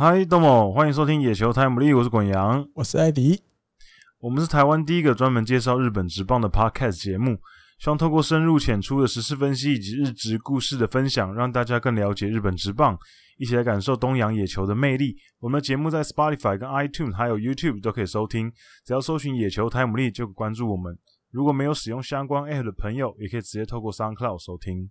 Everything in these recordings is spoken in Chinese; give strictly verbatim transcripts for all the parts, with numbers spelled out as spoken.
嗨，どうも，欢迎收听野球台姆利，我是滚羊， 我是艾迪。 我们是台湾第一个专门介绍日本职棒的 Podcast 节目，希望透过深入浅出的时事分析以及日职故事的分享，让大家更了解日本职棒，一起来感受东洋野球的魅力。我们的节目在 Spotify 跟 iTunes 还有 YouTube 都可以收听，只要搜寻野球台姆利就可以关注我们。如果没有使用相关 App 的朋友，也可以直接透过 SoundCloud 收听。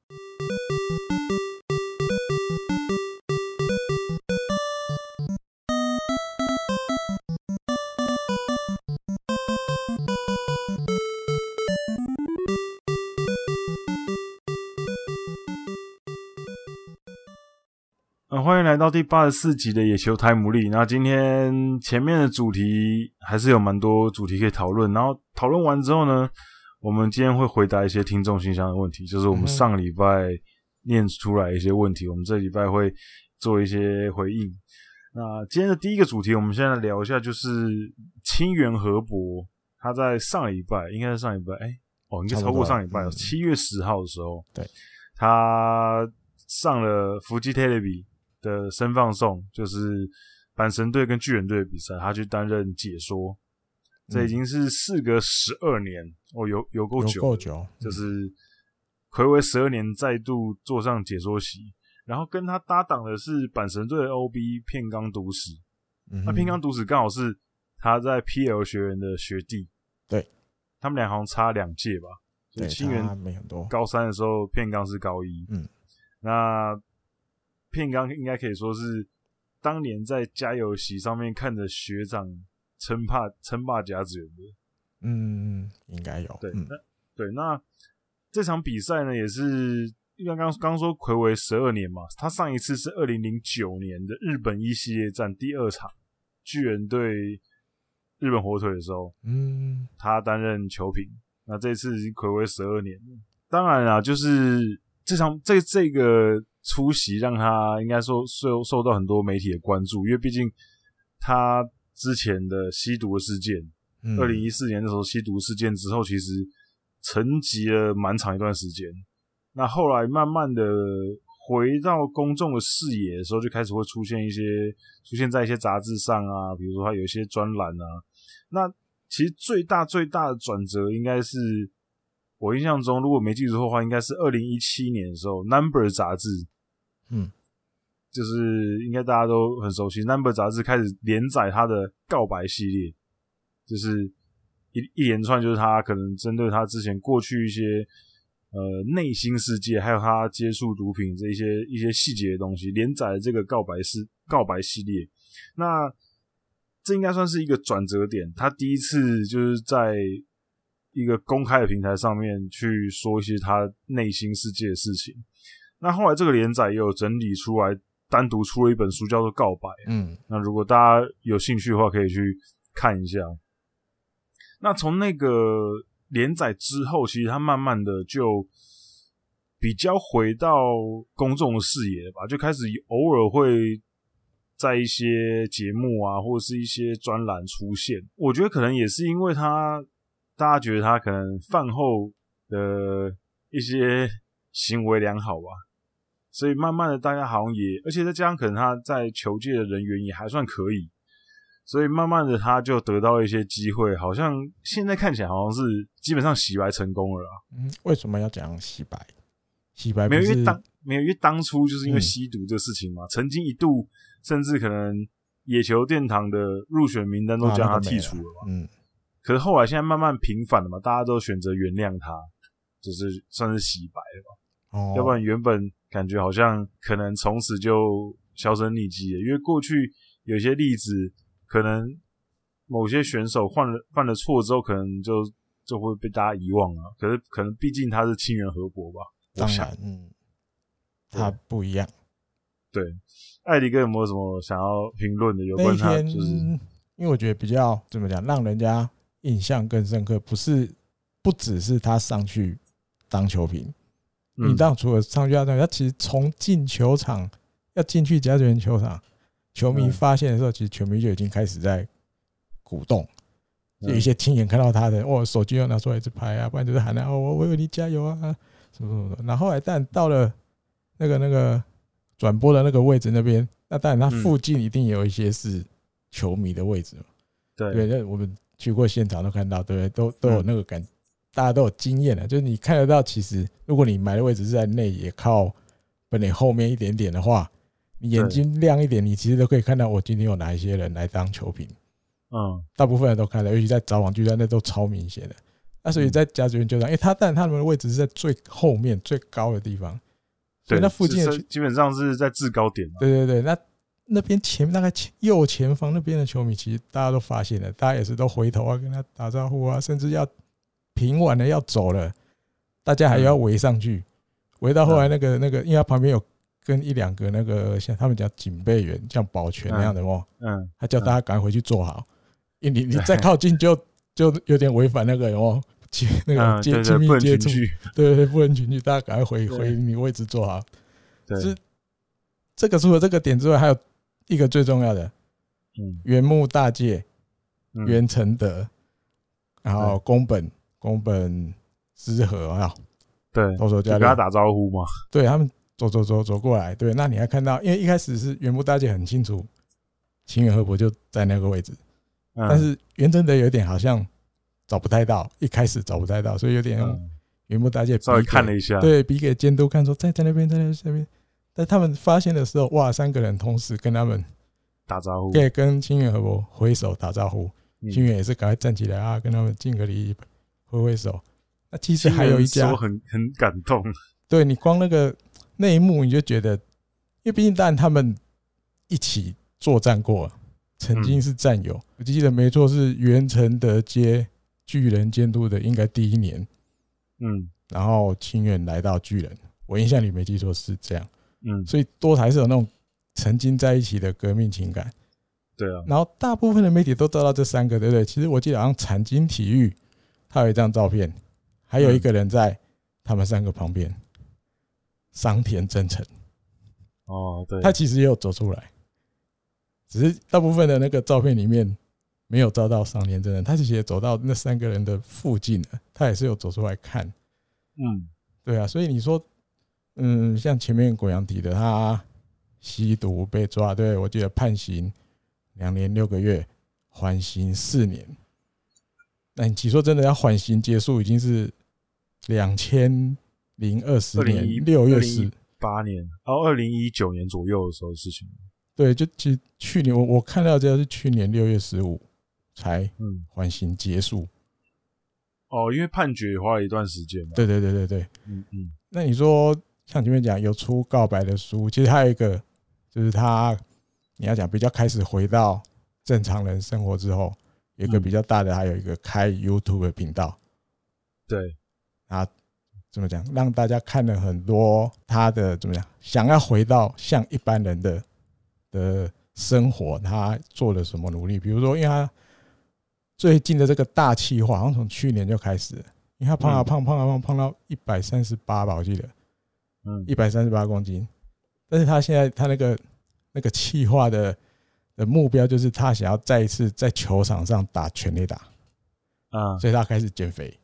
嗯，欢迎来到第八十四集的野球台姆利。那今天前面的主题还是有蛮多主题可以讨论，然后讨论完之后呢，我们今天会回答一些听众信箱的问题，就是我们上个礼拜念出来一些问题，我们这礼拜会做一些回应。那今天的第一个主题，我们现在聊一下，就是清原和博，他在上礼拜，应该是上礼拜，哎、欸，哦，应该超过上礼拜，七月十号的时候， 对， 他上了福基 Television的生放送，就是阪神队跟巨人队的比赛，他去担任解说，这已经是事隔十二年、嗯、哦，有有够久， 有够久， 就是睽违十二年再度坐上解说席，然后跟他搭档的是阪神队的 O B 片冈笃史，嗯、那片冈笃史刚好是他在 P L 学员的学弟， 对， 他们俩好像差两届吧， 对， 清原差没很多， 高三的时候，片冈是高一， 嗯， 那片冈应该可以说是当年在加油席上面看着学长称霸称霸甲子园的， 嗯，应该有。 对， 嗯、 那对那这场比赛呢，也是刚刚刚说睽违十二年嘛，他上一次是二零零九年的日本一系列战第二场巨人对日本火腿的时候，嗯，他担任球评。那这次已经睽违十二年了。当然啦，就是这场这这个出席让他应该说受受到很多媒体的关注，因为毕竟他之前的吸毒的事件，嗯、二零一四年的时候吸毒事件之后，其实沉寂了蛮长一段时间。那后来慢慢的回到公众的视野的时候，就开始会出现一些出现在一些杂志上啊，比如说他有一些专栏啊。那其实最大最大的转折应该是我印象中，如果没记错的话，应该是二零一七年的时候 Number 杂志，嗯，就是应该大家都很熟悉 Number 杂志开始连载他的告白系列，就是一一连串就是他可能针对他之前过去一些呃内心世界，还有他接触毒品这一些一些细节的东西，连载了这个告白是告白系列。那这应该算是一个转折点，他第一次就是在一个公开的平台上面去说一些他内心世界的事情。那后来这个连载也有整理出来，单独出了一本书叫做《告白》。嗯，那如果大家有兴趣的话，可以去看一下。那从那个连载之后，其实他慢慢的就比较回到公众的视野吧，就开始偶尔会在一些节目啊，或者是一些专栏出现。我觉得可能也是因为他，大家觉得他可能饭后的一些行为良好吧，所以慢慢的大家好像也，而且再加上可能他在球界的人缘也还算可以，所以慢慢的他就得到了一些机会，好像现在看起来好像是基本上洗白成功了啦。 嗯，为什么要讲洗白？洗白不是没有，因为当没有，因为当初就是因为吸毒这事情嘛，嗯、曾经一度甚至可能野球殿堂的入选名单都将他剔除了嘛。啊那個、嗯，可是后来现在慢慢平反了嘛，大家都选择原谅他，就是算是洗白了吧。哦，要不然原本感觉好像可能从此就销声匿迹了，因为过去有些例子，可能某些选手犯了犯了错之后，可能就就会被大家遗忘啊。可是可能毕竟他是清原和博吧。 当然，嗯，他不一样。 对，艾迪哥有没有什么想要评论的？有关他，就是因为我觉得比较怎么讲，让人家印象更深刻，不是不只是他上去当球评，嗯、你当除了上去当，他其实从进球场要进去甲子园球场，球迷发现的时候，嗯、其实球迷就已经开始在鼓动。有一些亲眼看到他的，哦，手机又拿出来一直拍啊，不然就是喊啊，哦，我为你加油啊，什么什么的。然后后来但到了那个那个转播的那个位置那边， 那当然，它附近一定有一些是球迷的位置嘛。 对对，那我们去过现场都看到，对不对？都都有那个感，大家都有经验的，就是你看得到，其实如果你买的位置是在内野靠本垒后面一点点的话，你眼睛亮一点，你其实都可以看到我今天有哪一些人来当球评。嗯，大部分人都看到，尤其在早晚巨蛋那都超明显的。那所以在甲子园球场，因为他但他们的位置是在最后面最高的地方，所以那附近的基本上是在制高点。 对对对，那那边前大概右前方那边的球迷，其实大家都发现了，大家也是都回头啊跟他打招呼啊，甚至要评完了要走了，大家还要围上去，围到后来那个那个，因为他旁边有跟一两个那个像他们讲警备员，像保全那样的哦，嗯，他叫大家赶快回去坐好，因为你你再靠近就就有点违反那个哦。那个接亲密接触，对对，不能群聚，大家赶快回回你位置坐好。是这个除了这个点之外，还有一个最重要的，嗯，原木大介、袁承德，然后宫本宫本知和啊， 对， 投手教练跟他打招呼嘛， 对他们走走走走过来，对，那你还看到，因为一开始是原木大介很清楚，清原和博就在那个位置，但是袁承德有点好像。找不太到，一开始找不太到，所以有点原木大介稍微看了一下， 对，比给监督看说在在那边，在那边。但他们发现的时候，哇，三个人同时跟他们打招呼， 可以跟清原和博挥手打招呼，清原也是赶快站起来啊，跟他们敬个礼，挥挥手。那其实还有一家很很感动， 对你光那个那一幕你就觉得，因为毕竟当然他们一起作战过，曾经是战友，我记得没错是袁承德接。巨人监督的应该第一年，嗯，然后清原来到巨人，我印象里没记错是这样，嗯，所以多还是有那种曾经在一起的革命情感， 对啊。 然后大部分的媒体都知道这三个，对不对？其实我记得好像产经体育，他有一张照片，还有一个人在他们三个旁边，桑田真澄， 哦，对， 他其实也有走出来，只是大部分的那个照片里面。没有照到桑田真澄，他其实也走到那三个人的附近了，他也是有走出来看。嗯，对啊，所以你说，嗯，像前面国阳提的，他吸毒被抓，对我记得判刑两年六个月，缓刑四年。那你说真的要缓刑结束，已经是两千零二十年六月十八年，然后二零一九年左右的时候的事情。 对，就其实去年我我看到这是去年六月十五。才缓刑结束、嗯、 哦，因为判决也花了一段时间嘛。 对对对对对，嗯嗯。那你说像前面讲有出告白的书，其实还有一个就是他，你要讲比较开始回到正常人生活之后，有一个比较大的，还有一个开 YouTube 的频道。 对， 啊，怎么讲？让大家看了很多他的怎么讲，想要回到像一般人的的生活，他做了什么努力？比如说，因为他最近的这个大企划，好像从去年就开始了，因为他胖啊胖，胖啊胖，胖到一百三十八吧，我记得，嗯，一百三十八公斤。但是他现在他那个那个企划的的目标就是他想要再一次在球场上打全垒打，啊，所以他开始减肥。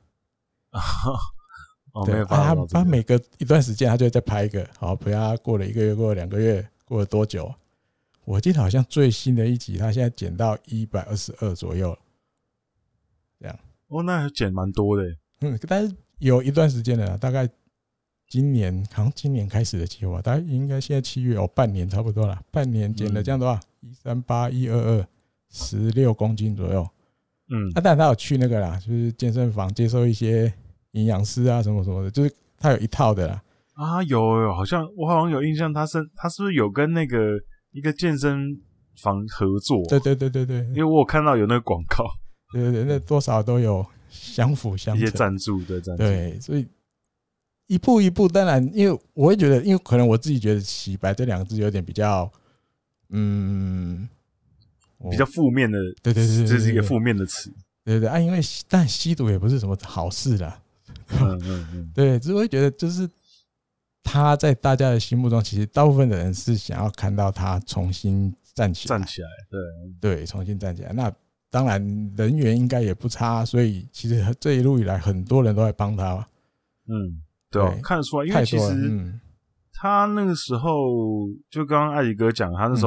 哦， 对， 没有办法、 他他每隔一段时间他就会再拍一个，好，比如他过了一个月，过了两个月，过了多久？我记得好像最新的一集，他现在减到一百二十二左右了。这样哦，那减蛮多的， 嗯，但是有一段时间了，大概今年，好像今年开始的计划，大概应该现在七月哦，半年差不多了，半年减了这样的话，一三八一二二，十六公斤左右，嗯，啊，但他有去那个啦，就是健身房接受一些营养师啊什么什么的，就是他有一套的啦。 啊，有有，好像我好像有印象，他是他是不是有跟那个一个健身房合作？ 对对对对对，因为我有看到有那个广告。 对对对，那多少都有相辅相成， 一些赞助的赞助。 对，所以一步一步，当然，因为我会觉得，因为可能我自己觉得“洗白”这两个字有点比较，嗯， 比较负面的。 对对 对, 對， 这是一个负面的词。 对对对啊，因为但吸毒也不是什么好事啦。嗯嗯嗯，对，只会觉得就是他在大家的心目中，其实大部分的人是想要看到他重新站起来， 站起来， 对对，重新站起来。那当然人缘应该也不差，所以其实这一路以来很多人都在帮他。 嗯，对、啊，看得出来，因为其实他那个时候就刚刚艾迪哥讲，他那时候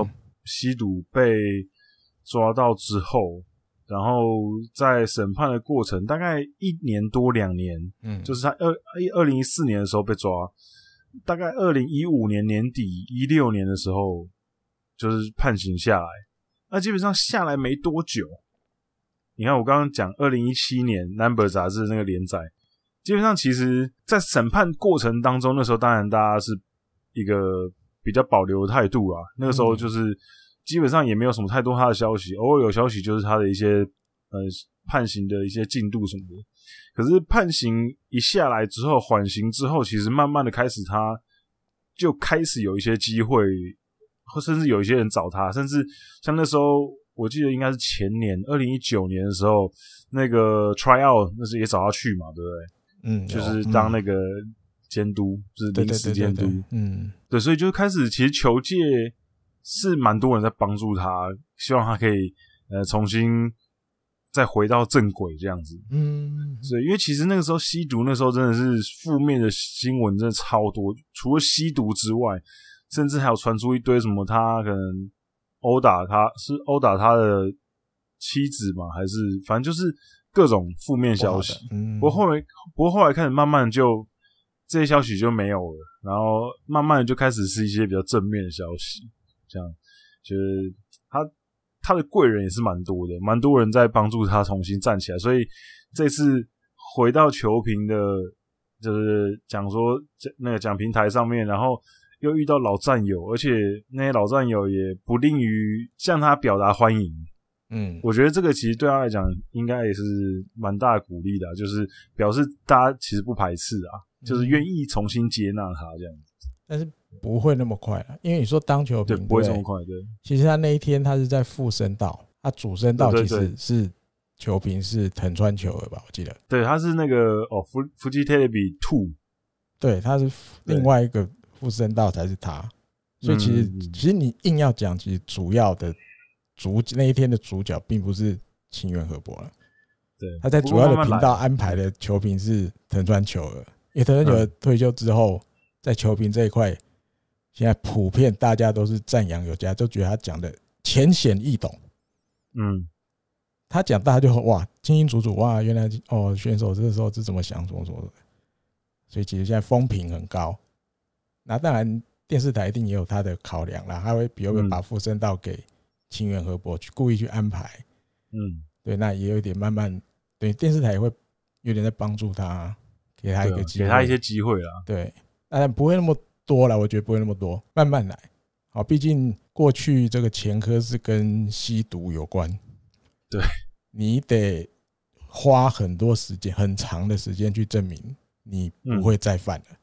吸毒被抓到之后，然后在审判的过程大概一年多两年，嗯，就是他二二零一四年的时候被抓，大概二零一五年年底一六年的时候就是判刑下来，那基本上下来没多久，你看我刚刚讲二零一七年 Number 杂志的那个连载，基本上其实在审判过程当中，那时候当然大家是一个比较保留的态度啦，那个时候就是基本上也没有什么太多他的消息，偶尔有消息就是他的一些呃判刑的一些进度什么的。可是判刑一下来之后，缓刑之后，其实慢慢的开始他就开始有一些机会，或甚至有一些人找他，甚至像那时候我记得应该是前年二零一九年的时候，那个 try out 那时也找他去嘛，对不对？嗯，就是当那个监督，嗯、就是临时监督，嗯，对，所以就开始其实球界是蛮多人在帮助他，希望他可以呃重新再回到正轨这样子，嗯，所以因为其实那个时候吸毒那时候真的是负面的新闻真的超多，除了吸毒之外，甚至还有传出一堆什么他可能殴打他是殴打他的妻子嘛，还是反正就是各种负面消息。嗯，不过后来不过后来开始慢慢就这些消息就没有了，然后慢慢的就开始是一些比较正面的消息，这样就是他他的贵人也是蛮多的，蛮多人在帮助他重新站起来，所以这次回到球评的，就是讲说那个讲评台上面，然后又遇到老战友，而且那些老战友也不吝于向他表达欢迎。嗯，我觉得这个其实对他来讲应该也是蛮大的鼓励的、啊，就是表示大家其实不排斥啊，就是愿意重新接纳他这样子。 但是不会那么快啦，因为你说当球评， 对，不会这么快，对。 其实他那一天他是在副声道，他主声道其实是球评是藤川球儿吧，我记得。 对，他是那个哦，福福基 Telebi Two， 对，他是另外一个副声道才是他，所以其实、嗯、其实你硬要讲，其实主要的主那一天的主角并不是清原和博了， 对， 他在主要的频道安排的球评是藤川球儿，因为藤川球儿退休之后。嗯，在球评这一块，现在普遍大家都是赞扬有加，都觉得他讲的浅显易懂。嗯，他讲大家就哇清清楚楚，哇原来哦选手这个时候是怎么想，怎么说的。所以其实现在风评很高。那当然电视台一定也有他的考量啦，他会比如把副声道给清原和博去故意去安排。嗯，对，那也有点慢慢，对电视台也会有点在帮助他，给他一个机会， 给他一些机会啦。 对。但不会那么多啦，我觉得不会那么多，慢慢来。好，毕竟过去这个前科是跟吸毒有关， 对， 你得花很多时间、很长的时间去证明你不会再犯了。嗯、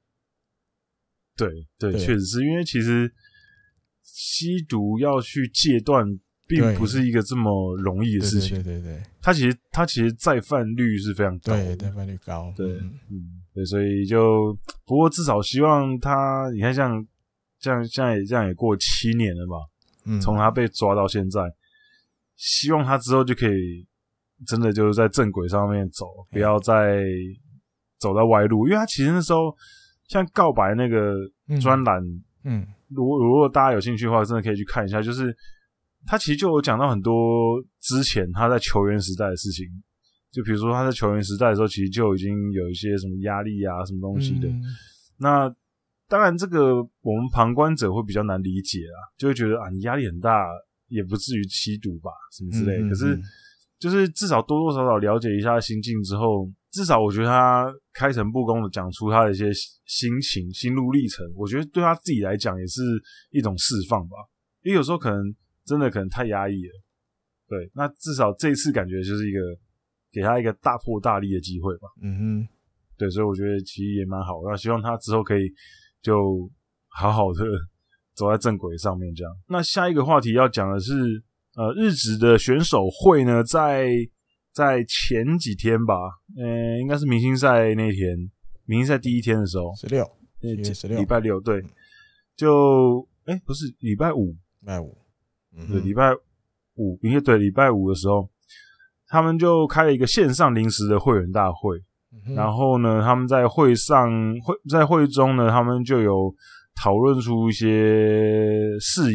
对对，确实是因为其实吸毒要去戒断，并不是一个这么容易的事情。 对对 对, 对, 对， 它其实它其实再犯率是非常高的， 对，再犯率高。 对，嗯。嗯对，所以就不过至少希望他，你看像这样现在也这样也过七年了吧，嗯，从他被抓到现在，希望他之后就可以真的就是在正轨上面走，不要再走到歪路，因为他其实那时候像告白那个专栏，嗯，如果如果大家有兴趣的话，真的可以去看一下，就是他其实就有讲到很多之前他在球员时代的事情。就比如说他在球员时代的时候，其实就已经有一些什么压力啊，什么东西的。嗯、那当然，这个我们旁观者会比较难理解啊，就会觉得啊，你压力很大，也不至于吸毒吧，什么之类的。嗯嗯嗯可是，就是至少多多少少了解一下心境之后，至少我觉得他开诚布公的讲出他的一些心情、心路历程，我觉得对他自己来讲也是一种释放吧。因为有时候可能真的可能太压抑了，对。那至少这一次感觉就是一个。给他一个大破大立的机会吧，嗯哼，对，所以我觉得其实也蛮好，那希望他之后可以就好好的走在正轨上面这样。那下一个话题要讲的是，呃，日职的选手会呢，在在前几天吧，呃，应该是明星赛那天，明星赛第一天的时候， 十六，十六， 礼拜六，对，就哎、欸、不是礼拜五， 礼拜五， 嗯、对，礼拜五，应该对，礼拜五的时候。他们就开了一个线上临时的会员大会，嗯、然后呢，他们在会上会在会中呢，他们就有讨论出一些事宜，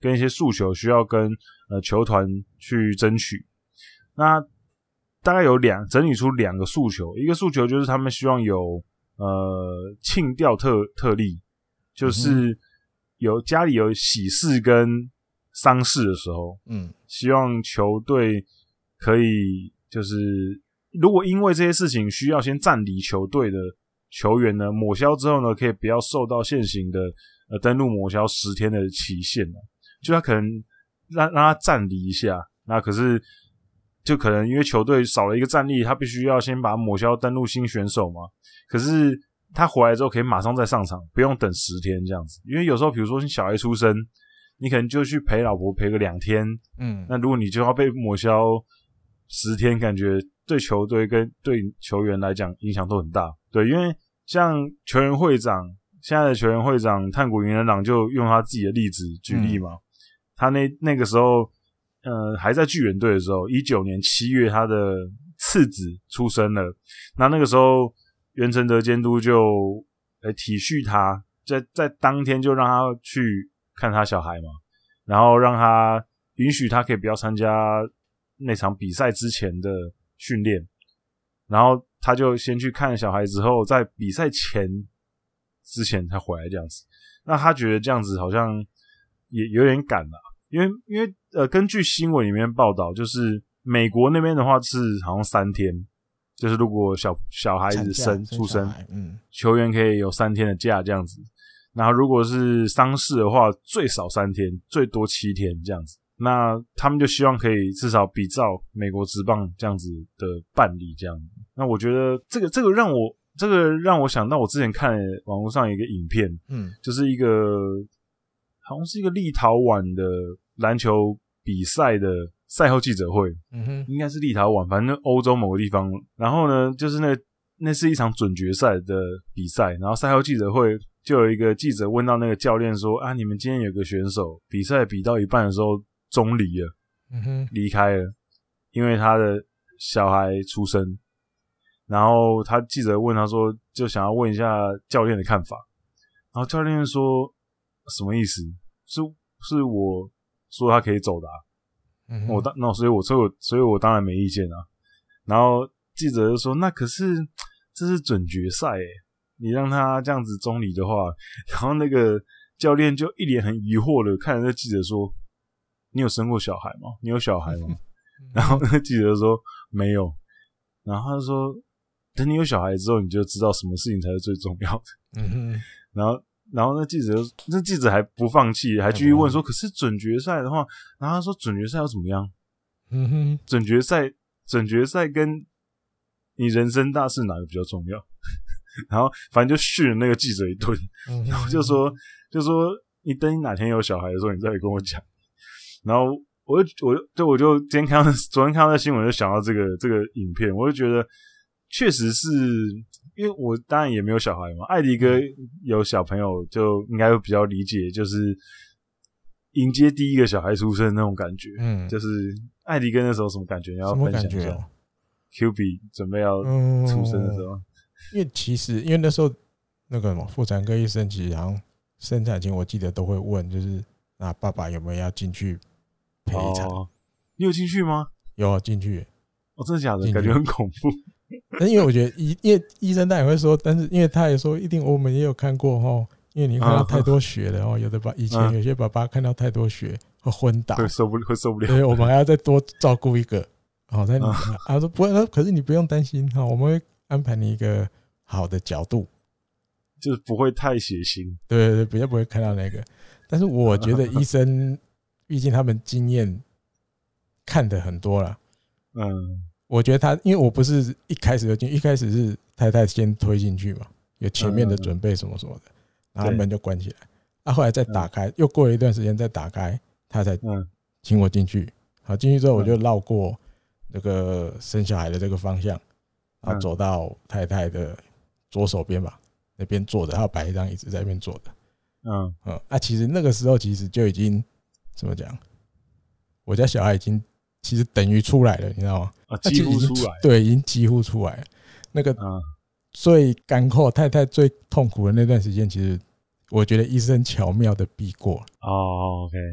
跟一些诉求需要跟呃球团去争取。那大概有两整理出两个诉求，一个诉求就是他们希望有呃庆吊特特例，就是有家里有喜事跟丧事的时候，嗯，希望球队可以就是如果因为这些事情需要先暂离球队的球员呢，抹消之后呢，可以不要受到现行的呃登录抹消十天的期限呢，就他可能让让他暂离一下，那可是就可能因为球队少了一个战力，他必须要先把抹消登录新选手嘛，可是他回来之后可以马上再上场，不用等十天这样子，因为有时候比如说你小孩出生，你可能就去陪老婆陪个两天，嗯，那如果你就要被抹消十天，感觉对球队跟对球员来讲影响都很大。对，因为像球员会长，现在的球员会长炭谷银人朗就用他自己的例子举例嘛，嗯、他那那个时候，呃，还在巨人队的时候，一九年七月他的次子出生了，那那个时候袁成德监督就呃体恤他，在在当天就让他去看他小孩嘛，然后让他允许他可以不要参加那场比赛之前的训练，然后他就先去看小孩之后，在比赛前之前才回来这样子。那他觉得这样子好像也有点赶啦，因为因为呃，根据新闻里面报道，就是美国那边的话是好像三天，就是如果小小孩子生出生，嗯，球员可以有三天的假这样子。然后如果是丧事的话，最少三天，最多七天这样子。那他们就希望可以至少比照美国职棒这样子的办理这样子。那我觉得这个这个让我这个让我想到我之前看网络上一个影片，嗯，就是一个好像是一个立陶宛的篮球比赛的赛后记者会，嗯哼，应该是立陶宛，反正欧洲某个地方。然后呢，就是那那是一场准决赛的比赛，然后赛后记者会就有一个记者问到那个教练说啊，你们今天有个选手比赛比到一半的时候中离了，嗯哼，离开了，因为他的小孩出生。然后他记者问他说，就想要问一下教练的看法。然后教练说什么意思？是是我说他可以走的啊，嗯、我当那所以我所以我所以我当然没意见啊。然后记者就说，那可是这是准决赛诶，你让他这样子中离的话，然后那个教练就一脸很疑惑的看着那记者说，你有生过小孩吗？你有小孩吗？然后那个记者说没有，然后他就说，等你有小孩之后，你就知道什么事情才是最重要的。嗯哼，然后然后那记者那记者还不放弃，还继续问说，可是准决赛的话，然后他说准决赛要怎么样？嗯哼，准决赛准决赛跟你人生大事哪个比较重要？然后反正就训了那个记者一顿，然后就说就说你等你哪天有小孩的时候，你再跟我讲。然后我就我就我就今天看到昨天看到那新闻，就想到这个这个影片，我就觉得确实是因为我当然也没有小孩嘛，艾迪哥有小朋友就应该会比较理解，就是迎接第一个小孩出生的那种感觉。嗯，就是艾迪哥那时候什么感觉？你要分享一下。Q B 准备要出生的时候。嗯， 因为其实因为那时候那个什么妇产科医生其实好像生产前我记得都会问，就是那爸爸有没有要进去陪产？ 哦，你有进去吗？ 有进去。 哦，真的假的？感觉很恐怖。 但因为我觉得医因为医生他也会说，但是因为他也说一定我们也有看过齁，因为你看到太多血了齁，有的爸以前有些爸爸看到太多血会昏倒， 会受不会受不了， 所以我们还要再多照顾一个。好，在你他说不会，可是你不用担心哈，我们会安排你一个好的角度， 就是不会太血腥。 对对对，比较不会看到那个。但是我觉得医生，毕竟他们经验看的很多了。嗯，我觉得他，因为我不是一开始就进，一开始是太太先推进去嘛，有前面的准备什么什么的，然后门就关起来。啊，后来再打开，又过了一段时间再打开，他才请我进去。好，进去之后我就绕过那个生小孩的这个方向，然后走到太太的左手边吧，那边坐着，他要摆一张椅子在那边坐着。嗯嗯，啊，其实那个时候其实就已经怎么讲，我家小孩已经其实等于出来了，你知道吗？ 啊，几乎出来， 对，已经几乎出来了。那个最干扣太太最痛苦的那段时间，其实我觉得医生巧妙的避过。 哦 ，OK，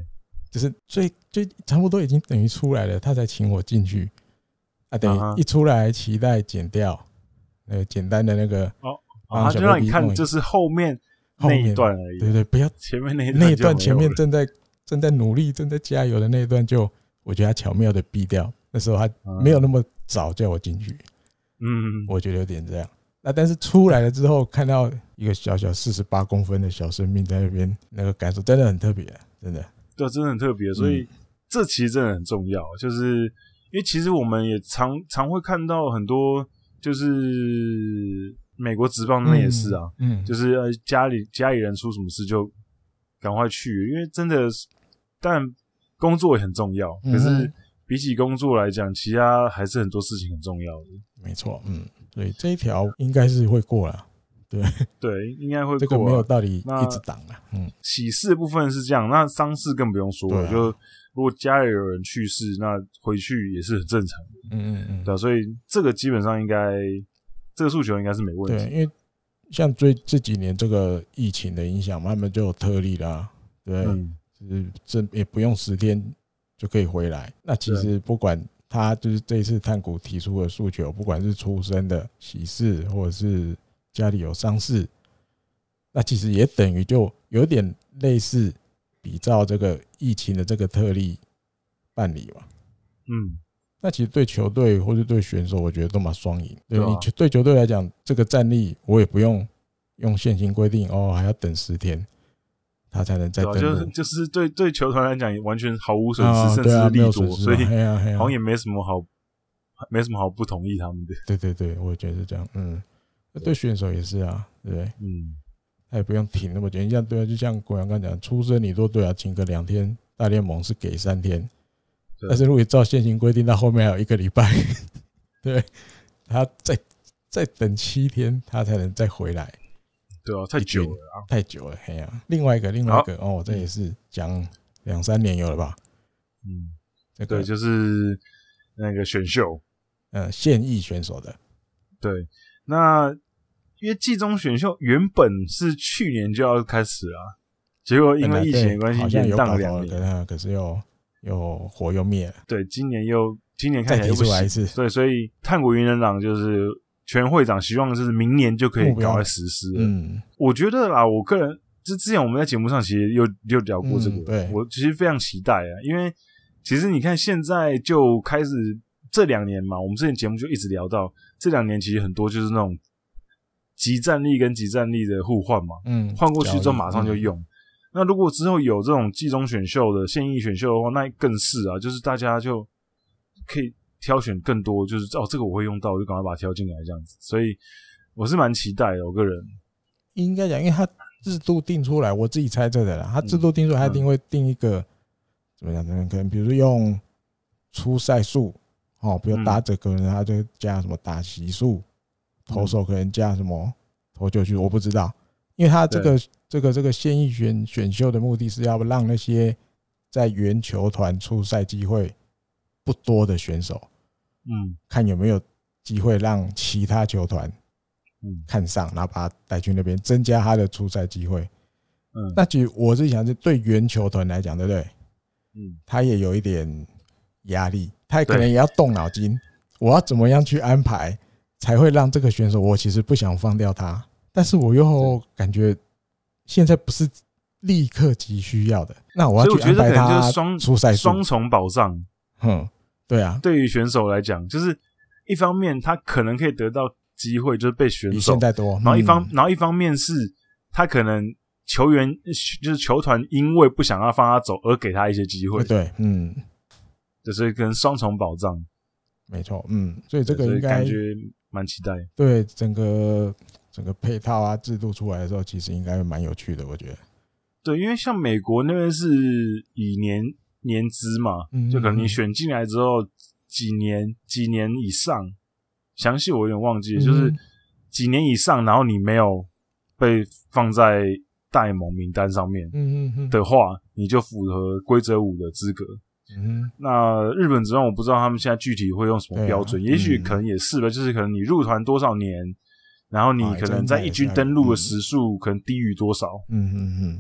就是最最差不多已经等于出来了，他才请我进去啊，等于一出来脐带剪掉，那个简单的那个哦，哦他就让你看就是后面那一段而已， 对对，不要前面那一段那一段前面正在正在努力正在加油的那一段就，我觉得他巧妙的避掉，那时候他没有那么早叫我进去，嗯，我觉得有点这样。那但是出来了之后，看到一个小小四十八公分的小生命在那边，那个感受真的很特别，真的， 对，真的很特别。所以、嗯、这其实真的很重要，就是因为其实我们也常常会看到很多，就是美国职棒那也是啊，嗯，嗯就是家里家里人出什么事就赶快去，因为真的，当然工作也很重要，可是比起工作来讲，其他还是很多事情很重要的。 没错，嗯。所以这一条应该是会过了，对对，应该会过。 这个没有道理一直挡了。嗯， 喜事的部分是这样，那丧事更不用说了。啊、就如果家里有人去世，那回去也是很正常的。嗯嗯嗯，对、啊，所以这个基本上应该这个诉求应该是没问题。 对，因为像最这几年这个疫情的影响，他们就有特例啦，对，嗯、就是这也不用十天就可以回来。那其实不管。他就是这一次炭谷提出的诉求，不管是出生的喜事，或者是家里有丧事，那其实也等于就有点类似比照这个疫情的这个特例办理嘛。嗯，那其实对球队或是对选手，我觉得都蛮双赢。对你对球队来讲，这个战力我也不用用现行规定哦，还要等十天。他才能再登陆、 啊、就, 就是对对球团来讲完全毫无损失、啊、甚至是利多、啊、所以好像也没什么好没什么好不同意他们的。 对对对，我觉得是这样。嗯，对选手也是啊，对不对？嗯，他也不用停那么久。像对啊，就像国阳刚讲，出生你都对啊，请个两天，大联盟是给三天，但是如果照现行规定，到后面还有一个礼拜，对，他再再等七天，他才能再回来。 对啊，太久了啊， 太久了，嘿啊！另外一个，另外一个哦，这也是讲两三年有了吧？ 嗯，这个对，就是那个选秀， 呃，现役选手的。 对，那因为季中选秀原本是去年就要开始啊，结果因为疫情的关系延宕了两年， 可是又又火又灭了。 对，今年又今年看起来又不再提出来一次， 对，所以炭谷云人朗就是。全会长希望是明年就可以赶快实施了。嗯，我觉得啦，我个人之之前我们在节目上其实有有聊过这个，嗯、对，我其实非常期待啊，因为其实你看现在就开始这两年嘛，我们之前节目就一直聊到这两年其实很多就是那种即战力跟即战力的互换嘛，嗯，换过去之后马上就用。嗯、那如果之后有这种季中选秀的现役选秀的话，那更是啊，就是大家就可以。挑选更多，就是哦，这个我会用到，我就赶快把它挑进来这样子，所以我是蛮期待的。我个人应该讲，因为他制度定出来，我自己猜测的啦。他制度定出来，他一定会定一个、嗯、怎么讲？可能比如说用出赛数，哦，比如打者可能他就加什么打席数，投手可能加什么投球区，我不知道，因为他这个这个这个现役选选秀的目的是要让那些在原球团出赛机会不多的选手。嗯，看有没有机会让其他球团看上，然后把他带去那边，增加他的出赛机会。嗯，那其实我是想，是对原球团来讲，对不对？嗯，他也有一点压力，他可能也要动脑筋，我要怎么样去安排，才会让这个选手，我其实不想放掉他，但是我又感觉现在不是立刻急需要的，那我要去安排他出赛数， 双重保障。 嗯。对啊， 对于选手来讲，就是一方面他可能可以得到机会，就是被选手比现在多， 然后一方，然后一方面是他可能球员就是球团因为不想要放他走而给他一些机会， 对，嗯， 就是跟双重保障， 没错，嗯，所以这个应该感觉蛮期待。 对，整个整个配套啊制度出来的时候，其实应该会蛮有趣的，我觉得。 对，因为像美国那边是以年。年资嘛，就可能你选进来之后几年几年以上，详细我有点忘记了，就是几年以上，然后你没有被放在大联盟名单上面的话，你就符合规则五的资格。那日本职棒我不知道他们现在具体会用什么标准，也许可能也是吧，就是可能你入团多少年，然后你可能在一军登录的时数可能低于多少，嗯嗯嗯，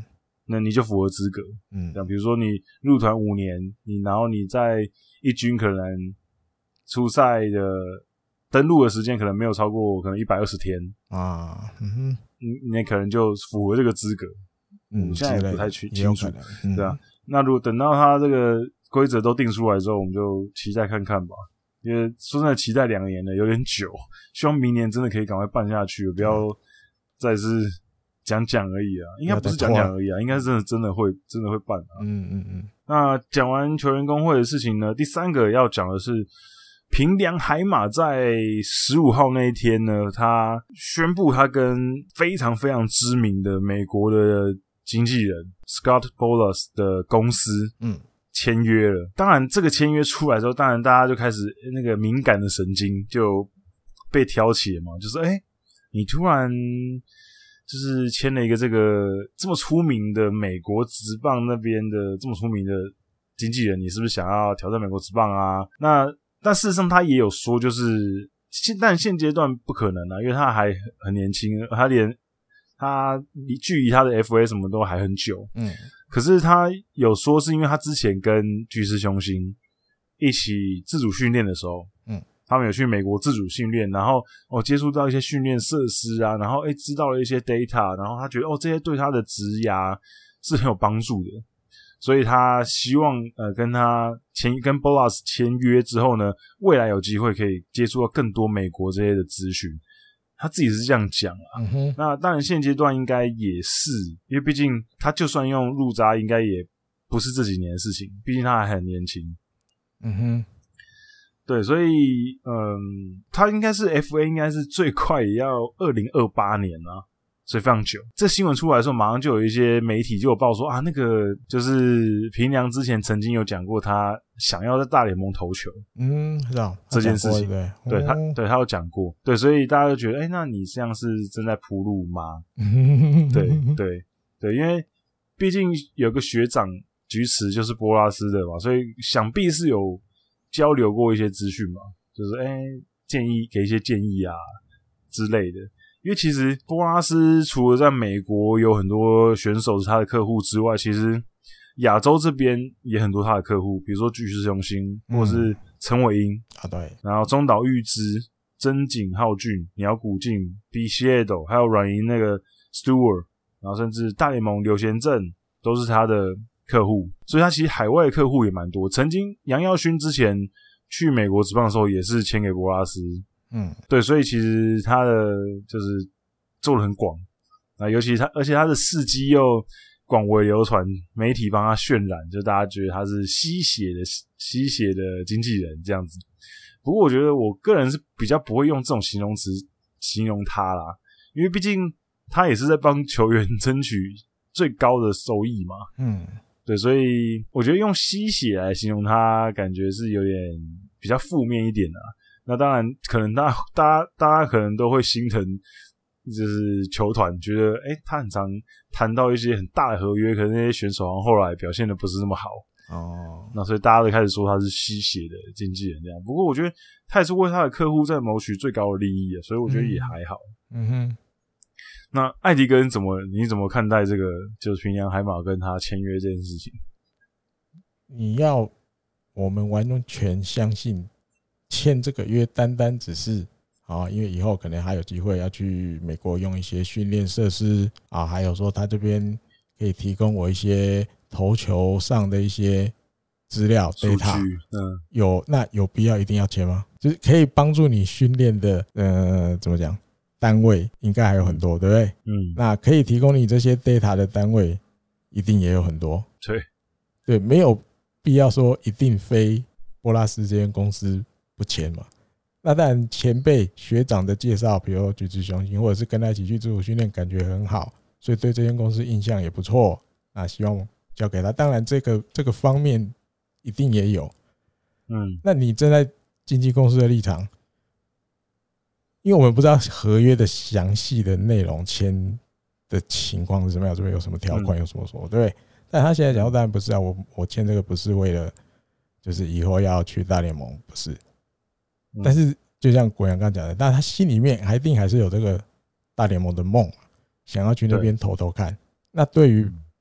那你就符合资格。 嗯， 比如说你入团五年，你然后你在一军可能出赛的登录的时间可能没有超过可能一百二十天啊，嗯哼， 你你可能就符合这个资格。 嗯， 现在也不太清楚， 嗯、 对啊。那如果等到他这个规则都定出来之后，我们就期待看看吧。因为说真的，期待两年了，有点久。希望明年真的可以赶快办下去，不要再是讲讲而已啊。应该不是讲讲而已啊，应该是真的真的会真的会办啊。 嗯嗯嗯。 那讲完球员工会的事情呢，第三个要讲的是平良海马在十五号那一天呢，他宣布他跟非常非常知名的美国的经纪人 Scott Boras 的公司嗯签约了。当然这个签约出来之后，当然大家就开始那个敏感的神经就被挑起了嘛，就是诶你突然就是签了一个这个这么出名的美国职棒那边的这么出名的经纪人，你是不是想要挑战美国职棒啊？那但事实上他也有说，就是现但现阶段不可能啊，因为他还很年轻，他连他距离他的 F A 什么都还很久。嗯，可是他有说是因为他之前跟巨石雄心一起自主训练的时候，嗯，他们有去美国自主训练，然后哦接触到一些训练设施啊，然后诶知道了一些 data， 然后他觉得哦这些对他的职涯是很有帮助的。所以他希望呃跟他签跟 Boras 签约之后呢，未来有机会可以接触到更多美国这些的资讯。他自己是这样讲啊、嗯，那当然现阶段应该也是，因为毕竟他就算用入闸，应该也不是这几年的事情，毕竟他还很年轻。嗯哼，对，所以嗯，他应该是 F A 应该是最快也要二零二八年啊。所以非常久，这新闻出来的时候，马上就有一些媒体就有报说啊，那个就是平良之前曾经有讲过，他想要在大联盟投球，嗯，知道这件事情，对，对他，对他有讲过，对，所以大家就觉得，哎、欸，那你这样是正在铺路吗？对对对，因为毕竟有个学长菊池就是波拉斯的嘛，所以想必是有交流过一些资讯嘛，就是哎、欸、建议给一些建议啊之类的。因为其实波拉斯除了在美国有很多选手是他的客户之外，其实亚洲这边也很多他的客户，比如说巨石雄心或者是陈伟英、嗯、啊，对，然后中岛裕之、真井浩俊、鸟谷静、B. Shadow， 还有软银那个 Stewart， 然后甚至大联盟刘贤正都是他的客户，所以他其实海外的客户也蛮多。曾经杨耀勋之前去美国职棒的时候也是签给波拉斯。嗯，对，所以其实他的就是做得很广啊，尤其他，而且他的事迹又广为流传，媒体帮他渲染，就大家觉得他是吸血的吸血的经纪人这样子。不过我觉得我个人是比较不会用这种形容词形容他啦，因为毕竟他也是在帮球员争取最高的收益嘛。嗯，对，所以我觉得用吸血来形容他，感觉是有点比较负面一点的啊。那当然，可能大家、大家、大家可能都会心疼，就是球团觉得，诶、欸、他很常谈到一些很大的合约，可是那些选手好像后来表现的不是那么好哦。那所以大家都开始说他是吸血的经纪人这样。不过我觉得他也是为他的客户在谋取最高的利益啊，所以我觉得也还好。嗯哼。那艾迪哥怎么你怎么看待这个就是平良海马跟他签约这件事情？ 你要我们完全相信。签这个约单单只是啊，因为以后可能还有机会要去美国用一些训练设施啊，还有说他这边可以提供我一些投球上的一些资料 data， 嗯，有那有必要一定要签吗？就是可以帮助你训练的，呃，怎么讲？单位应该还有很多，对不对？嗯，那可以提供你这些 data 的单位一定也有很多， 对， 对，没有必要说一定非波拉斯这间公司。不签嘛？那当然，前辈学长的介绍，比如举止雄心，或者是跟他一起去自主训练，感觉很好，所以对这间公司印象也不错。那希望交给他。当然，这个这个方面一定也有。嗯，那你站在经纪公司的立场，因为我们不知道合约的详细的内容、签的情况是什么样，这边有什么条款，有什么说，对不对？但他现在讲，当然不是啊，我我签这个不是为了，就是以后要去大联盟，不是。但是就像国阳刚讲的，但他心里面还一定还是有这个大联盟的梦，想要去那边投投看。那对于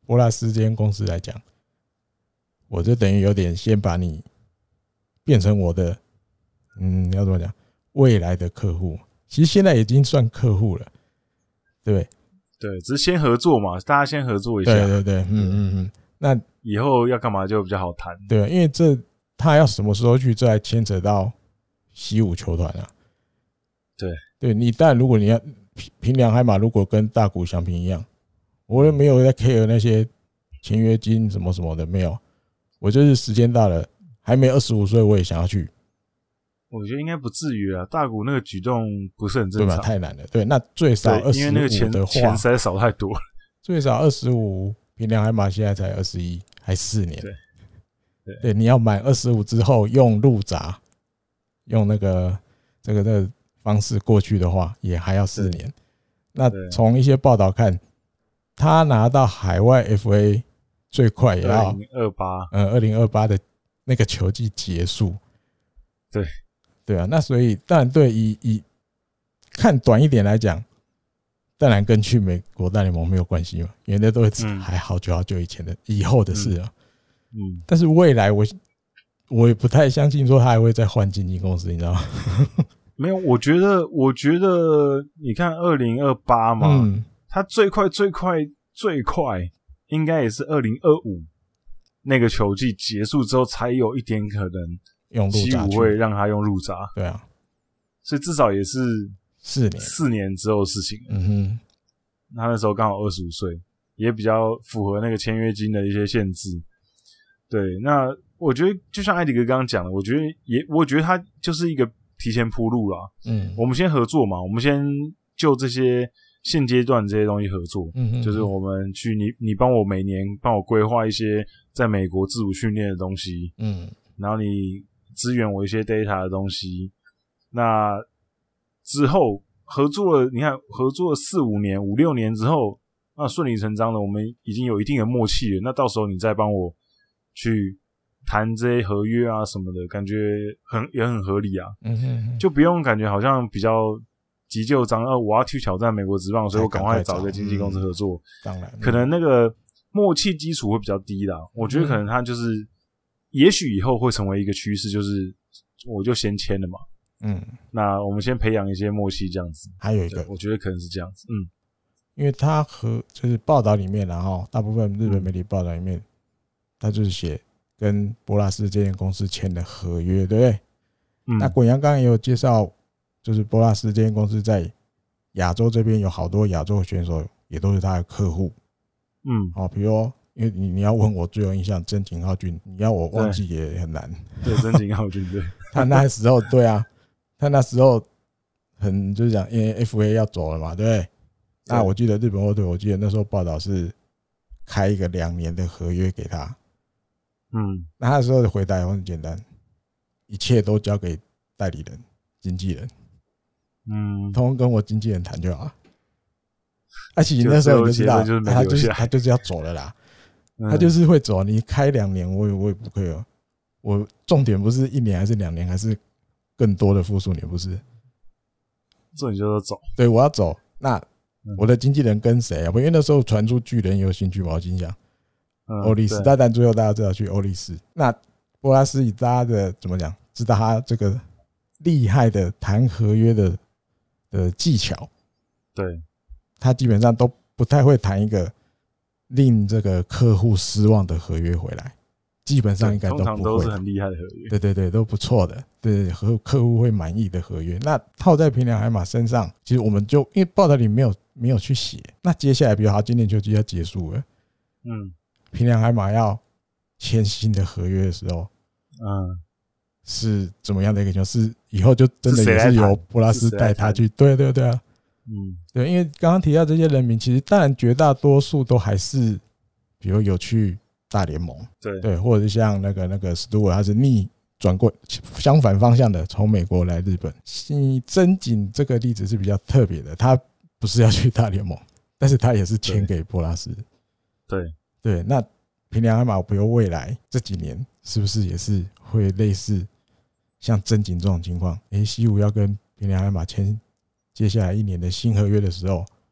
波拉斯这间公司来讲，我就等于有点先把你变成我的，嗯，要怎么讲，未来的客户。其实现在已经算客户了，对不对？ 对，只是先合作嘛，大家先合作一下。 对对对，嗯嗯嗯。那以后要干嘛就比较好谈。 对，因为这他要什么时候去，这还牵扯到西武球团啊。 对， 对你当然如果你要平良海马，如果跟大谷翔平一样，我也没有在 care 那些签约金什么什么的，没有。我就是时间到了，还没二十五岁，我也想要去。 我觉得应该不至于啊，大谷那个举动不是很正常， 对吧？太难了。对，那最少二十五的话， 因为那个钱钱实在少太多了。 最少二十五，平良海马现在才二十一，还四年。 对，对， 对，你要满二十五之后用入闸，用那个这个这个方式过去的话，也还要四年。那从一些报道看，他拿到海外 F A 最快也要二零二八， 呃，二零二八的那个球季结束。 对。 对啊，那所以当然对以以看短一点来讲，当然跟去美国大联盟没有关系嘛，因为那都还好久好久以前的以后的事啊。嗯，但是未来我我也不太相信说他还会再换经纪公司，你知道吗？ 没有，我觉得我觉得你看二零二八嘛，嗯，他最快最快最快应该也是二零二五那个球季结束之后才有一点可能。 用入闸西武会让他用入闸， 对啊， 所以至少也是四年四年之后的事情了。 嗯哼， 他那时候刚好二十五岁，也比较符合那个签约金的一些限制。对，那我觉得就像艾迪哥刚刚讲的，我觉得也，我觉得他就是一个提前铺路啦。嗯，我们先合作嘛，我们先就这些现阶段这些东西合作。嗯哼，就是我们去你你帮我每年帮我规划一些在美国自主训练的东西。嗯，然后你支援我一些 data 的东西，那之后合作了，你看合作了四五年、五六年之后，那顺理成章的，我们已经有一定的默契了。那到时候你再帮我去谈这些合约啊什么的，感觉很也很合理啊。嗯哼，就不用感觉好像比较急就章，呃，我要去挑战美国职棒，所以我赶快找一个经纪公司合作。 当然， 可能那个默契基础会比较低啦。我觉得可能他就是。也许以后会成为一个趋势，就是我就先签了嘛，嗯，那我们先培养一些默契这样子。 还有一个， 我觉得可能是这样子，嗯， 因为他和就是报道里面，然后大部分日本媒体报道里面，他就是写跟波拉斯这间公司签的合约，对不对？嗯，那滚阳刚刚也有介绍，就是波拉斯这间公司在亚洲这边有好多亚洲选手，也都是他的客户，嗯，好，比如。因为你你要问我最有印象真井浩俊，你要我忘记也很难。 对，真井浩俊，对， 他那时候对啊，他那时候很就是讲，因为 F A 要走了嘛，对不对？那我记得日本火腿，我记得那时候报道是开一个两年的合约给他。嗯，那他那时候的回答也很简单，一切都交给代理人、经纪人。嗯，通通跟我经纪人谈就好。而且那时候你就知道，他就是他就是要走了啦。他就是会走，你开两年，我也我也不会哦。我重点不是一年还是两年，还是更多的复数年，不是？ 重点就是走。 对，我要走。那我的经纪人跟谁啊？因为那时候传出巨人有兴趣嘛，我心想，欧力士。但最后大家知道去欧力士。那波拉斯以大家的怎么讲，知道他这个厉害的谈合约的的技巧。 对， 他基本上都不太会谈一个。令这个客户失望的合约回来，基本上应该都不会。通常都是很厉害的合约。 对对对，都不错的，对和客户会满意的合约。那套在平良海马身上，其实我们就因为报道里没有没有去写。那接下来，比如好，今年球季要结束了，嗯，平良海马要签新的合约的时候，嗯，是怎么样的一个情况？是以后就真的也是由波拉斯带他去？对对对啊。嗯，对，因为刚刚提到这些人名，其实当然绝大多数都还是，比如有去大联盟， 对对，或者是像那个那个史都尔，他是逆转过相反方向的，从美国来日本。你真井这个例子是比较特别的，他不是要去大联盟，但是他也是签给波拉斯。 对对，那平良海马，比如未来这几年是不是也是会类似像真井这种情况？诶，西武要跟平良海马签。接下来一年的新合约的时候，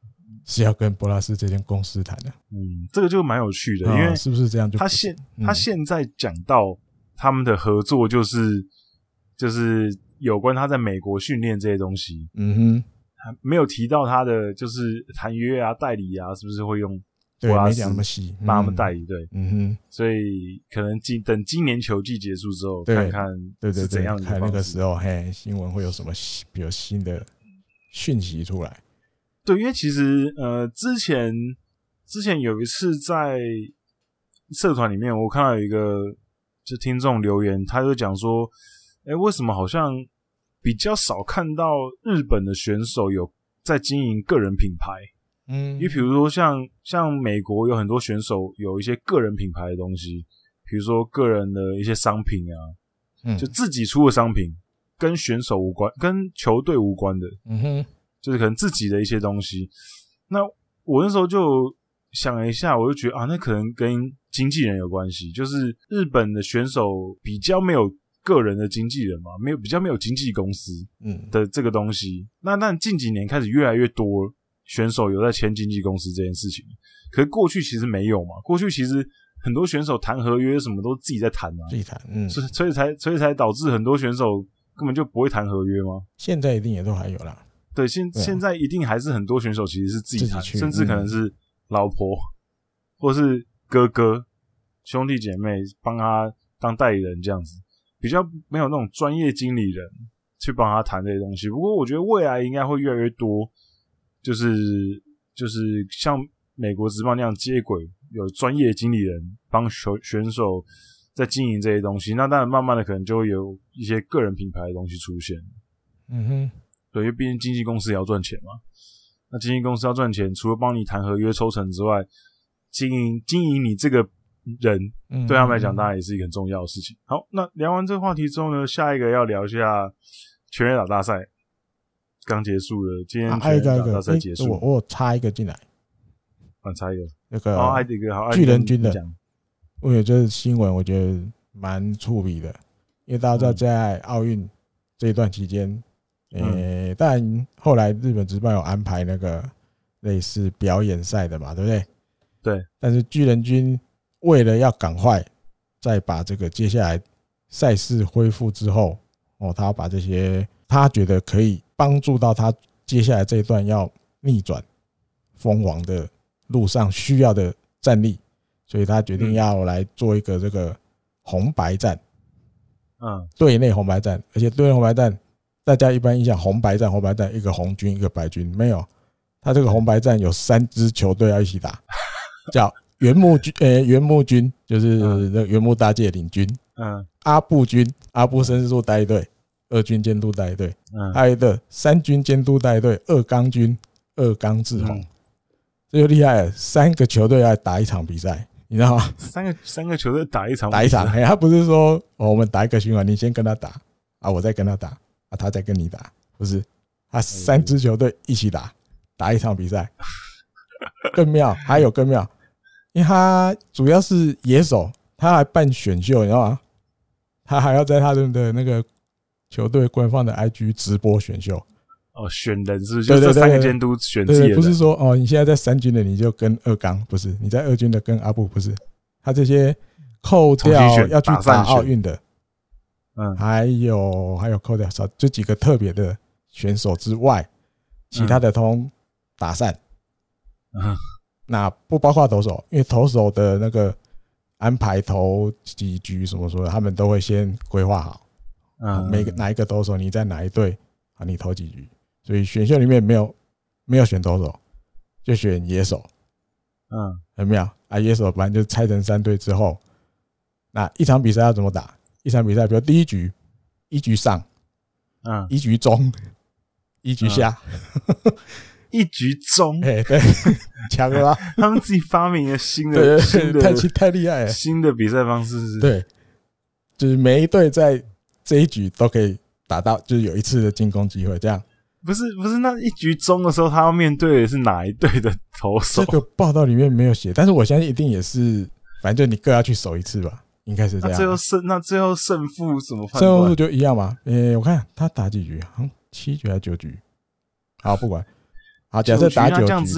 是要跟波拉斯这间公司谈的。 嗯，这个就蛮有趣的，因为是不是这样就？ 他现、嗯、他现在讲到他们的合作，就是就是有关他在美国训练这些东西。 嗯哼，没有提到他的就是谈约啊、代理啊，是不是会用波拉斯？对，没讲那么细， 帮他们代理。对， 嗯哼， 所以可能今等今年球季结束之后，看看对对是怎样的看那个时候，嘿，新闻会有什么比较新的讯息出来。 对，因为其实呃，之前之前有一次在社团里面，我看到有一个就听众留言，他就讲说，哎，为什么好像比较少看到日本的选手有在经营个人品牌？嗯，因为比如说像像美国有很多选手有一些个人品牌的东西，比如说个人的一些商品啊，嗯，就自己出的商品，跟选手无关，跟球队无关的，嗯哼。就是可能自己的一些东西，那我那时候就想了一下，我就觉得啊，那可能跟经纪人有关系。就是日本的选手比较没有个人的经纪人嘛，没有比较没有经纪公司的这个东西。嗯、那但近几年开始越来越多选手有在签经纪公司这件事情，可是过去其实没有嘛。过去其实很多选手谈合约什么都自己在谈啊， 自己谈，嗯， 所以所以才所以才导致很多选手根本就不会谈合约吗？ 现在一定也都还有啦。 对，现现在一定还是很多选手其实是自己谈，甚至可能是老婆、嗯、或是哥哥、兄弟姐妹帮他当代理人这样子，比较没有那种专业经理人去帮他谈这些东西。不过我觉得未来应该会越来越多，就是就是像美国职棒那样接轨，有专业经理人帮选手在经营这些东西。那当然慢慢的可能就会有一些个人品牌的东西出现。嗯哼。对，因为毕竟经纪公司也要赚钱嘛。那经纪公司要赚钱，除了帮你谈合约抽成之外，经营经营你这个人，嗯、对他们来讲当然也是一个很重要的事情。好，那聊完这个话题之后呢，下一个要聊一下全垒打大赛刚结束了，今天全垒打大赛结束。 啊、我我插一个进来， 啊，插一个那个好，一个好巨人军的，我有这新闻，我觉得蛮触笔的，因为大家知道在奥运这一段期间。诶、欸，但后来日本职棒有安排那个类似表演赛的嘛，对不对？ 对。 但是巨人军为了要赶快再把这个接下来赛事恢复之后，哦，他要把这些他觉得可以帮助到他接下来这一段要逆转封王的路上需要的战力，所以他决定要来做一个这个红白战，嗯，队内红白战，而且队内红白战。大家一般印象红白战，红白战一个红军一个白军，没有，他这个红白战有三支球队要一起打，叫原木军，呃、欸，原木军就是那原木大介领军，嗯，阿部军，阿部绅士助带队，二军监督带队，嗯，还有一个三军监督带队，二冈军，二冈志宏，这就厉害了，三个球队要打一场比赛，你知道吗？ 三个三个球队打一场比赛， 打一场，他不是说、哦、我们打一个循环，你先跟他打啊，我再跟他打。啊，他再跟你打，不是？他三支球队一起打，打一场比赛，更妙，还有更妙，因为他主要是野手，他还办选秀，你知道吗？他还要在他们的那个球队官方的 I G 直播选秀。 哦，选人是不是？就这三个监督选自己的人， 不是说哦，你现在在三军的你就跟二冈，不是？你在二军的跟阿布，不是？他这些扣掉要去打奥运的。嗯，还有还有扣掉少这几个特别的选手之外，其他的通打散。嗯，那不包括投手，因为投手的那个安排投几局什么什么，他们都会先规划好。嗯，每个哪一个投手你在哪一队啊？你投几局？所以选秀里面没有没有选投手，就选野手。嗯，有没有啊？野手反正就拆成三队之后，那一场比赛要怎么打？一场比赛，比如第一局，一局上，嗯，一局中，一局下， 嗯、一局中， 哎、欸，对，强了吧？ 他们自己发明了新的， 对新的太太厉害了， 新的比赛方式是， 对，就是每一队在这一局都可以打到，就是有一次的进攻机会，这样。 不是不是，那一局中的时候，他要面对的是哪一队的投手？ 这个报道里面没有写，但是我相信一定也是，反正就你各要去守一次吧。应该是这样。 那最后胜，那最后胜负怎么判断？ 胜负就一样嘛。诶、欸，我看他打几局，好像七局还是九局。好，不管。好，假设打九局， 这样子要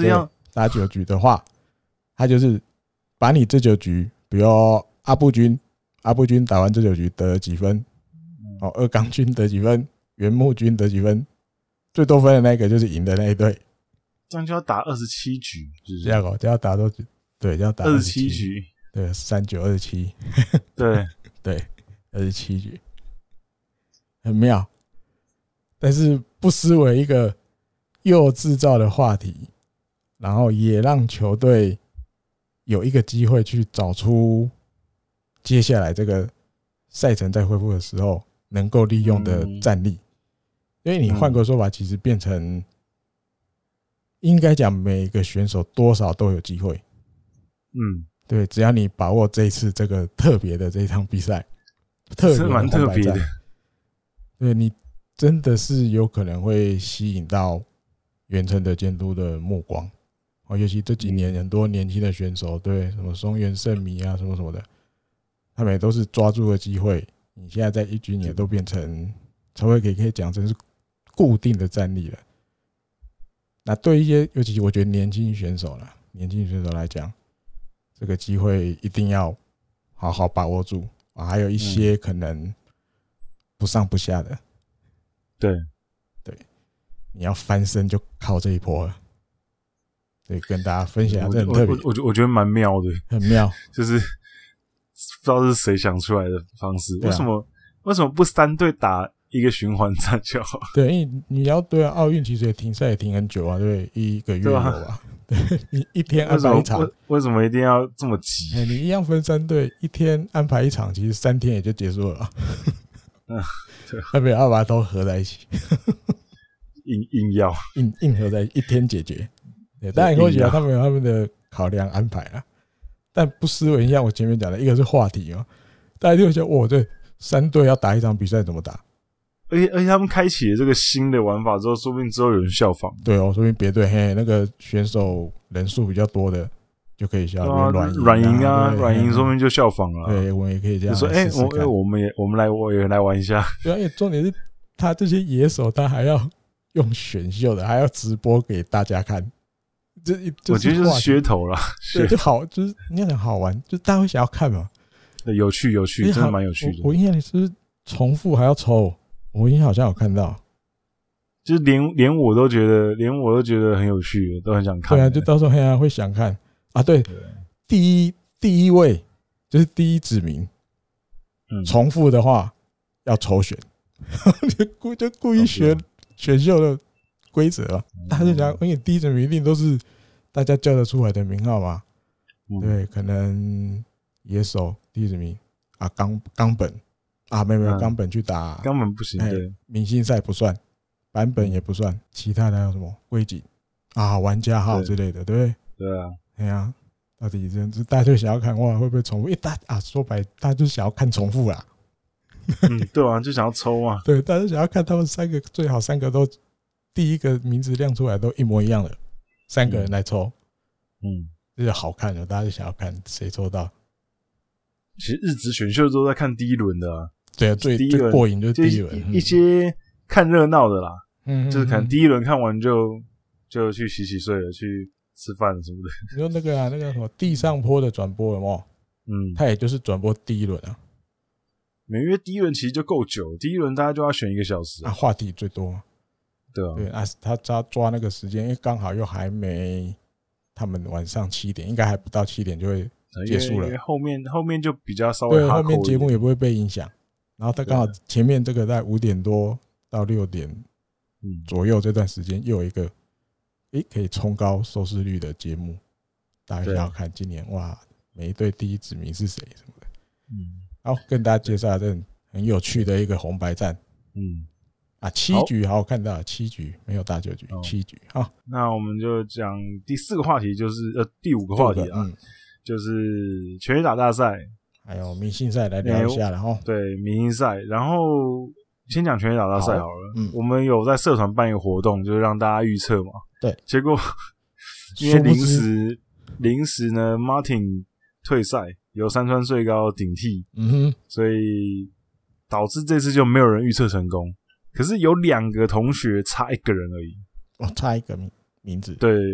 打九局的话，他就是把你这九局，比如阿布君，阿布君打完这九局得了几分，哦，二冈君得几分，原木君得几分，最多分的那个就是赢的那一队。 这样就要打二十七局，是这样哦，这样打多局？对，这样打二十七局， 对，三九二十七， 对对，二十七局，很妙。但是不失为一个又制造的话题，然后也让球队有一个机会去找出接下来这个赛程在恢复的时候能够利用的战力。因为你换个说法，其实变成应该讲每个选手多少都有机会。嗯，对，只要你把握这一次这个特别的这一场比赛，特别蛮特别的， 对你真的是有可能会吸引到原城的监督的目光。哦，尤其这几年很多年轻的选手，对什么松原圣弥啊，什么什么的，他们也都是抓住了机会。你现在在一军也都变成，才会可以可以讲成是固定的战力了。那对一些，尤其我觉得年轻选手啦，年轻选手来讲，这个机会一定要好好把握住啊！还有一些可能不上不下的， 对对，你要翻身就靠这一波了。对，跟大家分享，这很特别， 我我我觉得蛮妙的， 很妙， 就是不知道是谁想出来的方式。为什么为什么不三队打一个循环战就好？ 对，因为你要对啊，奥运其实也停赛也停很久啊，对，一个月有啊。对，你一天安排一场， 为, 为什么一定要这么急？ 欸、你一样分三队，一天安排一场，其实三天也就结束了。嗯，对，他们要把它都合在一起， 硬硬要硬硬合在一天解决。对，当然或许他们有他们的考量安排啦，但不失为像我前面讲的，一个是话题哦，大家就会想，哇，这三队要打一场比赛怎么打？ 而且而且他们开启了这个新的玩法之后，说不定之后有人效仿。 对哦，说不定别队嘿那个选手人数比较多的就可以效仿软软银啊，软银说不定就效仿了。 对，我们也可以这样就说，哎、欸，我我们也我们来我也来玩一下。 对啊，因为重点是他这些野手，他还要用选秀的，还要直播给大家看。这我觉得就是噱头啦， 对，就好，就是你想好玩，就是大家会想要看嘛。 对，有趣有趣，真的蛮有趣的。 我, 我印象里是重复还要抽。我印象好像有看到， 就是连连我都觉得，连我都觉得很有趣，都很想看。 对啊，就到时候黑啊会想看啊。对，对第一第一位就是第一指名，嗯，重复的话要抽选，就故就故意选选秀的规则啊。大家就想，因为第一指名一定都是大家叫得出来的名号嘛，嗯、对，可能野手第一指名啊，冈冈本。啊，没有没有，冈本去打， 冈本不行，对， 明星赛不算，版本也不算，其他的还有什么龟井啊、玩家号之类的，对不对？ 对啊， 对啊，到底这大家就想要看哇，会不会重复？因为大啊，说白，大家就想要看重复啦。 嗯，对啊，就想要抽啊。 对，大家想要看他们三个，最好三个都第一个名字亮出来都一模一样的，三个人来抽，嗯，这就好看的，大家就想要看谁抽到。 其实日职选秀都在看第一轮的啊。 对啊，最最过瘾就是第一轮， 一些看热闹的啦， 嗯， 就是可能第一轮看完就就去洗洗睡了，去吃饭什么的。 你说那个啊，那个什么地上坡的转播有没有？嗯，他也就是转播第一轮啊。 每月第一轮其实就够久，第一轮大家就要选一个小时啊，话题最多。 对啊， 对啊，他他抓那个时间，因为刚好又还没，他们晚上七点，应该还不到七点就会结束了。 因为后面后面就比较稍微对，后面节目也不会被影响。然后他刚好前面这个在五点多到六点左右这段时间又有一个，诶、欸、可以冲高收视率的节目，大家想要看今年哇每一队第一指名是谁什么的。嗯，好，跟大家介绍这很有趣的一个红白战。嗯，啊七局好，我看到了七局没有大九局，哦、七局好。 那我们就讲第四个话题，就是呃第五个话题啊，嗯、就是全垒打大赛。 还有明星赛来聊一下，然后对明星赛，然后先讲全垒打大赛好了。嗯，我们有在社团办一个活动，就是让大家预测嘛。 对， 结果因为临时临时呢 ，Martin 退赛，由山川穗高顶替，嗯哼，所以导致这次就没有人预测成功。可是有两个同学差一个人而已， 哦，差一个名名字。 对，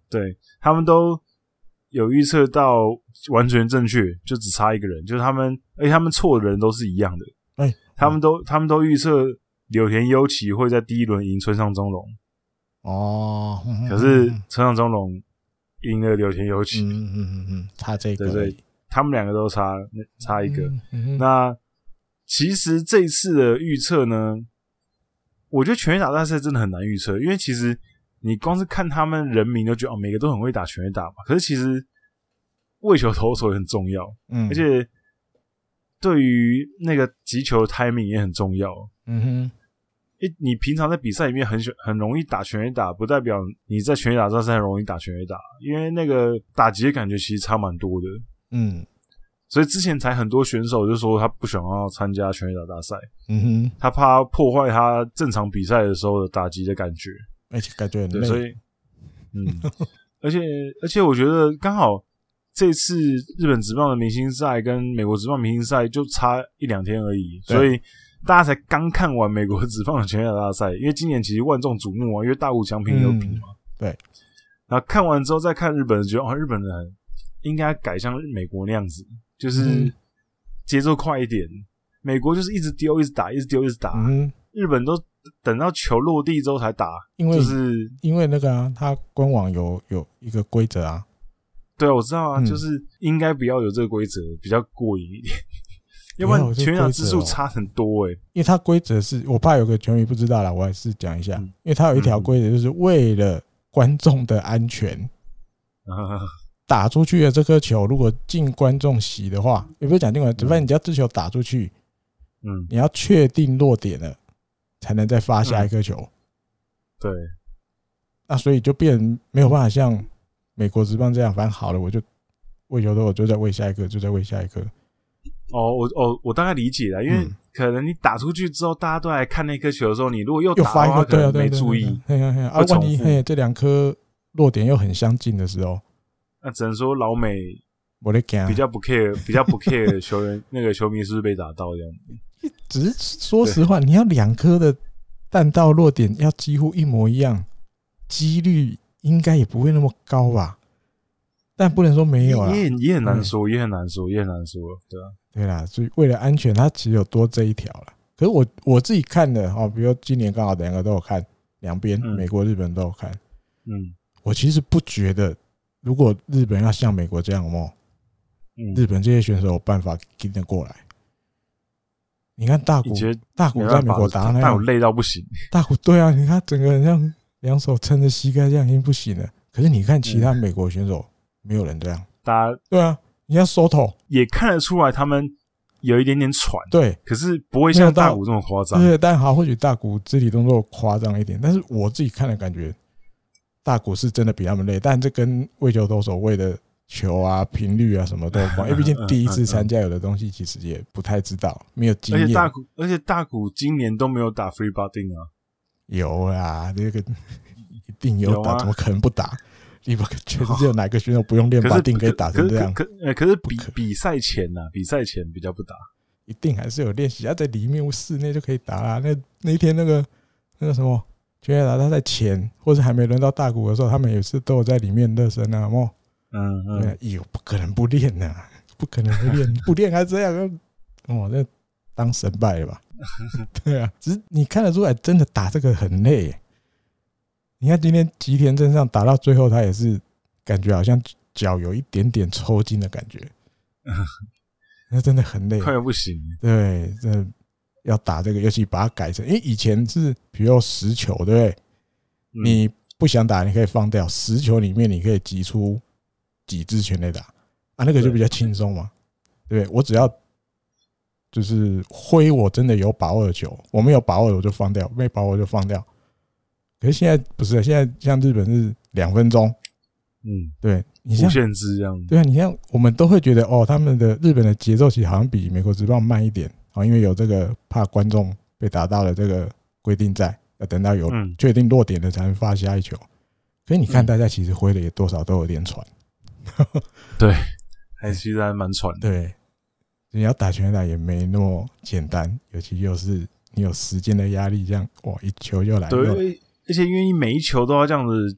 对，他们都有预测到完全正确，就只差一个人，就是他们，而且他们错的人都是一样的。 哎、欸， 他们都他们都预测柳田优起会在第一轮赢村上宗隆。 哦，嗯、 可是村上宗隆赢了柳田优起。 嗯嗯嗯嗯，差这个。 对对，他们两个都差差一个。 嗯嗯、 那其实这一次的预测呢，我觉得全垒打大赛真的很难预测，因为其实你光是看他们人名都觉得哦，每个都很会打全垒打嘛。可是其实喂球投手也很重要，嗯，而且对于那个击球的 timing 也很重要。 嗯哼， 欸、你平常在比赛里面很很容易打全垒打，不代表你在全垒打大赛很容易打全垒打，因为那个打击的感觉其实差蛮多的。 嗯， 所以之前才很多选手就说他不想要参加全垒打大赛， 嗯哼， 他怕破坏他正常比赛的时候的打击的感觉， 而且感觉很累。 对，所以，嗯，而且而且我觉得刚好这次日本职棒的明星赛跟美国职棒明星赛就差一两天而已，所以大家才刚看完美国职棒的全垒打大赛，因为今年其实万众瞩目啊，因为大谷翔平有比嘛、 嗯，对。 然后看完之后再看日本人，觉得哦，日本人应该改像美国那样子，就是节奏快一点。嗯、美国就是一直丢，一直打，一直丢，一直打。 嗯、 日本都等到球落地之后才打， 因为就是因为那个啊，他官网有有一个规则啊。 对啊，我知道啊， 嗯、 就是应该不要有这个规则，比较过瘾一点。要不然全垒打支数差很多诶、欸， 因为它规则是我怕有个球迷不知道啦，我还是讲一下，嗯、因为它有一条规则，就是为了观众的安全， 嗯、 打出去的这颗球如果进观众席的话，也不是讲进观众，反正你只要这球打出去，嗯，你要确定落点了，才能再发下一颗球。嗯、 对， 那所以就变没有办法像美国职棒这样，反正好了我就喂球的我就再喂下一颗，就再喂下一颗。 哦，我哦，我大概理解了，因为可能你打出去之后，大家都来看那颗球的时候，你如果又打的话，可能没注意， 嘿嘿嘿，啊，万一嘿这两颗落点又很相近的时候， 那只能说老美我在讲比较不 care， 比较不 care 球员那个球迷是不是被打到这样子。 只是说实话，你要两颗的弹道落点要几乎一模一样，几率应该也不会那么高吧？但不能说没有啦， 也也很难说，也很难说，也很难说，对啊。 对啦，所以为了安全，它其实有多这一条啦。可是我我自己看的哦，比如今年刚好两个都有看，两边、嗯、美国、日本都有看。嗯，我其实不觉得，如果日本要像美国这样哦，嗯，日本这些选手有办法跟得过来。你看大谷，大谷在美国打那样， 大谷累到不行。 大谷对啊，你看整个人像两手撑着膝盖这样已经不行了。可是你看其他美国选手，嗯、没有人这样。 大家对啊。你要收头也看得出来，他们有一点点喘， 对， 可是不会像大谷这么夸张。 对，但好，或许大谷肢体动作夸张一点，但是我自己看的感觉，大谷是真的比他们累，但这跟喂球投手喂的球啊、频率啊什么都有关，因为毕竟第一次参加，有的东西其实也不太知道，没有经验。 而且大谷，而且大谷今年都没有打 free batting 啊， 有啦，这个一定有打，怎么可能不打？你不全世界有哪个选手不用练把定可以打成这样？ 可可可可是比比赛前呐、啊，比赛前比较不打， 一定还是有练习。要在里面室内就可以打啦。那那一天那个那个什么全垒打他在前，或是还没轮到大谷的时候，他们也是都有在里面热身啊，哦，嗯嗯，有不可能不练呐、啊，不可能不练，不练还这样，哦，那当神拜了吧？对啊，只是你看得出来，真的打这个很累耶。你看今天吉田正尚打到最后，他也是感觉好像脚有一点点抽筋的感觉，那真的很累， 快要不行。 对，这要打这个，尤其把它改成，因为以前是比如十球，对不对？嗯、你不想打，你可以放掉十球里面，你可以击出几支全垒打啊，那个就比较轻松嘛，对不对？我只要就是挥我真的有把握的球，我没有把握的我就放掉，没把握就放掉。可是现在不是，现在像日本是两分钟，嗯，对，你像无限制这样， 对啊，你像我们都会觉得哦，他们的日本的节奏其实好像比美国职棒慢一点，哦，因为有这个怕观众被打到的这个规定在，要等到有确定落点的才能发下一球。可是你看大家其实挥的也多少都有点喘， 对，还其实还蛮喘的。 对，你要打全垒打也没那么简单，尤其又是你有时间的压力，这样哇，一球又来， 对。而且因为每一球都要这样子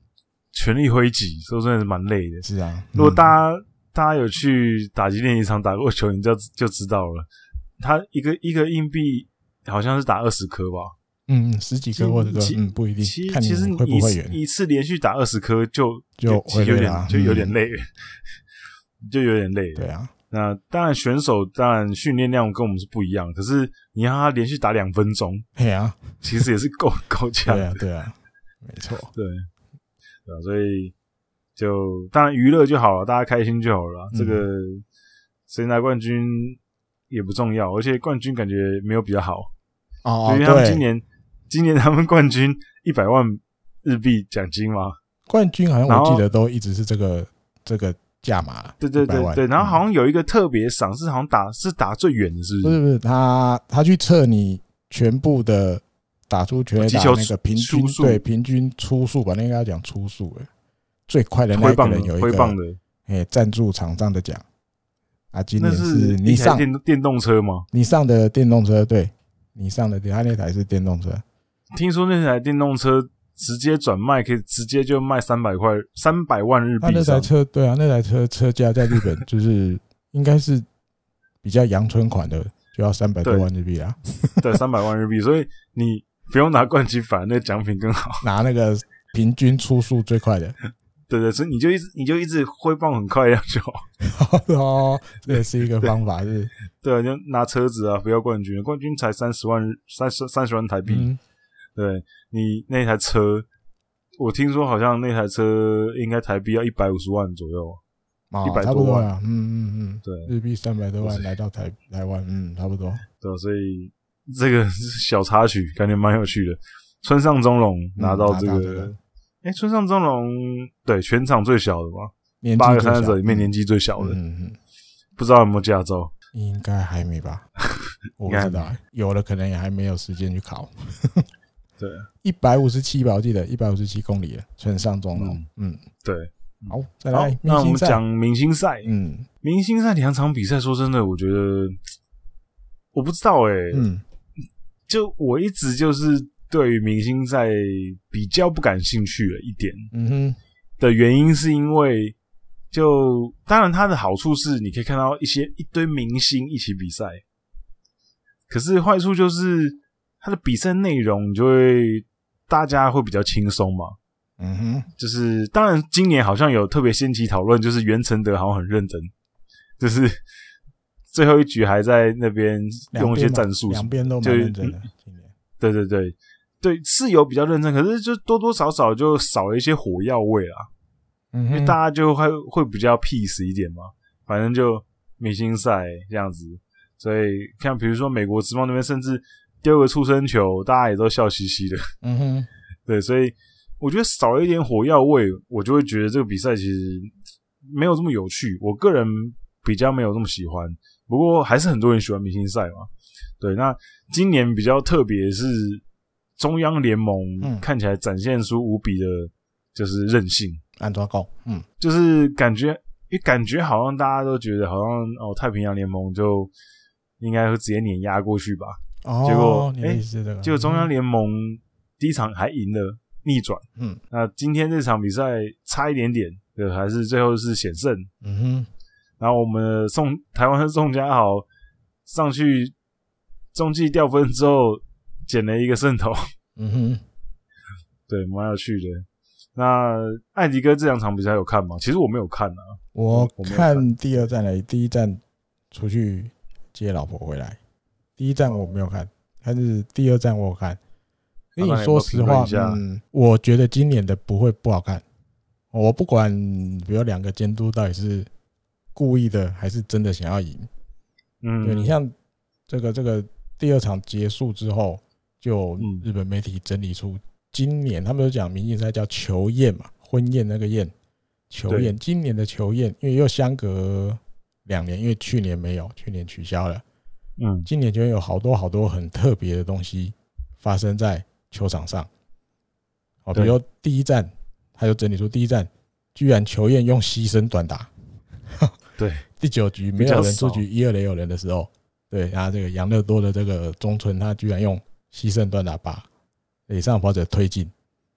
全力挥击，说真的是蛮累的。 是啊， 如果大家、嗯、大家有去打击练习场打过球，你就就知道了。他一个一个硬币好像是打二十颗吧？ 嗯，十几颗或者个嗯不一定， 其看你其实会不会远。 一次连续打二十颗就就会有点、 啊、 就有点累，嗯、就有点累。 对啊， 那当然选手当然训练量跟我们是不一样，可是你让他连续打两分钟， 对啊， 其实也是够够强的。 对啊，对啊，没错， 对，对啊，所以就当然娱乐就好了，大家开心就好了。嗯、这个谁拿冠军也不重要，而且冠军感觉没有比较好。 哦， 因为他们今年今年他们冠军一百万日币奖金嘛， 冠军好像我记得都一直是这个这个价码。 对对对对，然后好像有一个特别赏，是好像打是打最远的，是不是？ 不是不是，他他去测你全部的打出全垒打那个平均对平均出速吧，那应该要讲出速的，最快的那个人有一个哎赞助厂商的奖啊，今年是你上电电动车吗？ 你上的电动车对。你上的他那台是电动车， 听说那台电动车直接转卖可以直接就卖三百块三百万日币。 他那台车对啊，那台车车价在日本就是应该是比较阳春款的，就要三百多万日币啊。 对，三百万日币，所以你不用拿冠军，反而那个奖品更好， 拿那个平均出速最快的。 对对，所以你就一直你就一直挥棒很快，这样就好。 哦，这也是一个方法，是。 对啊，就拿车子啊，不要冠军，冠军才三十万三十三十万台币。嗯、对，你那台车，我听说好像那台车应该台币要一百五十万左右，一百、哦、多万啊。嗯嗯嗯，对，日币三百多万来到台台湾，嗯，差不多。 对，所以这个小插曲感觉蛮有趣的。村上宗隆拿到这个。嗯哎、欸，村上宗隆对全场最小的嘛，八个参赛者里面年纪最小的，嗯嗯，不知道有没有驾照？ 应该还没吧？我不知道，有了可能也还没有时间去考。 对， 一百五十七吧，我记得一百五十七公里了，村上宗隆，嗯， 对。 好，再来， 那我们讲明星赛， 嗯， 明星赛两场比赛，说真的，我觉得我不知道哎、欸，嗯，就我一直就是。对于明星赛比较不感兴趣了一点，嗯哼，的原因是因为，就当然它的好处是你可以看到一些一堆明星一起比赛，可是坏处就是它的比赛内容就会大家会比较轻松嘛，嗯哼，就是当然今年好像有特别掀起讨论，就是袁成德好像很认真，就是最后一局还在那边用一些战术， 两边都蛮认真的，今年， 对对对。对，是有比较认真，可是就多多少少就少了一些火药味啦。嗯，因为大家就会会比较 peace 一点嘛，反正就明星赛这样子。所以像比如说美国职棒那边，甚至丢个触身球，大家也都笑嘻嘻的。嗯哼，对，所以我觉得少了一点火药味，我就会觉得这个比赛其实没有这么有趣。我个人比较没有这么喜欢，不过还是很多人喜欢明星赛嘛。对，那今年比较特别是。中央联盟看起来展现出无比的，就是韧性。 安抓高，嗯， 就是感觉，因为感觉好像大家都觉得好像哦，太平洋联盟就应该会直接碾压过去吧。 哦， 结果哎， 结果中央联盟第一场还赢了，逆转。嗯，那今天这场比赛差一点点，对，还是最后是险胜。嗯哼，然后我们宋台湾的宋家豪上去中继掉分之后。捡了一个胜投，嗯哼，对，蛮有趣的。那艾迪哥这两场比赛有看吗？其实我没有看啊， 我看第二站了，第一站出去接老婆回来，第一站我没有看，但是第二站我有看。跟你说实话，嗯，我觉得今年的不会不好看。我不管，比如两个监督到底是故意的还是真的想要赢，嗯，对你像这个这个第二场结束之后。就日本媒体整理出今年他们都讲明星赛叫球宴嘛，婚宴那个宴，球宴。今年的球宴，因为又相隔两年，因为去年没有，去年取消了。嗯，今年就有好多好多很特别的东西发生在球场上。哦，比如说第一站，他就整理出第一站，居然球宴用牺牲短打。 对， 第九局没有人出局，一二垒有人的时候，对，然后这个养乐多的这个中村，他居然用牺牲短打把垒上跑者推进，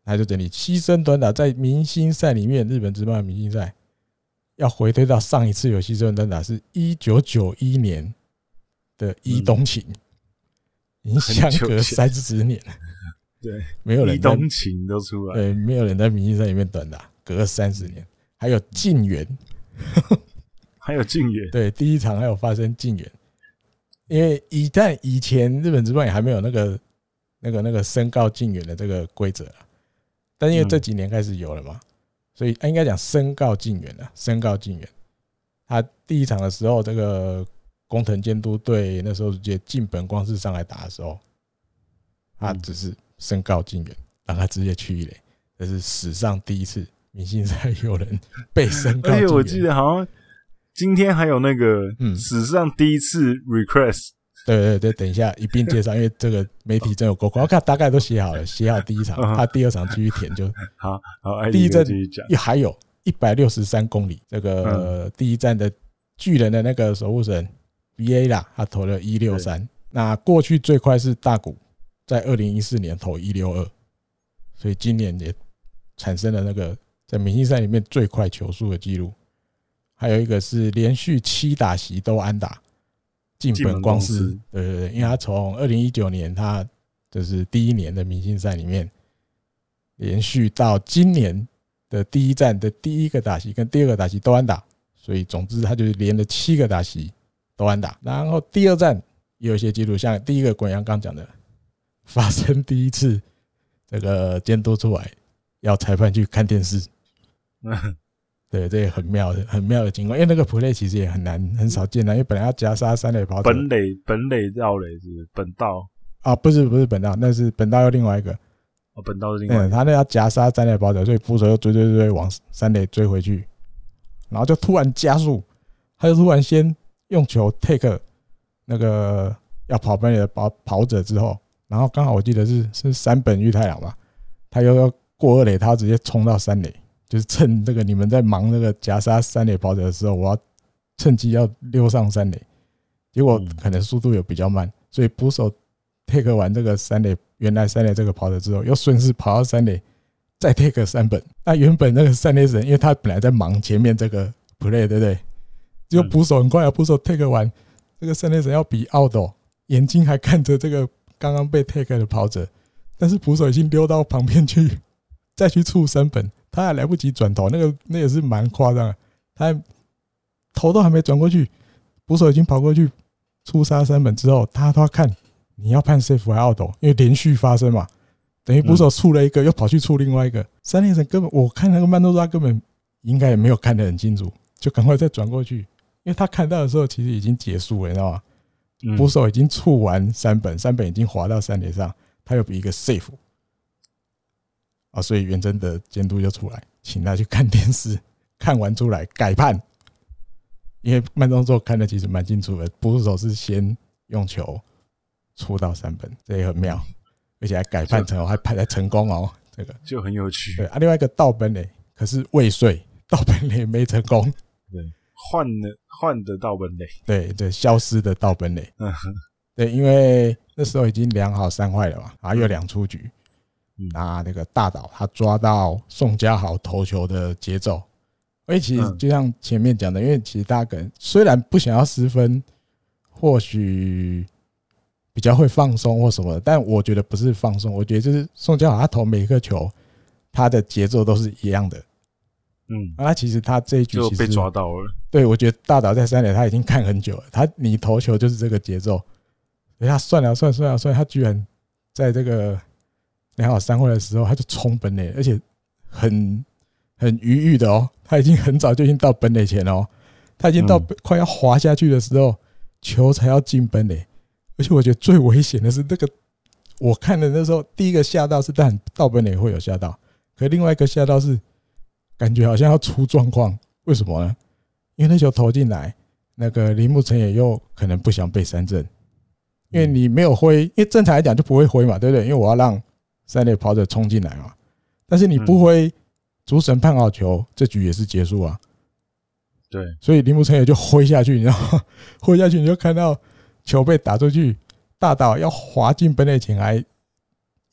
他就整理牺牲短打在明星赛里面，日本职棒的明星赛要回推到上一次有牺牲短打是一九九一年的伊东勤，已经相隔三十年了。 对， 没有人伊东勤都出来， 对，没有人在明星赛里面短打，隔三十年。还有近远， 还有近远， 对，第一场还有发生近远，因为以但以前日本职棒也还没有那个那个那个申告近远的这个规则，但因为这几年开始有了嘛，所以应该讲申告近远了，申告近远。他第一场的时候，这个工藤监督对那时候接近本光是上来打的时候，他只是申告近远，让他直接去一垒，这是史上第一次明星赛有人被申告近远。 而且我记得好像今天还有那个史上第一次 request。 对对对，等一下一并介绍，因为这个媒体真有够快，我看大概都写好了，写好第一场，他第二场继续填就好。好， 第一站也还有一百六十三公里，这个第一站的巨人的那个守护神 B A 啦，他投了一六三。那过去最快是大谷，在二零一四年投一六二，所以今年也产生了那个在明星赛里面最快球速的记录。还有一个是连续七打席都安打。近本光司，对对对，因为他从二零一九年他就是第一年的明星赛里面，连续到今年的第一站的第一个打席跟第二个打席都安打，所以总之他就是连了七个打席都安打。然后第二站也有一些记录，像第一个滚阳刚讲的，发生第一次这个监督出来要裁判去看电视。对，这也很妙的，很妙的情况，因为那个 play 其实也很难，很少见的，因为本来要夹杀三垒跑者， 本垒本垒绕垒是不是本道啊？不是不是本道，那是本道又另外一个， 哦，本道是另外一个， 嗯，他那要夹杀三垒跑者，所以捕手又追追追往三垒追回去，然后就突然加速，他就突然先用球 take 那个要跑本垒的跑跑者之后，然后刚好我记得是是山本裕太郎吧，他又要过二垒，他直接冲到三垒。就是趁这个你们在忙那个夹杀三垒跑者的时候，我要趁机要溜上三垒，结果可能速度有比较慢，所以捕手 take 完这个三垒原来三垒这个跑者之后，又顺势跑到三垒，再 take 三本。那原本那个三垒神，因为他本来在忙前面这个 play， 对不对？结果捕手很快啊，捕手 take 完这个三垒神要比 out， 眼睛还看着这个刚刚被 take 的跑者，但是捕手已经溜到旁边去，再去触三本。他还来不及转头，那个那也是蛮夸张的。他头都还没转过去，捕手已经跑过去触杀三本之后，他都要看你要判 safe 还 out， 因为连续发生嘛，等于捕手触了一个，又跑去触另外一个。三垒神根本我看那个慢动作，他根本应该也没有看得很清楚，就赶快再转过去，因为他看到的时候其实已经结束了，你知道吗？捕手已经触完三本，三本已经滑到三垒上，他又比一个 safe。啊，所以原真的监督就出来，请他去看电视，看完出来改判，因为慢动作看的其实蛮清楚的，捕手是先用球触到三本，这也很妙，而且还改判成，还判还成功哦，这个就很有趣。 对啊，另外一个盗本垒可是未遂，盗本垒没成功， 对，换了换的盗本垒， 对对，消失的盗本垒，对，因为那时候已经量好三坏了嘛，然后又两出局。那那个大岛他抓到宋家豪投球的节奏，而且其实就像前面讲的，因为其实大家可能虽然不想要失分，或许比较会放松或什么的，但我觉得不是放松，我觉得就是宋家豪他投每一个球，他的节奏都是一样的。嗯，那其实他这一局其实就被抓到了。 对，我觉得大岛在三垒他已经看很久了，他你投球就是这个节奏，所以他算了算算了算，他居然在这个。量好三坏的时候，他就冲本垒，而且很很愉悦的哦。他已经很早就已经到本垒前了哦，他已经到快要滑下去的时候，球才要进本垒。而且我觉得最危险的是这个，我看的那时候第一个吓到是，但到本垒会有吓到，可另外一个吓到是感觉好像要出状况。为什么呢？因为那球投进来，那个铃木诚也又可能不想被三振，因为你没有挥，因为正常来讲就不会挥嘛，对不对？因为我要让三垒跑者冲进来嘛，但是你不挥，主审判好球，这局也是结束啊。 对， 所以铃木诚也就挥下去，你知道吗？挥下去你就看到球被打出去，大岛要滑进本垒前还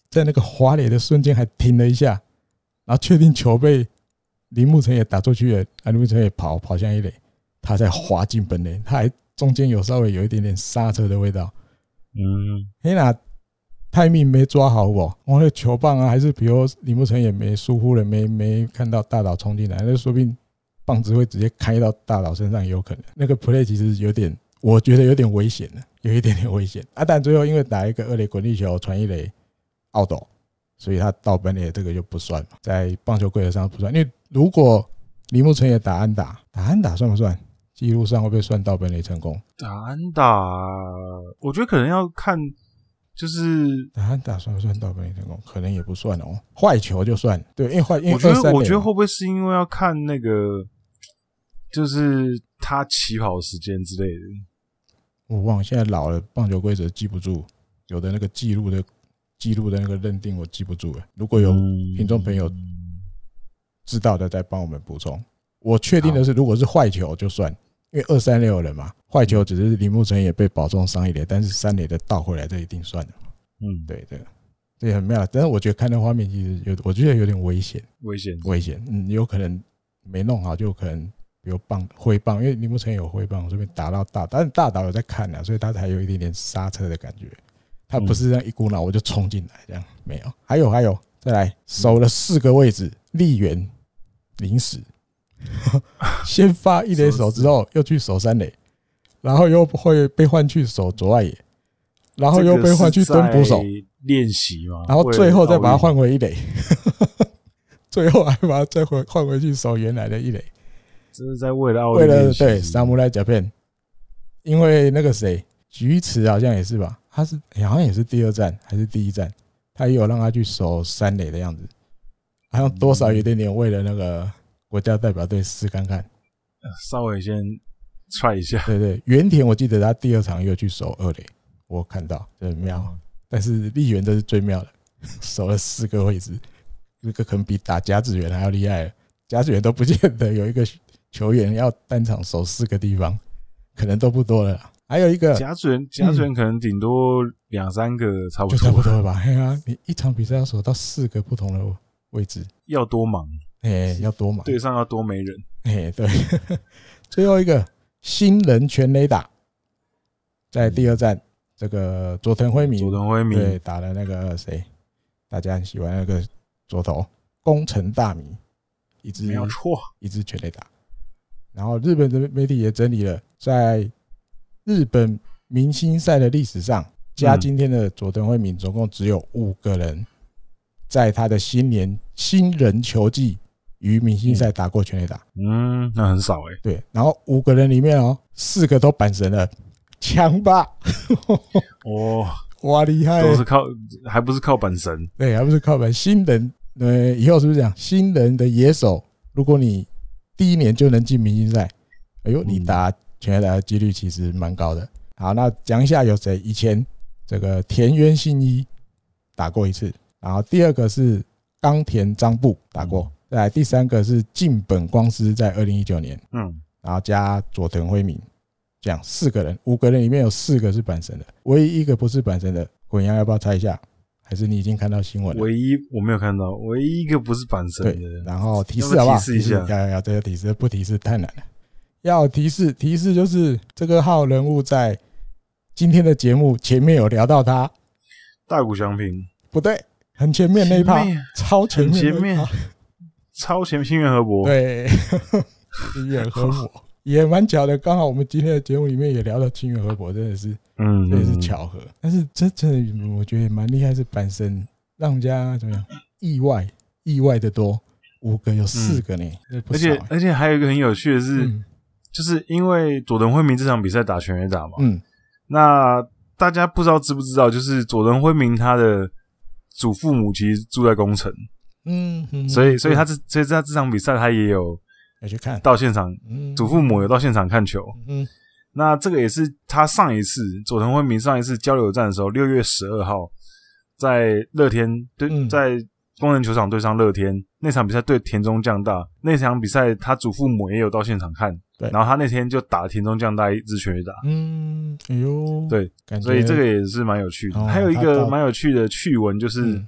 在那个滑垒的瞬间还停了一下，然后确定球被林木成也打出去了，啊，林木成也跑跑向一垒，他再滑进本垒，他还中间有稍微有一点点刹车的味道。 嗯， 嘿那timing没抓好不？我那个球棒啊，还是比如林木成也没疏忽了，没没看到大岛冲进来，那说不定棒子会直接开到大岛身上，也有可能。那个 play 其实有点，我觉得有点危险了，有一点点危险啊。但最后因为打一个二垒滚地球传一垒out，所以他到本垒这个就不算嘛，在棒球规则上不算。因为如果林木成也打安打，打安打算不算？记录上会不会算到本垒成功？ 打安打，我觉得可能要看，就是打安打算不算到本垒成功？可能也不算哦。坏球就算，对，因为坏，因为我觉得二三垒我觉得会不会是因为要看那个，就是他起跑时间之类的？ 我忘了，现在老了，棒球规则记不住，有的那个记录的记录的那个认定我记不住了。如果有听众朋友知道的，再帮我们补充。我确定的是，如果是坏球就算。因为二三六人嘛，坏球只是林木成也被保中上一垒，但是三垒的倒回来，这一定算的。嗯，对对，这也很妙。但是我觉得看那画面，其实有，我觉得有点危险， 危险， 危险。嗯，有可能没弄好，就有可能比如棒挥棒，因为林木成有挥棒，这边打到大，但是大岛有在看啊，所以他才有一点点刹车的感觉。他不是这样一股脑我就冲进来这样，没有。还有还有，再来守了四个位置，立原、临时。先发一垒手之后，又去守三垒，然后又会被换去守左外野，然后又被换去蹲捕手练习嘛， 然后最后再把他换回一垒，最后还把他再换回去守原来的一垒。 这是在为了奥为了对萨姆莱甲片，因为那个谁菊池好像也是吧，他是好像也是第二站还是第一站，他也有让他去守三垒的样子，好像多少有一点点为了那个。国家代表队试看看， 稍微先踹一下。 对对，原田我记得他第二场又去守二垒，我看到很妙。但是立原这是最妙的，守了四个位置，这个可能比打甲子园还要厉害了。甲子园都不见得有一个球员要单场守四个地方，可能都不多了啦。还有一个甲子园，甲子园可能顶多两三个，差不多， 就差不多了吧？嘿啊，你一场比赛要守到四个不同的位置， 要多忙。 哎、欸，要多忙， 对上要多没人。 哎、欸，对。最后一个新人全垒打，在第二站，这个佐藤辉明， 佐藤辉明对打了那个谁，大家很喜欢那个左投宫城大迷，一支没有错， 一支全垒打。然后日本的媒体也整理了，在日本明星赛的历史上，加今天的佐藤辉明，总共只有五个人，在他的新年新人球季。于明星赛打过全垒打， 嗯，那很少哎、欸。 对，然后五个人里面哦，四个都板神了，强吧？ 哦， 哇，厉害、欸！ 都是靠，还不是靠板神？ 对，还不是靠板。新人，呃，以后是不是这样？新人的野手，如果你第一年就能进明星赛，哎呦，你打全垒打的几率其实蛮高的。好，那讲一下有谁？以前这个田园信一打过一次，然后第二个是冈田张部打过。嗯，再来第三个是近本光司，在二零一九年，嗯，然后加佐藤辉明，这样四个人，五个人里面有四个是板神的，唯一一个不是板神的，滚阳要不要猜一下？还是你已经看到新闻了？ 唯一我没有看到，唯一一个不是板神的。 对，然后提示好不好？ 提示一下， 要要要，这个提示不提示太难了。要提示，提示就是这个号人物在今天的节目前面有聊到他， 大谷翔平不对，很前面那一趴，超前面， 前面。超前新源和博， 对，清源和博也蛮巧的，刚好我们今天的节目里面也聊到清源和博，真的是，嗯，这也是巧合。但是这真的我觉得蛮厉害，是板神让人家怎么样意外，意外的多，五个有四个呢，嗯、 而且而且还有一个很有趣的是，嗯、就是因为佐藤辉明这场比赛打全垒打嘛，嗯，那大家不知道知不知道，就是佐藤辉明他的祖父母其实住在宫城。嗯，嗯所以所以他这所以他这场比赛他也有要去看到现场，嗯，祖父母有到现场看球，嗯，那这个也是他上一次佐藤辉明上一次交流战的时候，六月十二号在乐天对、嗯、在工人球场对上乐天那场比赛对田中将大那场比赛，他祖父母也有到现场看，对，然后他那天就打了田中将大一支全垒打，嗯，哎呦，对，所以这个也是蛮有趣的。哦、还有一个蛮有趣的趣闻就是。嗯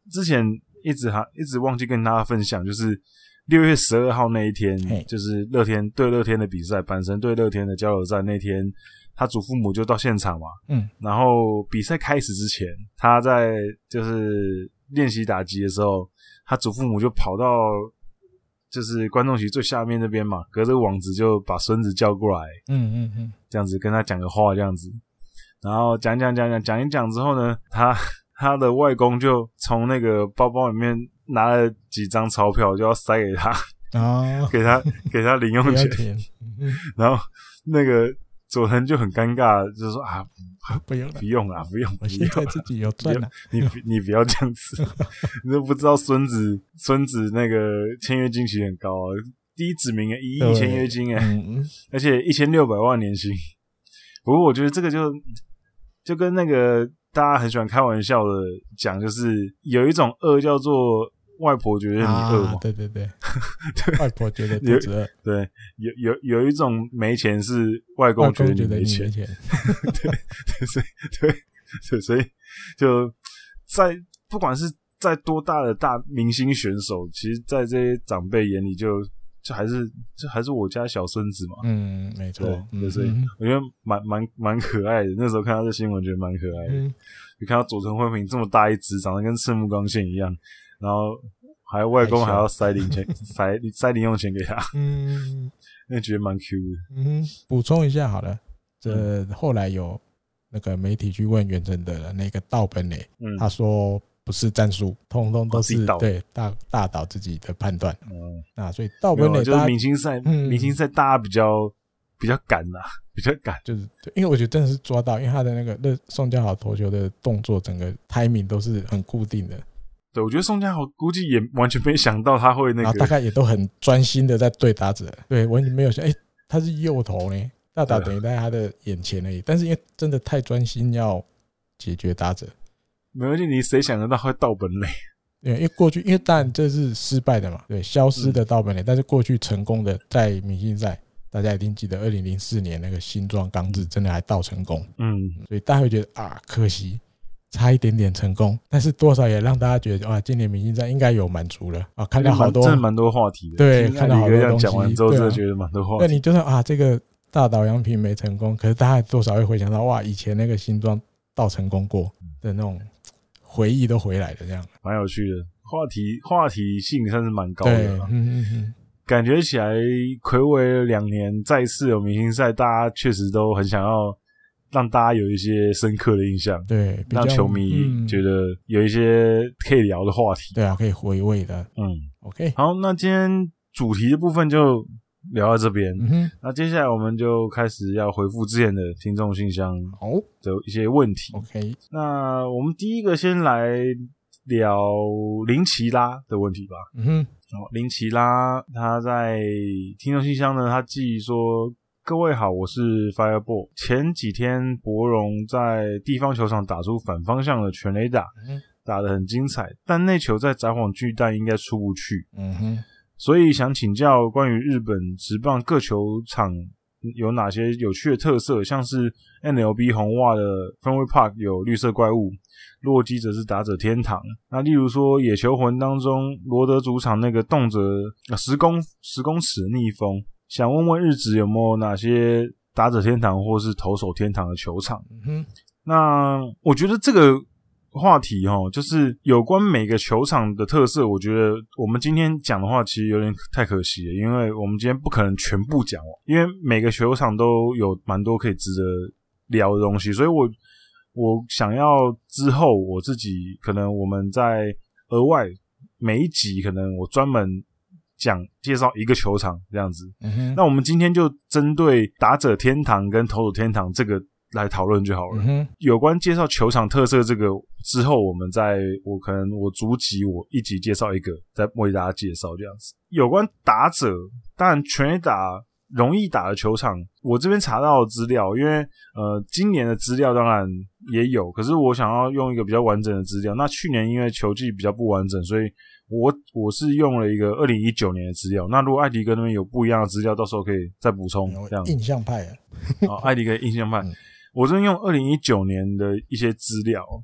之前一直还一直忘记跟大家分享，就是六月十二号那一天，就是乐天对乐天的比赛，阪神对乐天的交流战那天，他祖父母就到现场嘛，嗯，然后比赛开始之前，他在就是练习打击的时候，他祖父母就跑到就是观众席最下面那边嘛，隔着网子就把孙子叫过来，嗯嗯嗯，这样子跟他讲个话这样子，然后讲讲讲讲讲一讲之后呢，他他的外公就从那个包包里面拿了几张钞票就要塞给他，哦，给他给他零用钱，嗯，然后那个佐藤就很尴尬，就说啊， 不用了， 不用啦，不用， 我现在自己有赚了， 你你不要这样子，你都不知道孙子孙子那个签约金其实很高啊，第一指名诶，一亿签约金诶，嗯，而且一千六百万年薪。不过我觉得这个就就跟那个大家很喜欢开玩笑的讲，就是有一种恶叫做外婆觉得你饿嘛， 啊，对对对，对，外婆觉得肚子饿， 对，有有有一种没钱是外公觉得你没钱， 对对，所以对对，所以就在不管是在多大的大明星选手，其实，在这些长辈眼里就就还是就还是我家小孙子嘛， 嗯，没错， 对，嗯，所以我觉得蛮蛮蛮可爱的。那时候看到这新闻，觉得蛮可爱的。嗯，你看到佐藤辉平这么大一只，长得跟赤木刚宪一样。然后还外公还要塞零钱，塞塞零用钱给他，嗯，那觉得蛮 Q 的。 嗯，补充一下好了，这后来有那个媒体去问袁成德的那个道本垒，嗯，他说不是战术，通通都是、哦、对大大岛自己的判断。嗯，那所以道本垒就是明星赛，嗯、明星赛大家比较比较赶啦，比较赶， 就是对，因为我觉得真的是抓到，因为他的那个那宋家豪投球的动作，整个 timing 都是很固定的。 对，我觉得宋家豪估计也完全没想到他会那个， 然后大概也都很专心的在对打者，对，完全没有想，哎、欸，他是右投呢，大打等于在他的眼前而已。但是因为真的太专心要解决打者， 没关系，你谁想得到会道本垒？ 对，因为过去，因为当然这是失败的嘛，对，消失的道本垒、嗯，但是过去成功的在明星赛，大家一定记得二零零四年那个新庄刚志真的还道成功，嗯，所以大家会觉得啊，可惜。差一点点成功，但是多少也让大家觉得哇，今年明星赛应该有满足了啊！看到好多真的蛮多话题的， 对，看到好多东西。 讲完之后，真的觉得蛮多话题。 那、啊、你就算啊，这个大岛洋平没成功，可是大家多少会回想到哇，以前那个新庄道成功过的那种回忆都回来了，这样蛮有趣的。话题话题性算是蛮高的， 对，嗯嗯嗯， 感觉起来睽违两年再次有明星赛，大家确实都很想要。让大家有一些深刻的印象， 对， 让球迷觉得有一些可以聊的话题， 对啊，可以回味的，嗯 ，OK， 好，那今天主题的部分就聊到这边，嗯哼，那接下来我们就开始要回复之前的听众信箱的一些问题 ，OK， 那我们第一个先来聊林奇拉的问题吧，嗯哼，哦，林奇拉他在听众信箱呢，他寄说。各位好，我是 Fireball。前几天博荣在地方球场打出反方向的全垒打，嗯、打得很精彩，但那球在札幌巨蛋应该出不去。嗯哼，所以想请教关于日本职棒各球场有哪些有趣的特色，像是 N L B 红袜的 Fenway Park 有绿色怪物，洛基则是打者天堂。那例如说野球魂当中，罗德主场那个动辄十公十公尺的逆风。想问问日职有没有哪些打者天堂或是投手天堂的球场？嗯哼，那我觉得这个话题齁，就是有关每个球场的特色，我觉得我们今天讲的话其实有点太可惜了，因为我们今天不可能全部讲完，因为每个球场都有蛮多可以值得聊的东西，所以我我想要之后我自己可能我们在额外每一集可能我专门讲介绍一个球场这样子，嗯哼，那我们今天就针对打者天堂跟投手天堂这个来讨论就好了。嗯哼，有关介绍球场特色这个之后，我们再我可能我逐集我一集介绍一个，再为大家介绍这样子。有关打者，当然全垒打容易打的球场，我这边查到的资料，因为呃今年的资料当然也有，可是我想要用一个比较完整的资料。那去年因为球季比较不完整，所以我我是用了一个二零一九年的资料，那如果艾迪哥那边有不一样的资料，到时候可以再补充。这样印象派啊， 哦，艾迪哥印象派，嗯、我这边用二零一九年的一些资料，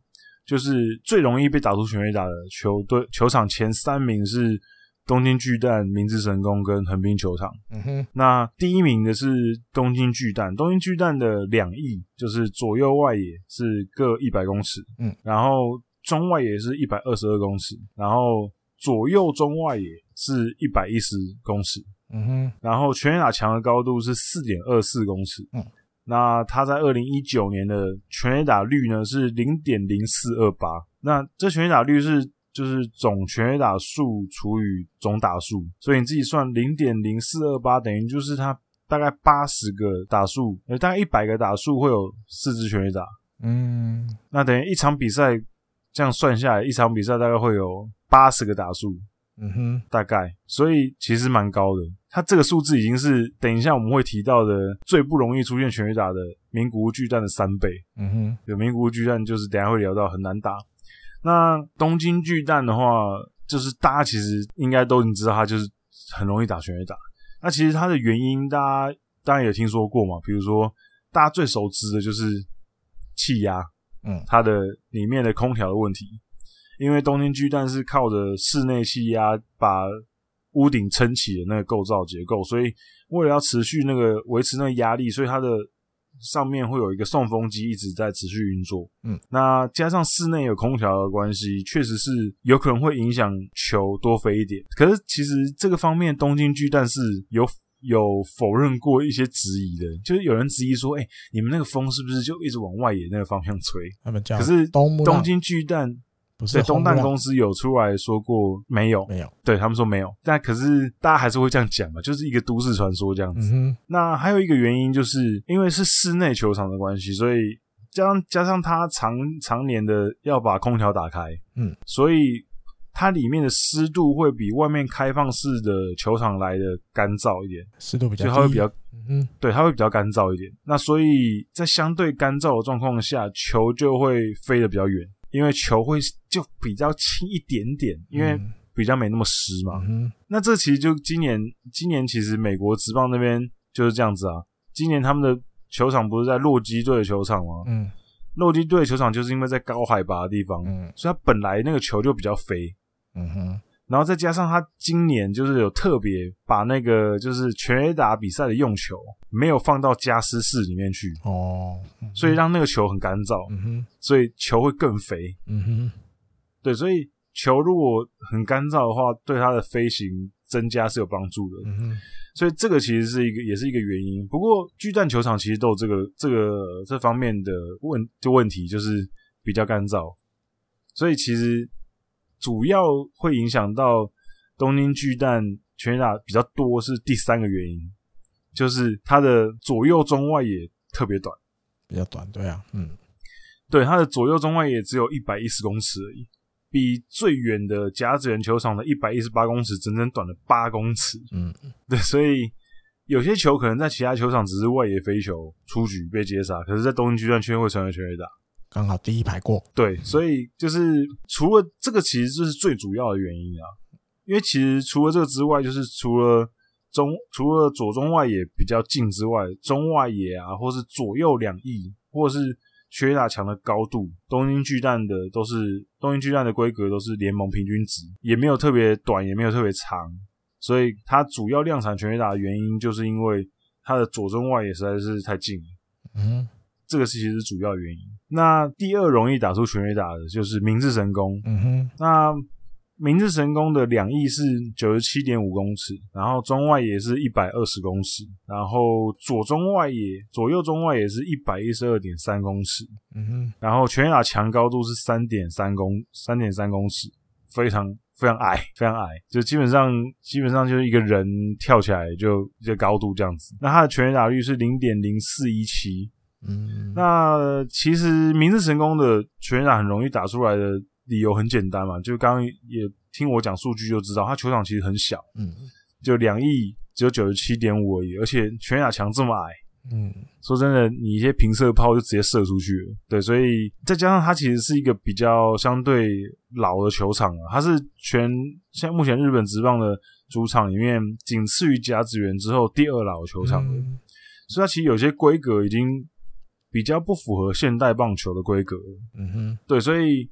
就是最容易被打出全垒打的球队球场前三名是东京巨蛋、明治神宫跟横滨球场。 嗯哼， 那第一名的是东京巨蛋，东京巨蛋的两翼就是左右外野是各一百公尺， 嗯， 然后中外野是一百二十二公尺，然后左右中外野是一百一十公尺， 嗯哼， 然后全垒打墙的高度是 四点二四公尺， 嗯， 那他在二零一九年的全垒打率呢是 零点零四二八， 那这全垒打率是就是总全垒打数除以总打数，所以你自己算 零点零四二八 等于就是他大概八十个打数，呃，大概一百个打数会有四支全垒打， 嗯， 那等于一场比赛这样算下来，一场比赛大概会有八十个打数， 嗯哼， 大概，所以其实蛮高的。它这个数字已经是等一下我们会提到的最不容易出现全垒打的名古屋巨蛋的三倍。 嗯哼， 有名古屋巨蛋就是等一下会聊到很难打。那东京巨蛋的话，就是大家其实应该都已经知道它就是很容易打全垒打。那其实它的原因大家当然有听说过嘛，比如说大家最熟知的就是气压， 嗯， 它的里面的空调的问题。因为东京巨蛋是靠着室内气压把屋顶撑起的那个构造结构，所以为了要持续那个维持那个压力，所以它的上面会有一个送风机一直在持续运作。 嗯， 那加上室内有空调的关系，确实是有可能会影响球多飞一点。可是其实这个方面东京巨蛋是有有否认过一些质疑的，就是有人质疑说，哎、欸，你们那个风是不是就一直往外野那个方向吹？ 他们叫可是东东京巨蛋。 不是对，东蛋公司有出来说过没有， 没有， 对他们说没有，但可是大家还是会这样讲嘛，就是一个都市传说这样子。 嗯哼， 那还有一个原因，就是因为是室内球场的关系，所以加上加上它常常年的要把空调打开， 嗯， 所以它里面的湿度会比外面开放式的球场来的干燥一点， 湿度比较低， 所以它会比较， 嗯， 对，它会比较干燥一点。那所以在相对干燥的状况下，球就会飞得比较远。因为球会就比较轻一点点，因为比较没那么湿嘛。 嗯、 那这其实就今年，今年其实美国职棒那边就是这样子啊。今年他们的球场不是在洛基队的球场吗？ 嗯， 洛基队的球场就是因为在高海拔的地方， 嗯， 所以它本来那个球就比较飞。 嗯哼， 然后再加上他今年就是有特别把那个就是全垒打比赛的用球没有放到加湿室里面去哦，嗯、 所以让那个球很干燥， 嗯哼， 所以球会更肥， 嗯哼， 对，所以球如果很干燥的话，对它的飞行增加是有帮助的， 嗯哼， 所以这个其实是一个也是一个原因。不过巨蛋球场其实都有这个这个这方面的问就问题，就是比较干燥，所以其实主要会影响到东京巨蛋全垒打比较多是第三个原因，就是它的左右中外野特别短， 比较短，对啊，嗯， 对，它的左右中外野只有一百一十公尺而已，比最远的甲子园球场的一百一十八公尺整整短了八公尺， 嗯， 对，所以有些球可能在其他球场只是外野飞球出局被接杀，可是在东京巨蛋却会成为全垒打。 刚好第一排过， 对，所以就是除了这个，其实就是最主要的原因啊。因为其实除了这个之外，就是除了中除了左中外野比较近之外，中外野啊，或是左右两翼，或者是全垒打墙的高度，东京巨蛋的都是东京巨蛋的规格都是联盟平均值，也没有特别短，也没有特别长，所以它主要量产全垒打的原因，就是因为它的左中外野实在是太近了。 嗯， 这个是其实是主要原因。那第二容易打出全垒打的就是明治神宫。 嗯哼， 那明治神宫的两翼是 九十七点五公尺，然后中外野是一百二十公尺，然后左中外野左右中外野是 一百一十二点三公尺， 嗯哼， 然后全垒打墙高度是 三点三公三点三公尺，非常非常矮，非常矮，就基本上基本上就是一个人跳起来就一个高度这样子。那它的全垒打率是 零点零四一七。 嗯， 那其实明治神宫的全垒打很容易打出来的理由很简单嘛，就刚刚也听我讲数据就知道，它球场其实很小， 嗯， 就两翼只有 九十七点五 而已，而且全垒打墙这么矮， 嗯， 说真的，你一些平射炮就直接射出去了，对，所以再加上它其实是一个比较相对老的球场啊，它是全现在目前日本职棒的主场里面仅次于甲子园之后第二老的球场了， 嗯， 所以它其实有些规格已经比较不符合现代棒球的规格， 嗯哼， 对，所以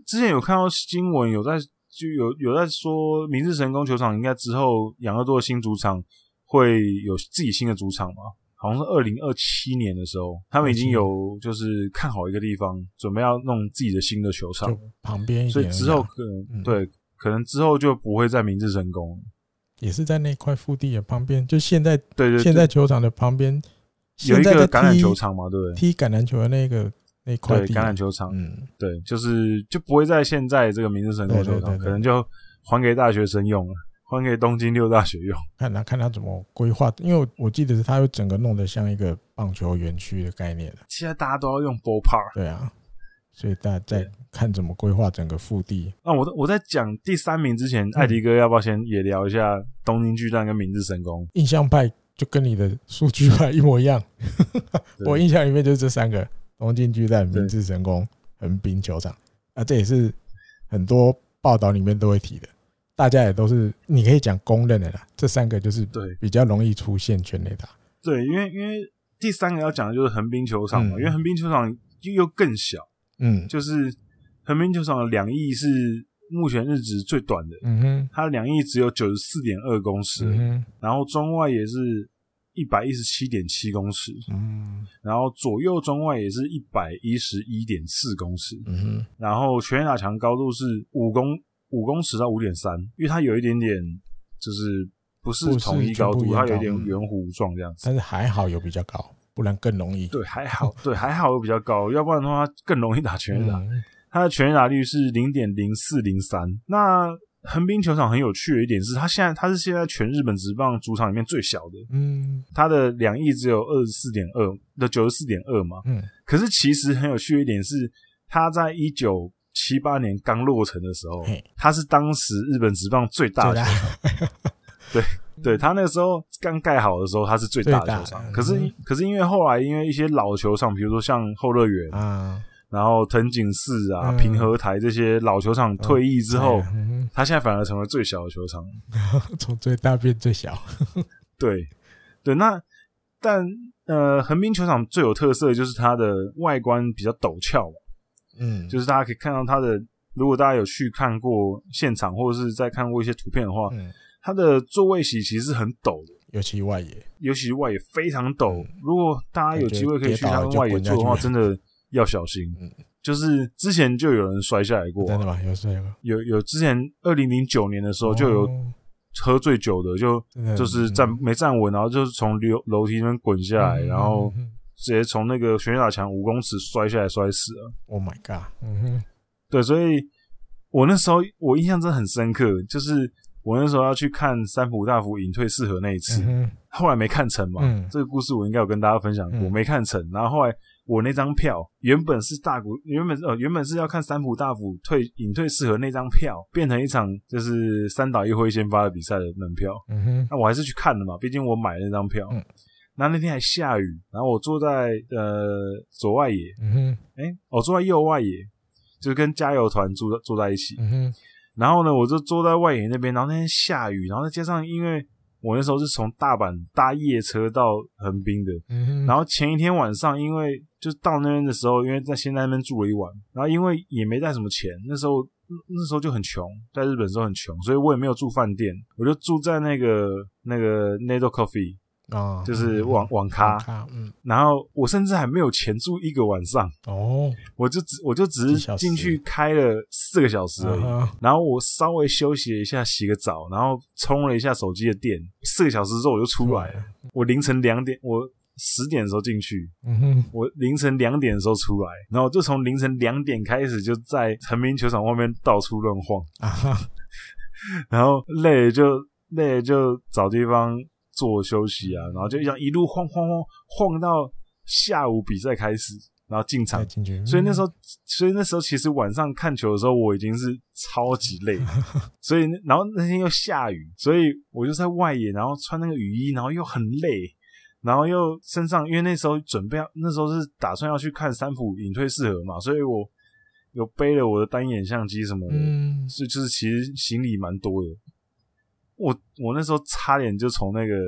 之前有看到新闻，有在就有有在说，明治神宫球场应该之后养乐多的新主场会有自己新的主场嘛？好像是二零二七年的时候，他们已经有就是看好一个地方，准备要弄自己的新的球场， 就旁边一点， 所以之后可能、嗯、对，可能之后就不会在明治神宫， 也是在那块腹地的旁边，就现在对 对, 对， 现在球场的旁边有一个橄榄球场嘛，对不对？ 踢橄榄球的那个那块地， 对，橄榄球场， 嗯， 对，就是就不会在现在这个明治神宫球场，对对对对，可能就还给大学生用了。还给东京六大学用， 看他看他怎么规划，因为 我, 我记得是他会整个弄得像一个棒球园区的概念。 现在大家都要用 ballpark， 对啊，所以大家在看怎么规划整个腹地。 那我我在讲第三名之前，艾迪哥要不要先也聊一下东京巨蛋跟明治神宫？ 印象派就跟你的数据派一模一样，我印象里面就是这三个：东京巨蛋、明治神宫、横滨球场。啊，这也是很多报道里面都会提的。大家也都是，你可以讲公认的啦，这三个就是比较容易出现全垒打。 对，因为因为第三个要讲的就是横滨球场嘛，嗯、因为横滨球场又更小，嗯，就是横滨球场的两翼是目前日职最短的，嗯哼，它的两翼只有 九十四点二公尺，嗯哼，然后中外也是 一百一十七点七公尺，嗯，然后左右中外也是 一百一十一点四公尺，嗯哼，然后全垒打墙高度是五公。五公尺到 五点三， 因为它有一点点就是不是统一高度，它有一点圆弧状这样子， 但是还好有比较高，不然更容易。 对，还好，对，还好有比较高，要不然的话更容易打全垒打。嗯、它的全垒打率是 零点零四零三。那横滨球场很有趣的一点是，它现在它是现在全日本职棒主场里面最小的，嗯，它的两翼只有 二十四点二 的 九十四点二 嘛，嗯，可是其实很有趣的一点是，它在一九七八年刚落成的时候，它是当时日本职棒最大的球场。对对，它那个时候刚盖好的时候，它是最大的球场。可是、嗯、可是因为后来因为一些老球场，比如说像后乐园啊，然后藤井寺啊、嗯、平和台这些老球场退役之后，嗯、它现在反而成为最小的球场， 从最大变最小。 对对，那但呃，横滨球场最有特色的就是它的外观比较陡峭。嗯，就是大家可以看到它的，如果大家有去看过现场或者是在看过一些图片的话，嗯，它的座位席其实是很陡的， 尤其外野， 尤其外野非常陡。嗯、如果大家有机会可以去它外野坐的话，真的要小心。嗯，就是之前就有人摔下来过， 真的吗？有摔过？ 有有，之前二零零九年的时候就有喝醉酒的，就就是站没站稳，然后就是从楼楼梯那边滚下来，嗯、然后。直接从那个全垒打墙五公尺摔下来摔死了。 Oh my god！ 嗯哼， 对，所以我那时候我印象真的很深刻，就是我那时候要去看三浦大辅隐退四合那一次，嗯、后来没看成嘛。嗯、这个故事我应该有跟大家分享过，嗯、没看成。然后后来我那张票原本是大谷，原本呃原本是要看三浦大辅退隐退四合那张票，变成一场就是三岛一辉先发的比赛的门票。嗯哼，那我还是去看了嘛，毕竟我买了那张票。嗯，然后那天还下雨，然后我坐在呃左外野，嗯哼，哎，我坐在右外野，就是跟加油团坐坐在一起，嗯哼，然后呢，我就坐在外野那边，然后那天下雨，然后再加上因为我那时候是从大阪搭夜车到横滨的，嗯哼，然后前一天晚上因为就是到那边的时候，因为在先在那边住了一晚，然后因为也没带什么钱，那时候那时候就很穷，在日本的时候很穷，所以我也没有住饭店，我就住在那个那个 Nedo Coffee。哦，就是网网咖，嗯，然后我甚至还没有钱住一个晚上哦，我就只我就只是进去开了四个小时而已，啊、然后我稍微休息了一下，洗个澡，然后充了一下手机的电，四个小时之后我就出来了。嗯、我凌晨两点，我十点的时候进去，嗯哼，我凌晨两点的时候出来，然后就从凌晨两点开始就在横滨球场外面到处乱晃，啊、然后累了就累了就找地方坐休息啊，然后就这样一路晃晃晃晃到下午比赛开始，然后进场。所以那时候，所以那时候其实晚上看球的时候，我已经是超级累了。所以，然后那天又下雨，所以我就在外野，然后穿那个雨衣，然后又很累，然后又身上，因为那时候准备要，那时候是打算要去看三浦隐退四合嘛，所以我有背了我的单眼相机什么的，嗯，所以就是其实行李蛮多的。我我那时候差点就从那个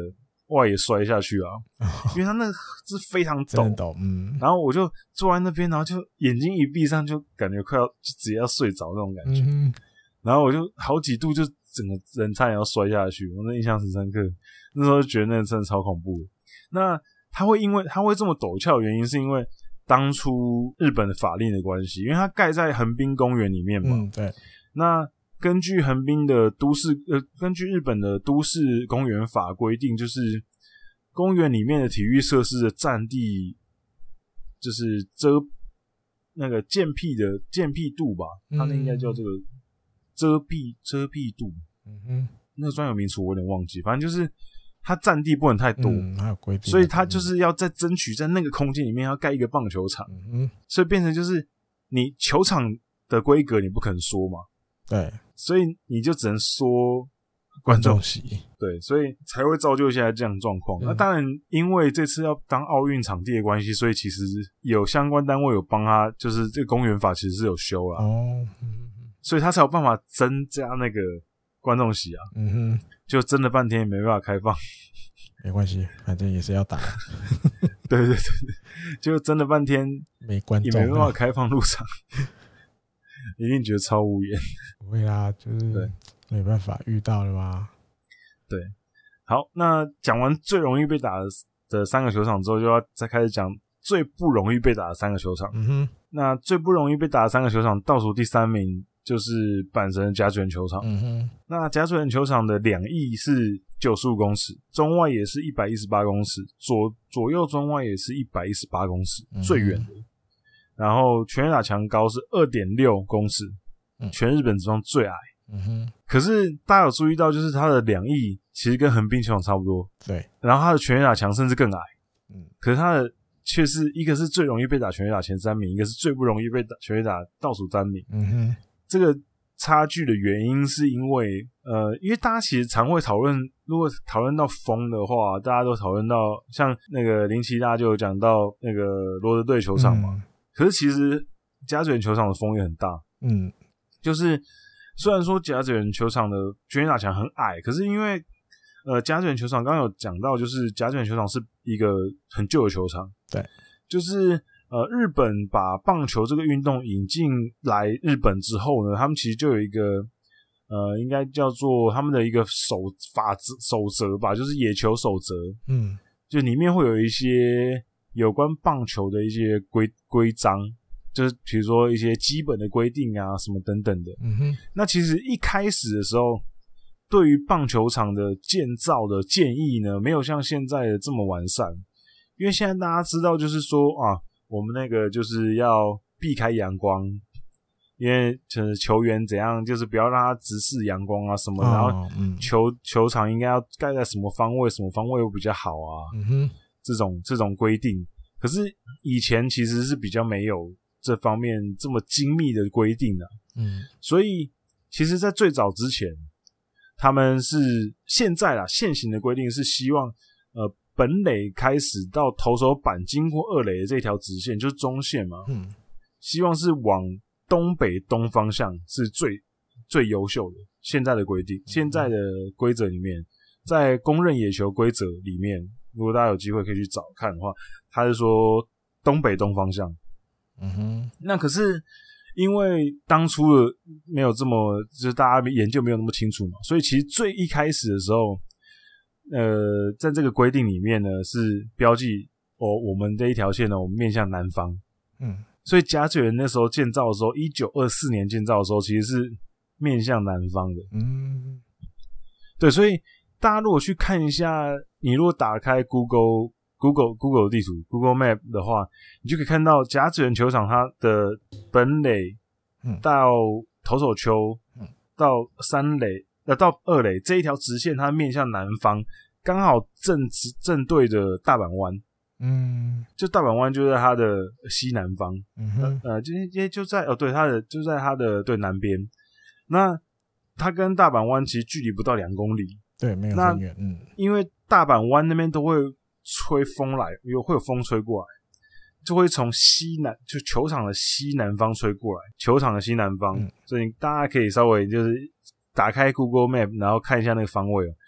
外野摔下去啊，因为他那个是非常陡， 陡，嗯， 然后我就坐在那边，然后就眼睛一闭上，就感觉快要就直接要睡着那种感觉， 嗯， 然后我就好几度就整个人差点要摔下去，我那印象很深刻，那时候就觉得那真的超恐怖的。那他会因为他会这么陡峭的原因，是因为当初日本的法令的关系，因为它盖在横滨公园里面嘛， 嗯，对， 那根据横滨的都市呃，根据日本的都市公园法规定，就是公园里面的体育设施的占地，就是遮那个建蔽的建蔽度吧，它那应该叫这个遮蔽遮蔽度， 嗯哼， 那个专有名词我有点忘记，反正就是它占地不能太多， 嗯，还有规定， 所以它就是要在争取在那个空间里面要盖一个棒球场， 嗯， 所以变成就是你球场的规格你不可能说嘛， 对， 所以你就只能说观众席，对，所以才会造就现在这样的状况。嗯、那当然，因为这次要当奥运场地的关系，所以其实有相关单位有帮他，就是这个公园法其实是有修啦， 哦，嗯， 所以他才有办法增加那个观众席啊。 嗯哼， 就争了半天也没办法开放， 没关系，反正也是要打。 对对对，就争了半天没观众， 也没办法开放入场。一定觉得超无言。 不会啦，就是没办法遇到了嘛。 对，好，那讲完最容易被打的三个球场之后，就要再开始讲最不容易被打的三个球场。 嗯哼， 那最不容易被打的三个球场，倒数第三名就是阪神的甲子园球场。 嗯哼，那甲子园球场的两翼是九十五公尺，中外也是一百一十八公尺，左左右中外也是一百一十八公尺， 嗯、 最远的。然后全垒打墙高是 二点六公尺， 嗯、 全日本职棒最矮。 嗯哼， 可是大家有注意到，就是它的两翼其实跟横滨球场差不多， 对。 然后它的全垒打墙甚至更矮， 嗯， 可是它的却是一个是最容易被打全垒打前三名，一个是最不容易被打全垒打倒数三名。 嗯哼， 这个差距的原因是因为，呃，因为大家其实常会讨论，如果讨论到风的话，大家都讨论到像那个林奇大就有讲到那个罗德队球场嘛。嗯，可是其实甲子园球场的风也很大， 嗯， 就是虽然说甲子园球场的全垒打墙很矮，可是因为呃甲子园球场刚刚有讲到，就是甲子园球场是一个很旧的球场， 对， 就是呃日本把棒球这个运动引进来日本之后呢，他们其实就有一个呃应该叫做他们的一个守法则守则吧，就是野球守则， 嗯， 就里面会有一些有关棒球的一些规规章，就是比如说一些基本的规定啊什么等等的。 嗯哼，那其实一开始的时候，对于棒球场的建造的建议呢，没有像现在的这么完善。因为现在大家知道，就是说啊，我们那个就是要避开阳光，因为球员怎样，就是不要让他直视阳光啊什么， 哦、 然后球、嗯、球场应该要盖在什么方位，什么方位会比较好啊。 嗯哼， 这种这种规定，可是以前其实是比较没有这方面这么精密的规定的、啊， 嗯， 所以其实在最早之前，他们是现在啦，现行的规定是希望呃本垒开始到投手板经过二垒的这条直线就是中线嘛， 嗯， 希望是往东北东方向是最最优秀的。现在的规定，现在的规则里面，在公认野球规则里面，如果大家有机会可以去找看的话，他是说东北东方向。 嗯哼， 那可是因为当初的没有这么，就是大家研究没有那么清楚嘛，所以其实最一开始的时候，呃，在这个规定里面呢，是标记哦，我们这一条线呢，我们面向南方。 嗯， 所以甲子园那时候建造的时候，一九二四年建造的时候，其实是面向南方的。 嗯， 对，所以大家如果去看一下，你如果打开 Google Google Google 地图 Google Map 的话，你就可以看到甲子园球场它的本垒到投手丘到三垒呃到二垒这一条直线，它面向南方，刚好正正对着大阪湾。 嗯， 就大阪湾就在它的西南方。 嗯哼， 呃，就就在哦，对，它的就在它的对南边。那它跟大阪湾其实距离不到两公里， 对，没有很远。嗯， 因为大阪湾那边都会吹风来，有会有风吹过来，就会从西南，就球场的西南方吹过来，球场的西南方。嗯、所以大家可以稍微就是打开 Google Map， 然后看一下那个方位哦。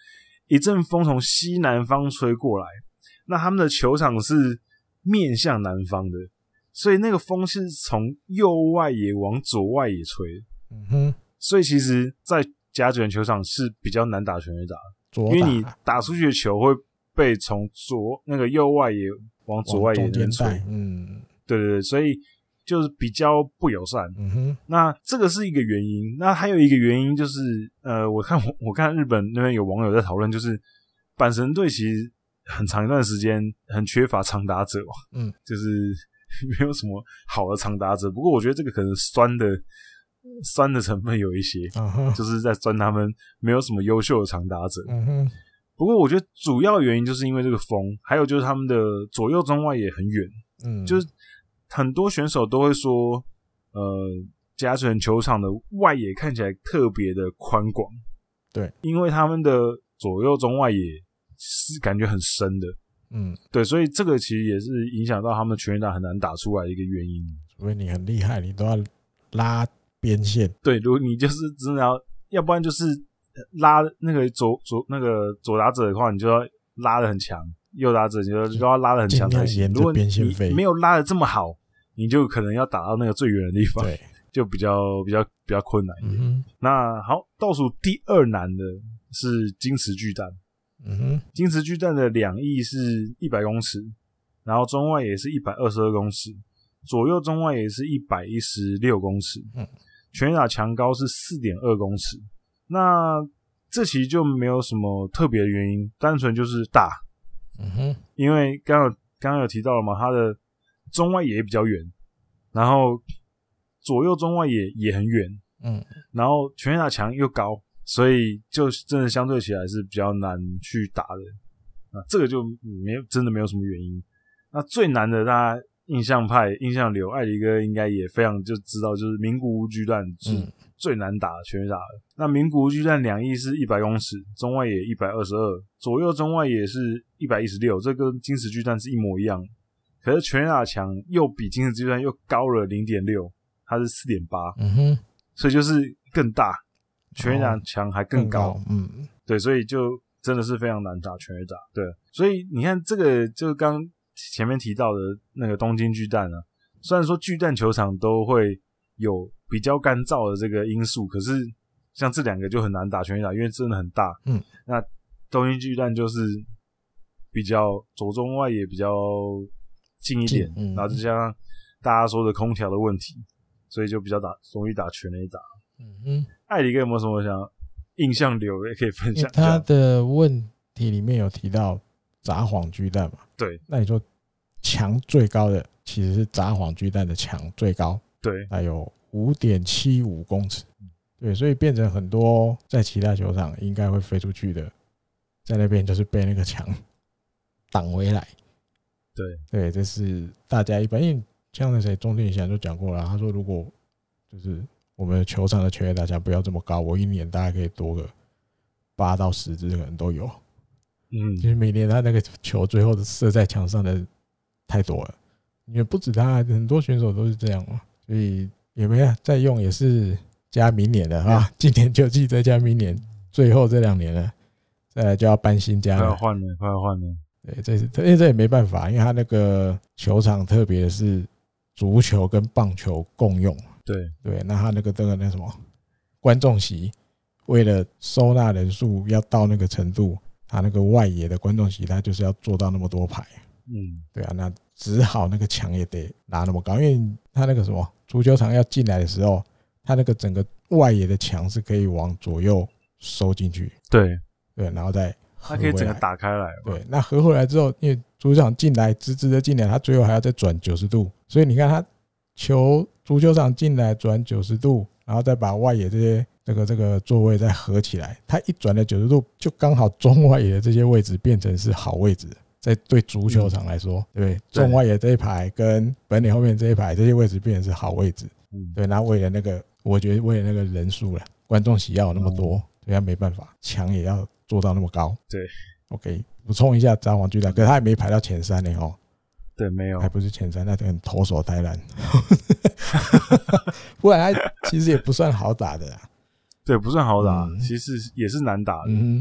一阵风从西南方吹过来，那他们的球场是面向南方的，所以那个风是从右外野往左外野吹。 嗯哼， 所以其实在甲子园球场是比较难打全垒打， 左打因为你打出去的球会被从左那个右外野往左外野那边吹。嗯，对对对，所以就是比较不友善。 嗯哼， 那这个是一个原因。那还有一个原因就是，呃，我看我看日本那边有网友在讨论，就是阪神队其实很长一段时间很缺乏长打者， 嗯， 就是没有什么好的长打者。不过我觉得这个可能酸的酸的成分有一些， 嗯、 就是在酸他们没有什么优秀的长打者。 嗯哼， 不过我觉得主要原因就是因为这个风，还有就是他们的左右中外也很远， 嗯， 就是很多选手都会说，呃，甲子园球场的外野看起来特别的宽广， 对， 因为他们的左右中外野是感觉很深的， 嗯， 对，所以这个其实也是影响到他们全垒打很难打出来的一个原因。 除非你很厉害，你都要拉边线， 对，如果你就是真的要，要不然就是拉那个左左那个左打者的话，你就要拉得很强。右打者你就就要拉得很强才行。如果你没有拉得这么好，你就可能要打到那个最远的地方， 对， 就比较比较比较困难一点。 嗯、 那好，倒数第二难的是金池巨蛋。 嗯哼， 金池巨蛋的两翼是一百公尺，然后中外也是一百二十二公尺，左右中外也是一百一十六公尺。 嗯， 全垒打墙高是 四点二公尺。那这其实就没有什么特别的原因，单纯就是大。 嗯哼， 因为刚刚刚刚有提到了嘛，它的中外野比较远，然后左右中外野也很远， 嗯， 然后全垒打墙又高，所以就真的相对起来是比较难去打的。啊，这个就没有真的没有什么原因。那最难的，大家印象派、印象流，艾迪哥应该也非常就知道，就是名古屋巨蛋是最难打的全垒打的。那名古屋巨蛋两翼是一百公尺，中外野一百二十二，左右中外野是一百一十六，这跟金石巨蛋是一模一样。可是全垒打墙又比金石巨蛋又高了 零点六， 它是 四点八， 嗯哼， 所以就是更大，全垒打墙还更高， 哦、更高，嗯， 对，所以就真的是非常难打全垒打。对，所以你看这个就刚前面提到的那个东京巨蛋啊，虽然说巨蛋球场都会有比较干燥的这个因素，可是像这两个就很难打全垒打，因为真的很大。 嗯， 那东京巨蛋就是比较左中外也比较近一点，嗯、然后就像大家说的空调的问题，所以就比较打容易打全垒打。 嗯哼， 艾迪哥有没有什么想印象流也可以分享一下？ 他的问题里面有提到札幌巨蛋嘛？ 对， 那你说墙最高的其实是札幌巨蛋的墙最高， 对， 它有 五点七五公尺，对，所以变成很多在其他球场应该会飞出去的，在那边就是被那个墙挡回来。 对对，这是大家一般，因为像那谁钟定祥就讲过了，他说如果就是我们球场的全垒打墙不要这么高，我一年大概可以多个八到十支可能都有。 嗯， 其实每年他那个球最后射在墙上的太多了，因为不止他，很多选手都是这样嘛，所以也没有再用，也是加明年了啊，今年球季再加明年，最后这两年了，再来就要搬新家了， 快要换了，快要换了。 对，这是因为这也没办法，因为他那个球场特别的是足球跟棒球共用， 对对，那他那个这个那什么观众席，为了收纳人数要到那个程度。他那个外野的观众席，他就是要做到那么多排， 嗯， 对啊，那只好那个墙也得拉那么高，因为他那个什么足球场要进来的时候，他那个整个外野的墙是可以往左右收进去， 对对，然后再合回来， 它可以整个打开来， 对，那合回来之后，因为足球场进来直直的进来，他最后还要再转九十度，所以你看他球足球场进来转九十度，然后再把外野这些。这个这个座位再合起来，它一转了九十度，就刚好中外野的这些位置变成是好位置。在对足球场来说，对不对？中外野这一排跟本垒后面这一排这些位置变成是好位置。对，那为了那个，我觉得为了那个人数了，观众席要有那么多，所以他没办法，墙也要做到那么高。 对 ，OK， 补充一下札幌巨蛋，可是他也没排到前三呢哦。 对，没有， 还不是前三，那很投手太烂，不然他其实也不算好打的啦。 对，不算好打，嗯、其实也是难打的。 嗯，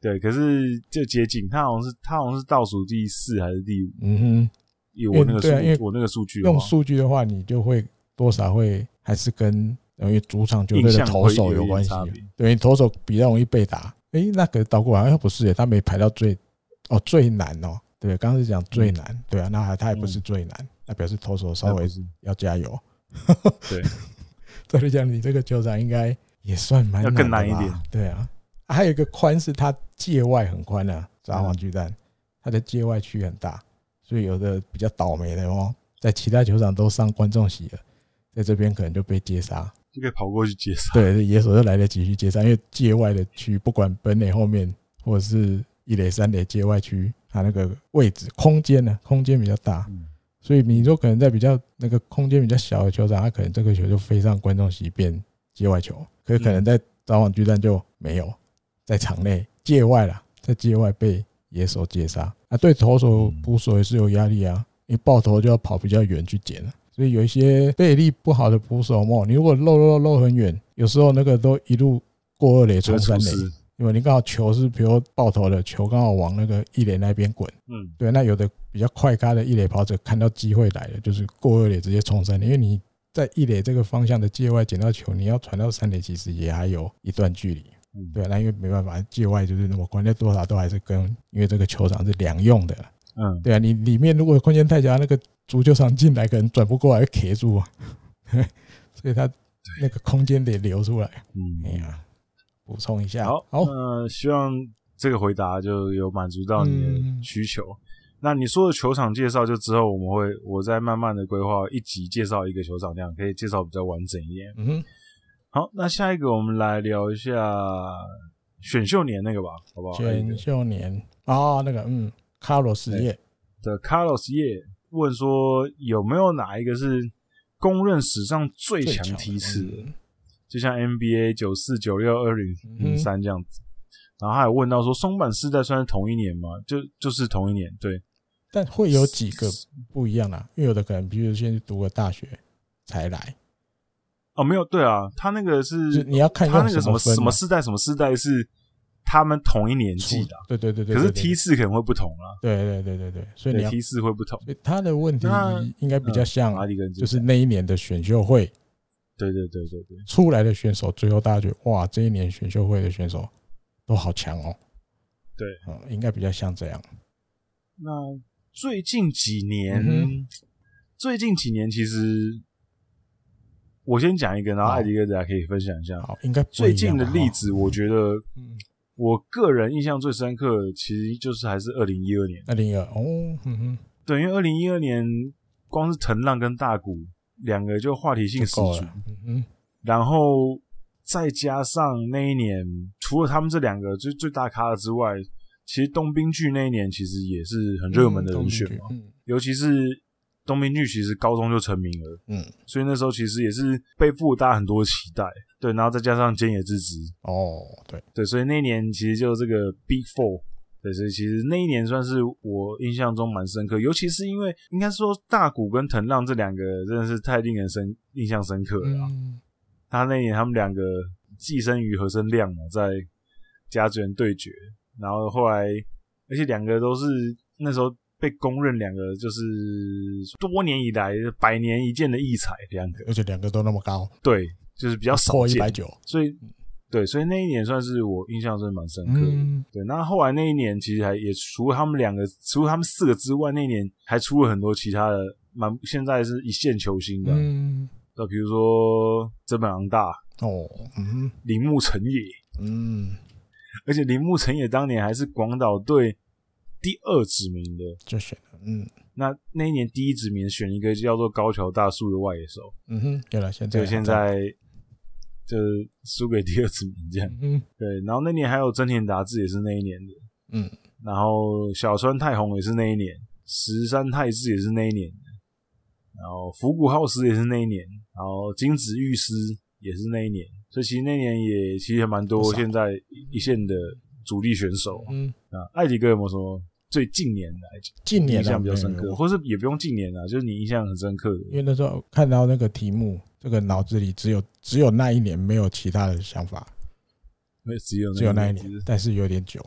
对，可是就接近，他好像是他好像是倒数第四还是第五？ 嗯哼， 以我那个数、 啊、 我那个数据用数据的话，你就会多少会还是跟因为主场球队的投手有关系，对，投手比较容易被打。哎、欸，那个倒过来好像不是耶，他没排到最哦最难哦。对，刚刚是讲最难，嗯、对啊，那他也不是最难，那、嗯、表示投手稍微要加油。 对， 所以讲你这个球场应该也算蛮难的吧， 要更难一点。 对啊，啊还有一个宽是它界外很宽啊，札幌巨蛋它的界外区很大，所以有的比较倒霉的哦，在其他球场都上观众席了，在这边可能就被接杀， 就可以跑过去接杀。 对，野手就来得及去接杀，因为界外的区不管本垒后面或者是一垒三垒界外区，它那个位置空间呢，空间比较大。嗯，所以你说可能在比较那个空间比较小的球场，它可能这个球就飞上观众席变界外球，可是可能在札幌巨蛋就没有，在场内界外啦，在界外被野手接杀啊，对投手捕手也是有压力啊，你爆头就要跑比较远去捡了，所以有一些背力不好的捕手嘛，你如果漏漏漏很远，有时候那个都一路过二垒冲三垒。因为你刚好球是比如爆头的球刚好往那个一垒那边滚，嗯，对，那有的比较快咖的一垒跑者看到机会来了，就是过二垒直接冲三垒，因为你在一垒这个方向的界外捡到球，你要传到三垒其实也还有一段距离，嗯，对，那因为没办法，界外就是那么宽，那多少都还是跟因为这个球场是两用的，嗯，对啊，你里面如果空间太小，那个足球场进来可能转不过来会 K 住啊，所以它那个空间得留出来，嗯，哎呀。补充一下， 好，呃，希望这个回答就有满足到你的需求。嗯、那你说的球场介绍，就之后我们会，我再慢慢的规划一集介绍一个球场，这样可以介绍比较完整一点。嗯哼，好，那下一个我们来聊一下选秀年那个吧，好不好？ 选秀年啊，那个嗯，卡洛斯叶的卡洛斯叶问说有没有哪一个是公认史上最强梯次的？就像 N B A 九四、九六、二零、零三这样子，然后还有问到说松坂世代算是同一年吗？就就是同一年，对。 但会有几个不一样啦，因为有的可能，比如先去读个大学才来。 哦，没有，对啊，他那个是你要看他那个什么什么世代什么世代是他们同一年纪的， 对对对对。 可是梯次可能会不同啦。 对对对对对，所以你梯次会不同。 所以他的问题应该比较像，就是那一年的选秀会。 对对对对对， 出来的选手，最后大家觉得哇，这一年选秀会的选手都好强哦。 对， 嗯，应该比较像这样。 那最近几年，嗯、最近几年其实我先讲一个，然后艾迪哥大家可以分享一下。 好，应该最近的例子，我觉得，我个人印象最深刻，其实就是还是二零一二年。 二零一二哦，嗯哼， 对，因为二零一二年光是藤浪跟大谷。两个就话题性十足，嗯，然后再加上那一年，除了他们这两个最最大咖的之外，其实东滨巨那一年其实也是很热门的人选嘛，嗯嗯、尤其是东滨巨其实高中就成名了，嗯，所以那时候其实也是背负大家很多的期待，对，然后再加上菅野智之， 哦，对对，所以那一年其实就这个 Big Four。对，所以其实那一年算是我印象中蛮深刻，尤其是因为应该说大谷跟藤浪这两个真的是太令人深印象深刻了啦、嗯。他那一年他们两个寄生于和生亮嘛，在甲子园对决，然后后来而且两个都是那时候被公认两个就是多年以来百年一见的异才，两个， 而且两个都那么高， 对，就是比较少见， 破一百九， 所以。对，所以那一年算是我印象真的蛮深刻的。嗯、对，那后来那一年其实还也除了他们两个，除了他们四个之外，那一年还出了很多其他的，蛮现在是一线球星的。嗯，那比如说泽本昂大哦，嗯， 铃木成也，嗯，而且铃木成也当年还是广岛队第二指名的， 就选了，嗯， 那那一年第一指名选一个叫做高桥大树的外野手， 嗯哼，对了，现在对现在。就是输给第二指名这样，嗯，对，然后那年还有真田达志也是那一年的，嗯，然后小川太宏也是那一年，石山泰志也是那一年的，然后福谷浩司也是那一年，然后金子玉司也是那一年，所以其实那年也其实还蛮多现在一线的主力选手，嗯，啊，艾迪哥有没有什么最近年来近年印象比较深刻，或是也不用近年啊，就是你印象很深刻的， 因为那时候看到那个题目。这个脑子里只有只有那一年，没有其他的想法， 只有只有那一年，但是有点久。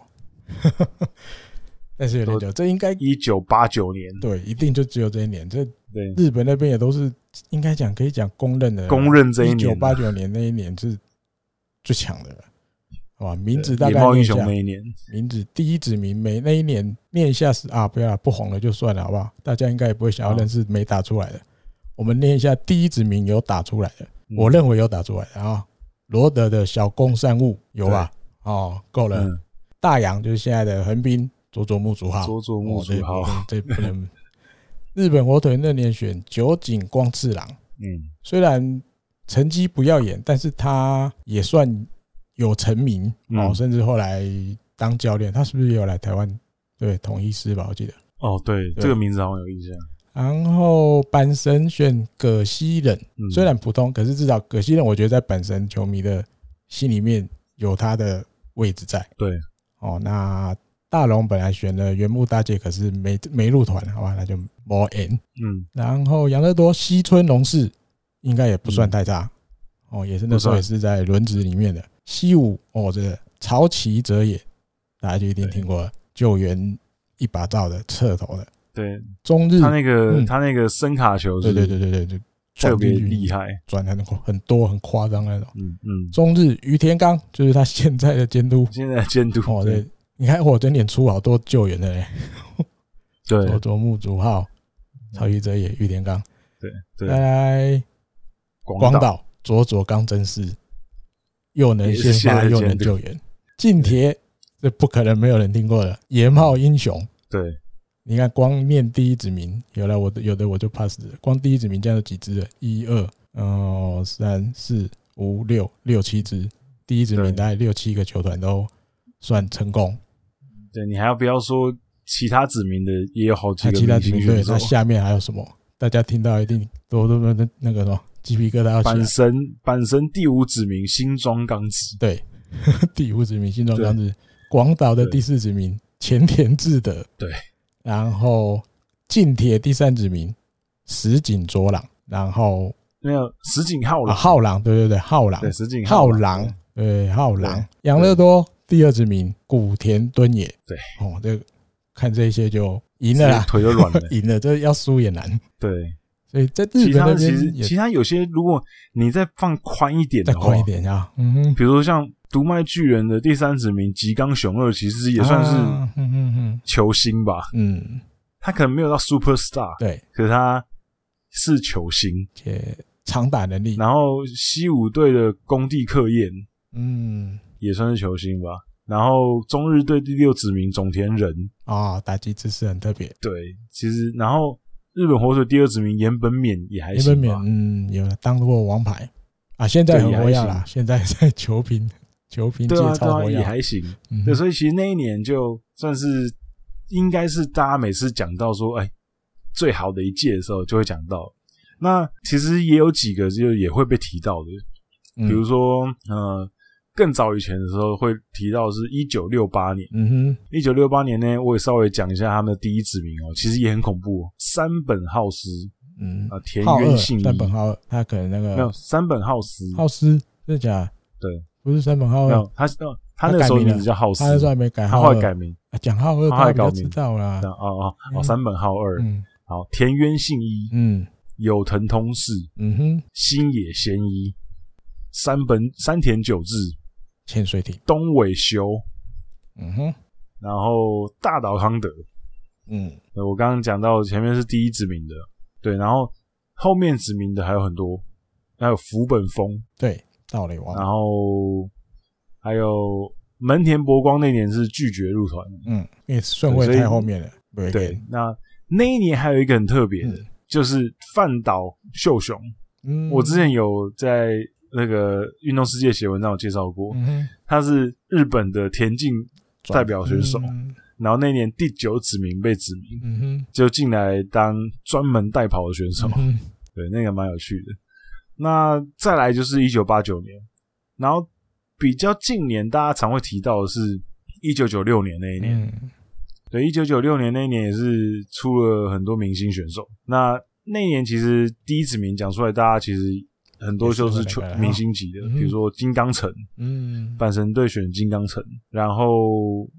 但是有点久，这应该一九八九年， 对，一定就只有这一年。这对日本那边也都是应该讲可以讲公认的， 公认这一年一九八九年那一年是最强的了。好吧，名字大概野猫英念一下。 雄那一年， 名字第一指名没那一年念一下是啊，不要啦，不红了就算了，好不好？大家应该也不会想要认识没打出来的。我们念一下第一指名有打出来的， 嗯、 我认为有打出来的啊。罗德的小宫善务有吧？哦，够了。嗯、大洋就是现在的横滨佐佐木主浩， 佐佐木主浩、 哦，这不能。日本火腿那年选酒井光次郎，嗯，虽然成绩不耀眼，但是他也算有成名、嗯、哦，甚至后来当教练，他是不是也有来台湾？对，统一师吧，我记得。 哦，对，对这个名字好像有印象。 然后阪神选葛西忍，嗯、虽然普通，可是至少葛西忍，我觉得在阪神球迷的心里面有他的位置在。 对， 哦，那大龙本来选了原木大介，可是没没入团，好吧，那就没 N。嗯，然后养乐多西村龙士应该也不算太差，嗯、哦，也是那时候也是在轮值里面的。西武哦，这个曹崎哲也，大家就一定听过了，救援一把照的侧投的。 对， 中日他那个、嗯、他那个伸卡球， 对对对对对对， 特别厉害， 转很很多很夸张那种。 嗯嗯， 中日于田刚就是他现在的监督， 现在的监督哦对，你看我整点出好多救援的嘞， 对， 佐佐木主浩、曹崎哲也、于田刚， 对对， 再来广岛佐佐刚真司，又能先发又能救援，近铁这不可能没有人听过的野茂英雄， 对。 你看，光念第一指名，有了我的有的我就 pass 了。光第一指名这样有几支了？一二，呃，三四五六六七支，第一指名大概六七个球团都算成功。 对，你还要不要说其他指名的也有好几个其他指名对，那下面还有什么？大家听到一定都都都那个什么鸡皮疙瘩要起来。 阪神阪神第五指名新庄刚志， 对，第五指名新庄刚志。广岛的第四指名前田智德， 对。 然后近铁第三指名石井卓朗，然后没有石井浩朗， 浩朗对对对浩朗， 对石井浩朗对浩朗，养乐多第二指名古田敦也， 对哦，这看这些就赢了啦， 腿就软了， 赢了，这要输也难。 对， 所以在日本那边其实其他有些，如果你再放宽一点的话， 再宽一点啊，嗯哼， 比如说像读卖巨人的第三指名吉冈雄二，其实也算是球星吧。嗯，他可能没有到 super star， 对， 可是他是球星， 且长打能力。 然后西武队的宫地克彦， 嗯， 也算是球星吧。然后中日队第六指名种田人啊、哦，打击姿势很特别。 对，其实然后日本火腿第二指名岩本勉也还行吧。 岩本勉嗯，有当过王牌啊，现在很活跃啦，现在在球评。球评界超活跃， 对啊，也还行。嗯、对，所以其实那一年就算是应该是大家每次讲到说，哎，最好的一届的时候就会讲到。那其实也有几个就也会被提到的，嗯、比如说呃，更早以前的时候会提到是一九六八年。嗯哼，一九六八年呢，我也稍微讲一下他们的第一指名哦，其实也很恐怖哦，山本浩司，嗯啊，田园信一， 山本浩，他可能那个没有山本浩司， 浩司真的假的？ 对。 不是山本浩二， 没有他，他那时候名字叫浩司， 他那时候还没改， 他后来改名， 讲浩二， 他后来改名， 知道啦。 哦哦哦，山本浩二，嗯，好，田园信一，嗯，有藤通士，嗯哼，新野贤一，山本山田久志， 潜水艇， 东尾修，嗯哼，然后大岛康德，嗯，我刚刚讲到前面是第一指名的，对，然后后面指名的还有很多，还有福本丰， 对。道理王， 然后还有门田博光那年是拒绝入团，嗯， 因为顺位太后面了。 对，对那那一年还有一个很特别的，嗯、就是饭岛秀雄。嗯，我之前有在那个运动世界写文章有介绍过，嗯、他是日本的田径代表选手，嗯、然后那年第九指名被指名，嗯哼，就进来当专门代跑的选手。嗯、对，那个蛮有趣的。那再来就是一九八九年，然后比较近年大家常会提到的是一九九六年那一年，嗯、对，一九九六年那一年也是出了很多明星选手。那那一年其实第一指名讲出来，大家其实很多就是明星级的，比如说金刚城，嗯，阪神队选金刚城，然后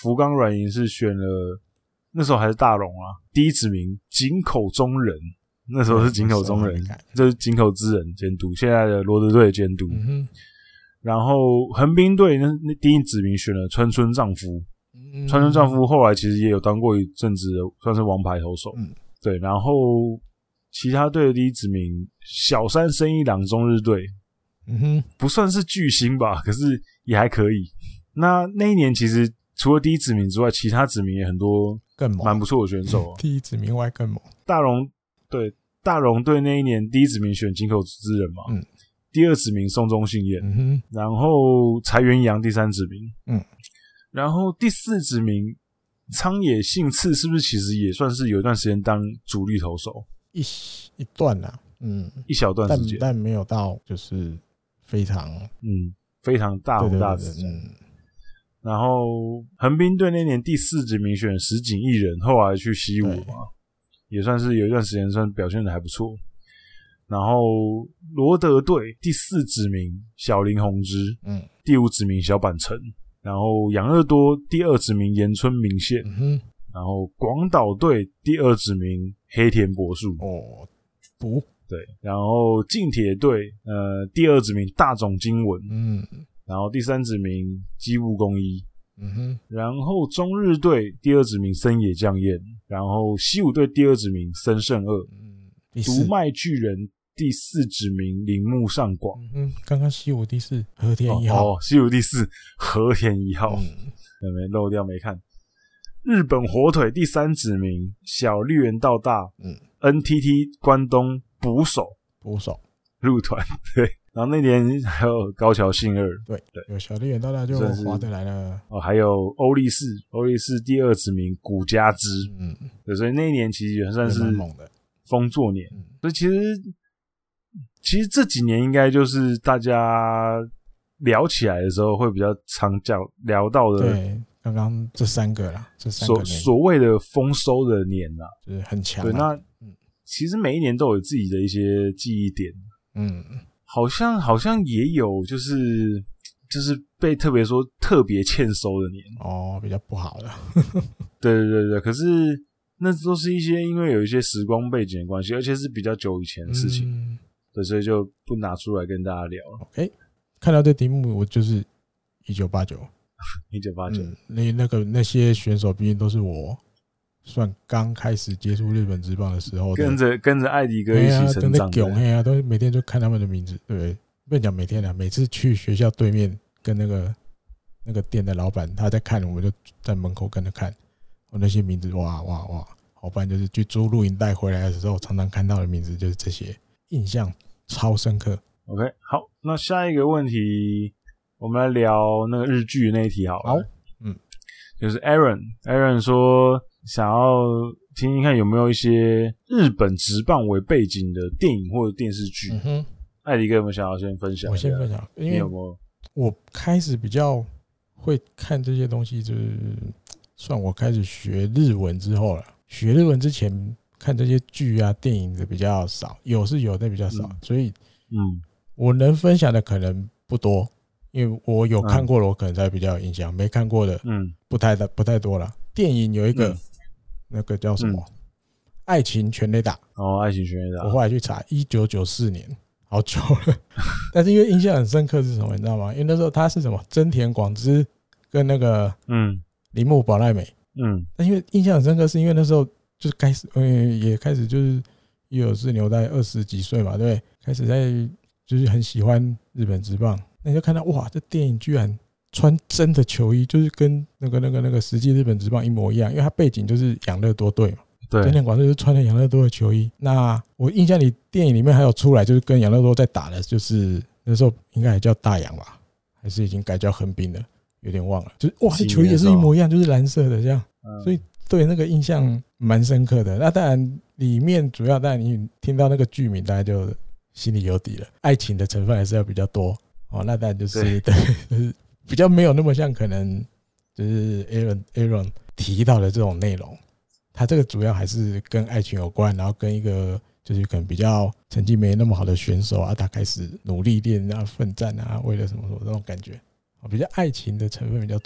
福冈软银是选了，那时候还是大荣啊，第一指名井口中人，那时候是井口中人，就是井口之人监督，现在的罗德队的监督。嗯哼，然后横滨队那那第一指名选了川村丈夫，嗯、川村丈夫后来其实也有当过一阵子的算是王牌投手，嗯、对，然后其他队的第一指名小山伸一郎中日队，嗯哼，不算是巨星吧，可是也还可以。那那一年其实除了第一指名之外，其他指名也很多更猛， 蛮不错的选手、啊。 第一指名外更猛。 大荣对大荣队那一年第一指名选井口之人嘛，嗯，第二指名松中信彦，嗯哼，然后柴原洋第三指名，嗯，然后第四指名苍野幸次是不是其实也算是有一段时间当主力投手？ 一一段啦、啊，嗯， 一小段时间， 但但没有到就是非常嗯非常大红大紫，嗯。然后横滨队那年第四指名选石井一人，后来去西武嘛，也算是有一段时间算表现的还不错。然后罗德队第四指名小林宏之，嗯，第五指名小坂诚，然后养乐多第二指名岩村明宪，嗯、然后广岛队第二指名黑田博树， 哦，不对，然后近铁队呃第二指名大冢经文，嗯。然后第三指名基务公一，嗯哼，然后中日队第二指名森野将彦，然后西武队第二指名森胜二，嗯，读卖巨人第四指名铃木尚广， 嗯，刚刚西武第四和田一号， 哦，西武第四和田一号，嗯，没漏掉没看。日本火腿第三指名小笠原道大，嗯 ，N T T 关东捕手， 捕手入团，对。然后那年还有高桥幸二， 对对，有小笠原道大就划得来了。 哦，还有欧力士，欧力士第二指名古家之，嗯，对，所以那一年其实也算是丰作年。嗯、所以其实其实这几年应该就是大家聊起来的时候会比较常讲聊到的。 对，刚刚这三个啦，这三个年所所谓的丰收的年啦， 就是很强、啊。 对，那、嗯、其实每一年都有自己的一些记忆点。嗯。好像好像也有，就是就是被特别说特别欠收的年哦，比较不好的。 对对对对，可是那都是一些因为有一些时光背景的关系，而且是比较久以前的事情，嗯、对，所以就不拿出来跟大家聊。 OK， 看到这题目，我就是一九八九， 一九八九， 那那个那些选手，毕竟都是我。算刚开始接触日本职棒的时候的， 跟着跟着艾迪哥一起成长的， 哎呀、啊，都每天就看他们的名字，对不对？不能讲每天啦，每次去学校对面跟那个那个店的老板他在看，我们就在门口跟着看，我那些名字哇哇哇，好不然就是去租录影带回来的时候，常常看到的名字就是这些，印象超深刻。 OK， 好，那下一个问题，我们来聊那个日剧那一题好了。好，嗯，就是 Aaron Aaron 说。想要听听看有没有一些日本职棒为背景的电影或者电视剧。嗯哼，艾迪哥有没有想要先分享一下？ 我先分享，因为你有没有？ 我开始比较会看这些东西，就是算我开始学日文之后了。学日文之前看这些剧啊、电影的比较少，有是有，但比较少，嗯、所以嗯，我能分享的可能不多，因为我有看过的，我可能才比较有印象；没看过的，嗯，不太不太多了。电影有一个。嗯那个叫什么？嗯、爱情全垒打哦，爱情全垒打。 我后来去查，一九九四年，好久了。但是因为印象很深刻是什么，你知道吗？因为那时候他是什么，真田广之跟那个嗯铃木保奈美嗯，但因为印象很深刻，是因为那时候就是开始，嗯，也开始就是一九九四年，我大概二十几岁嘛，对不对？开始在就是很喜欢日本职棒，那你就看到哇，这电影居然。穿真的球衣，就是跟那个、那个、那个实际日本职棒一模一样，因为他背景就是养乐多队嘛。对，真田广之就是穿了养乐多的球衣。那我印象里电影里面还有出来，就是跟养乐多在打的，就是那时候应该还叫大洋吧，还是已经改叫横滨了，有点忘了。就是哇，这球衣也是一模一样，就是蓝色的这样，所以对那个印象蛮深刻的。那当然里面主要，当然你听到那个剧名，大家就心里有底了，爱情的成分还是要比较多哦。那当然就是对，就是比较没有那么像可能就是 Aaron Aaron 提到的这种内容，他这个主要还是跟爱情有关，然后跟一个就是可能比较成绩没那么好的选手啊，他开始努力练啊、奋战啊，为了什么什么那种感觉，比较爱情的成分比较重。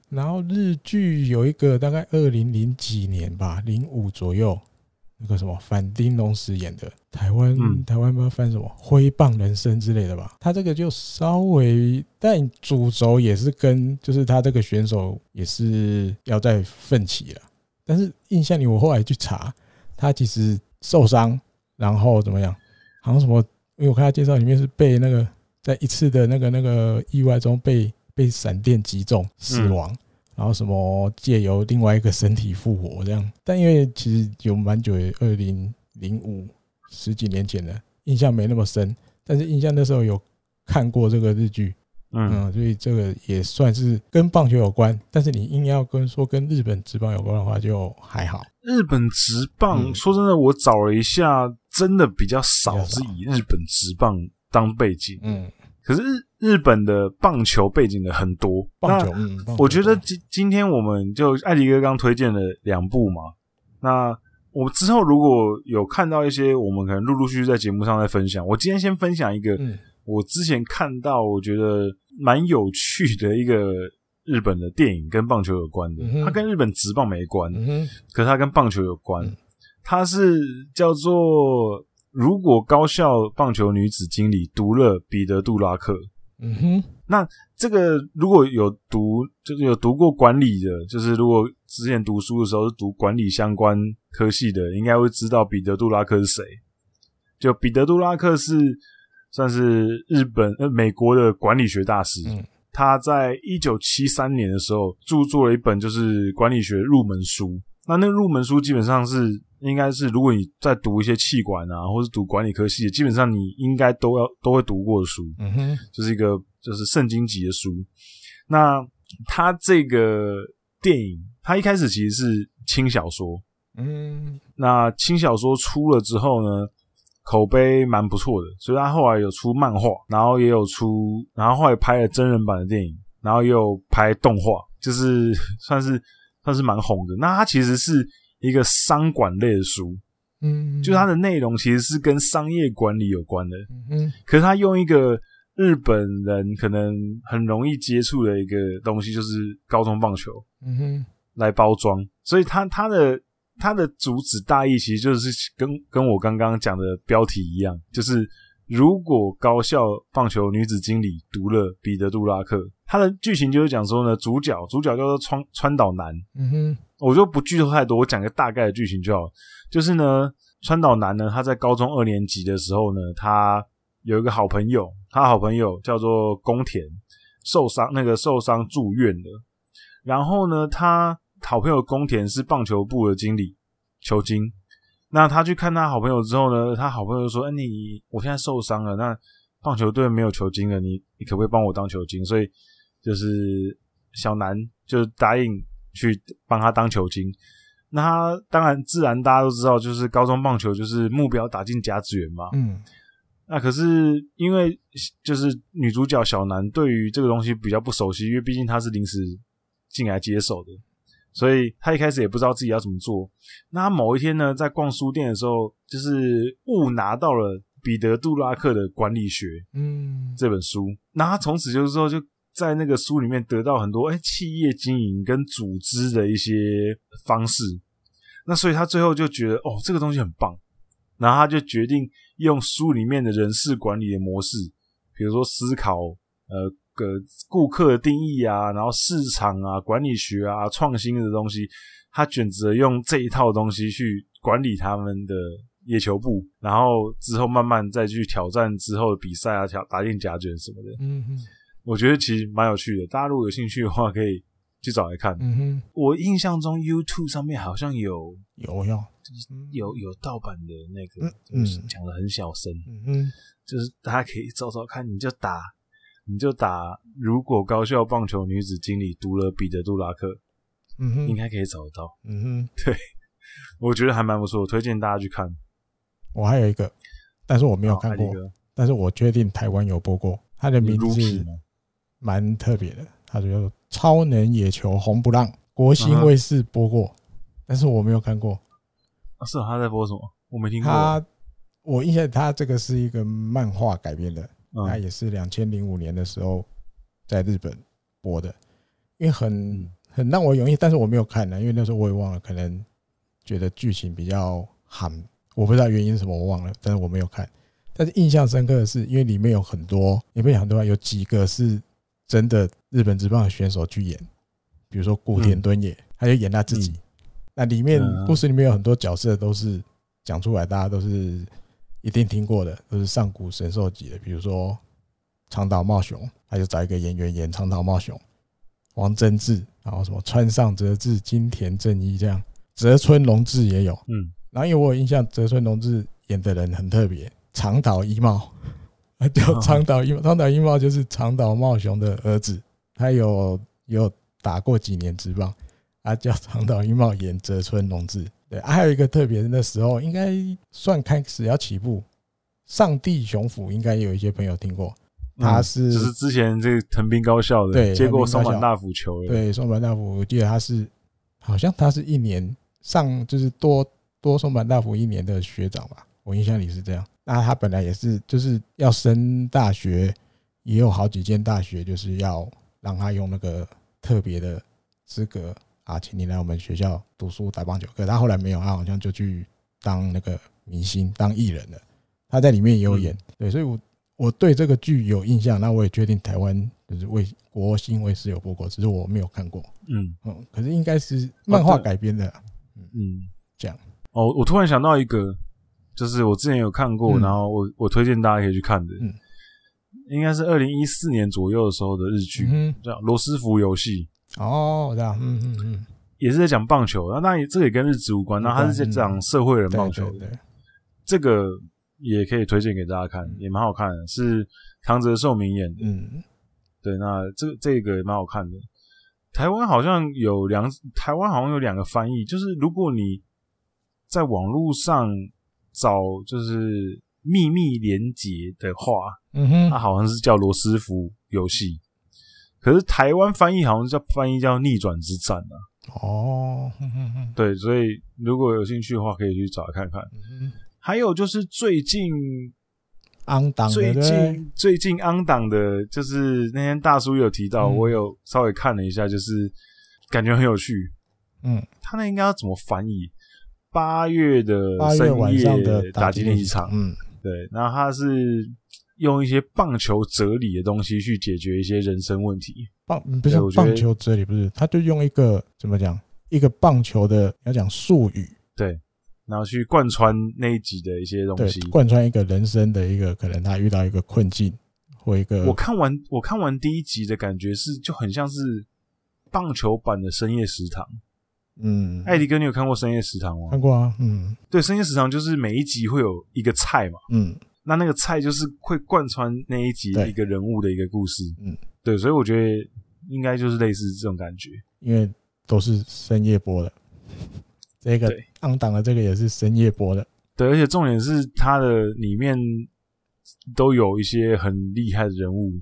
然后日剧有一个大概二零零几年吧，零五左右，那个什么反町隆史演的台湾、嗯、台湾不知道翻什么挥棒人生之类的吧，他这个就稍微，但主轴也是跟就是他这个选手也是要在奋起了，但是印象里我后来去查，他其实受伤，然后怎么样，好像什么，因为我看他介绍里面是被那个在一次的那个那个意外中被被闪电击中死亡。嗯，然后什么借由另外一个身体复活这样，但因为其实有蛮久的，二零零五十几年前的，印象没那么深，但是印象那时候有看过这个日剧，嗯, 嗯，所以这个也算是跟棒球有关，但是你硬要跟说跟日本职棒有关的话，就还好。 日本职棒，嗯，说真的，我找了一下，真的比较少是以日本职棒当背景，嗯。可是日日本的棒球背景的很多， 棒球，嗯， 我觉得今今天我们就艾迪哥刚推荐了两部嘛，那我们之后如果有看到一些，我们可能陆陆续续在节目上再分享。我今天先分享一个，我之前看到我觉得蛮有趣的一个日本的电影，跟棒球有关的，它跟日本职棒没关，可是它跟棒球有关，它是叫做。如果高校棒球女子经理读了彼得杜拉克，嗯哼，那这个如果有读，就是有读过管理的，就是如果之前读书的时候是读管理相关科系的，应该会知道彼得杜拉克是谁。就彼得杜拉克是算是日本呃美国的管理学大师，嗯，他在一九七三年的时候著作了一本就是管理学入门书。那那个入门书基本上是应该是，如果你在读一些企管啊，或是读管理科系的，基本上你应该都要都会读过的书，嗯哼，就是一个就是圣经级的书。那他这个电影，他一开始其实是轻小说，嗯，那轻小说出了之后呢，口碑蛮不错的，所以他后来有出漫画，然后也有出，然后后来拍了真人版的电影，然后也有拍动画，就是算是算是蛮红的。那他其实是一个商管类的书，嗯，就它的内容其实是跟商业管理有关的，嗯，可是他用一个日本人可能很容易接触的一个东西，就是高中棒球，嗯哼，来包装，所以他他的他的主旨大意其实就是跟跟我刚刚讲的标题一样，就是如果高校棒球女子经理读了彼得杜拉克，他的剧情就是讲说呢，主角主角叫做川川岛南，嗯哼，我就不剧透太多，我讲个大概的剧情就好。就是呢，川岛南呢，他在高中二年级的时候呢，他有一个好朋友，他好朋友叫做宫田，受伤那个受伤住院了。然后呢，他好朋友宫田是棒球部的经理，球经。那他去看他好朋友之后呢，他好朋友说：“哎，你我现在受伤了，那棒球队没有球经了，你你可不可以帮我当球经？”所以就是小南就答应去帮他当球经。那他当然自然大家都知道，就是高中棒球就是目标打进甲子园嘛。嗯。那可是因为就是女主角小南对于这个东西比较不熟悉，因为毕竟她是临时进来接手的。所以他一开始也不知道自己要怎么做。那他某一天呢，在逛书店的时候，就是误拿到了彼得杜拉克的管理学，嗯，这本书。那他从此就是说，就在那个书里面得到很多哎企业经营跟组织的一些方式。那所以他最后就觉得哦，这个东西很棒。然后他就决定用书里面的人事管理的模式，比如说思考呃。个顾客的定义啊，然后市场啊、管理学啊、创新的东西，他选择用这一套东西去管理他们的野球部，然后之后慢慢再去挑战之后的比赛啊，挑打进甲卷什么的。嗯哼，我觉得其实蛮有趣的，大家如果有兴趣的话，可以去找来看。嗯哼，我印象中 YouTube 上面好像有有有有有盗版的那个，就是讲得很小声，嗯哼，就是大家可以找找看，你就打。你就打如果高校棒球女子经理读了彼得杜拉克，嗯哼，应该可以找得到。嗯哼，对，我觉得还蛮不错，推荐大家去看。 我还有一个，但是我没有看过，但是我确定台湾有播过，它的名字蛮特别的，它叫做超能野球红不让，国新卫视播过，嗯，但是我没有看过。 啊，是他在播什么？我没听过。 他，我印象他这个是一个漫画改编的。它也是二零零五年的时候在日本播的，因为很很让我有印象，但是我没有看呢，因为那时候我也忘了，可能觉得剧情比较含，我不知道原因是什么，我忘了，但是我没有看。但是印象深刻的是，因为里面有很多，里面有很多有几个是真的日本职棒的选手去演，比如说古田敦也，他就演他自己。嗯、那里面故事里面有很多角色都是讲出来，大家都是一定听过的，都是上古神兽级的，比如说长岛茂雄，他就找一个演员演长岛茂雄，王贞治，然后什么川上哲治、金田正一这样，泽村隆治也有。嗯，然后因为我有印象，泽村隆治演的人很特别。长岛一茂，叫长岛一茂，长岛一茂就是长岛茂雄的儿子，他有有打过几年职棒，啊，叫长岛一茂演泽村隆治。对、啊，还有一个特别的，那时候应该算开始要起步，上帝雄辅应该有一些朋友听过，他是、 嗯、就是之前这个藤滨高校的，对，接过松坂大辅球的， 对，松坂大辅，我记得他是好像他是一年上就是多多松坂大辅一年的学长吧，我印象里是这样。那他本来也是就是要升大学，也有好几间大学就是要让他用那个特别的资格啊，请你来我们学校读书打棒球。可是他后来没有，他好像就去当那个明星，当艺人了。他在里面也有演，对，所以我我对这个剧有印象。那我也确定台湾就是卫国新卫视有播过，只是我没有看过。嗯嗯，可是应该是漫画改编的、啊。嗯，这样。 哦，我突然想到一个。就是我之前有看过，嗯、然后我我推荐大家可以去看的，嗯、应该是二零一四年左右的时候的日剧，嗯、叫《罗斯福游戏》。 哦，这样，嗯嗯嗯， 也是在讲棒球，那当然这个也跟日职无关，那它是在讲社会人棒球的。对对对，这个也可以推荐给大家看，嗯、也蛮好看的，是唐泽寿明演的。嗯，对，那这这个也蛮好看的。台湾好像有两，台湾好像有两个翻译，就是如果你在网络上找就是秘密连结的话，嗯哼，它好像是叫罗斯福游戏，可是台湾翻译好像是叫翻译叫逆转之战啊。哦，哼哼哼，对，所以如果有兴趣的话，可以去找来看看。嗯、还有就是最近昂档， 最近最近昂档的，就是那天大叔有提到，嗯、我有稍微看了一下，就是感觉很有趣。嗯，他那应该要怎么翻译？八月的深夜打击练习场，嗯，对，然后他是用一些棒球哲理的东西去解决一些人生问题。 棒不是棒球哲理，不是，他就用一个怎么讲，一个棒球的要讲术语， 对，然后去贯穿那一集的一些东西， 贯穿一个人生的一个可能他遇到一个困境或一个。 我看完我看完第一集的感觉是就很像是棒球版的深夜食堂。嗯，艾迪哥，你有看过深夜食堂吗？ 看过啊，嗯， 对，深夜食堂就是每一集会有一个菜嘛，嗯，那那个菜就是会贯穿那一集一个人物的一个故事，嗯，对，所以我觉得应该就是类似这种感觉， 因为都是深夜播的，这个昂档的这个也是深夜播的， 对，而且重点是它的里面都有一些很厉害的人物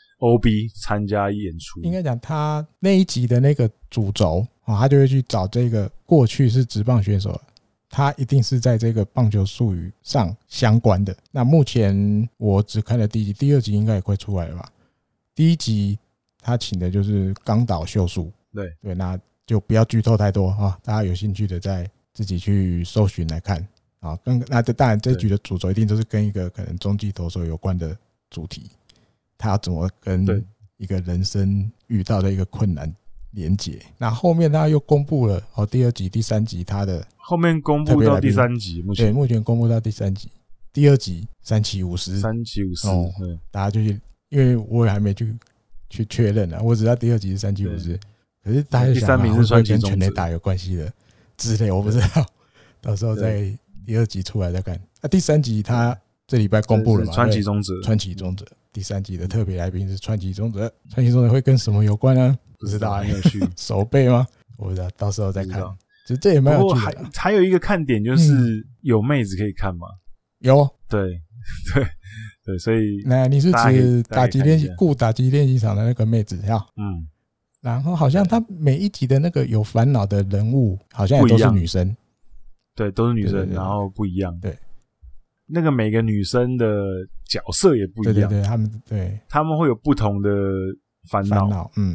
O B 参加演出， 应该讲他那一集的那个主轴。他就会去找这个过去是职棒选手，他一定是在这个棒球术语上相关的。那目前我只看了第一集，第二集应该也快出来了吧？第一集他请的就是冈岛秀树， 对对，那就不要剧透太多啊，大家有兴趣的再自己去搜寻来看啊。跟那这当然这局的主轴一定都是跟一个可能中继投手有关的主题，他要怎么跟一个人生遇到的一个困难连结，那后面他又公布了哦，第二集、第三集他的后面公布到第三集，目前对目前公布到第三集，第二集三七五十， 三七五十， 哦，大家就去，因为我也还没去去确认啊，我只知道第二集是三七五十，可是大家第三名是川崎跟全垒打有关系的之类，我不知道，到时候在第二集出来再看。那、啊、第三集他这礼拜公布了嘛？ 川崎宗则， 川崎宗则第三集的特别来宾是川崎宗则，川崎宗则会跟什么有关呢？不知道， 没有去手背吗？我不知道，到时候再看。其实这也蛮有趣的。 不过还还有一个看点就是有妹子可以看吗？ 有， 对对对，所以那你是指打击练习顾打击练习场的那个妹子呀？嗯。然后好像他每一集的那个有烦恼的人物，好像也都是女生。 对，都是女生，然后不一样。对，那个每个女生的角色也不一样。 对对对，他们对他们会有不同的。烦恼， 嗯，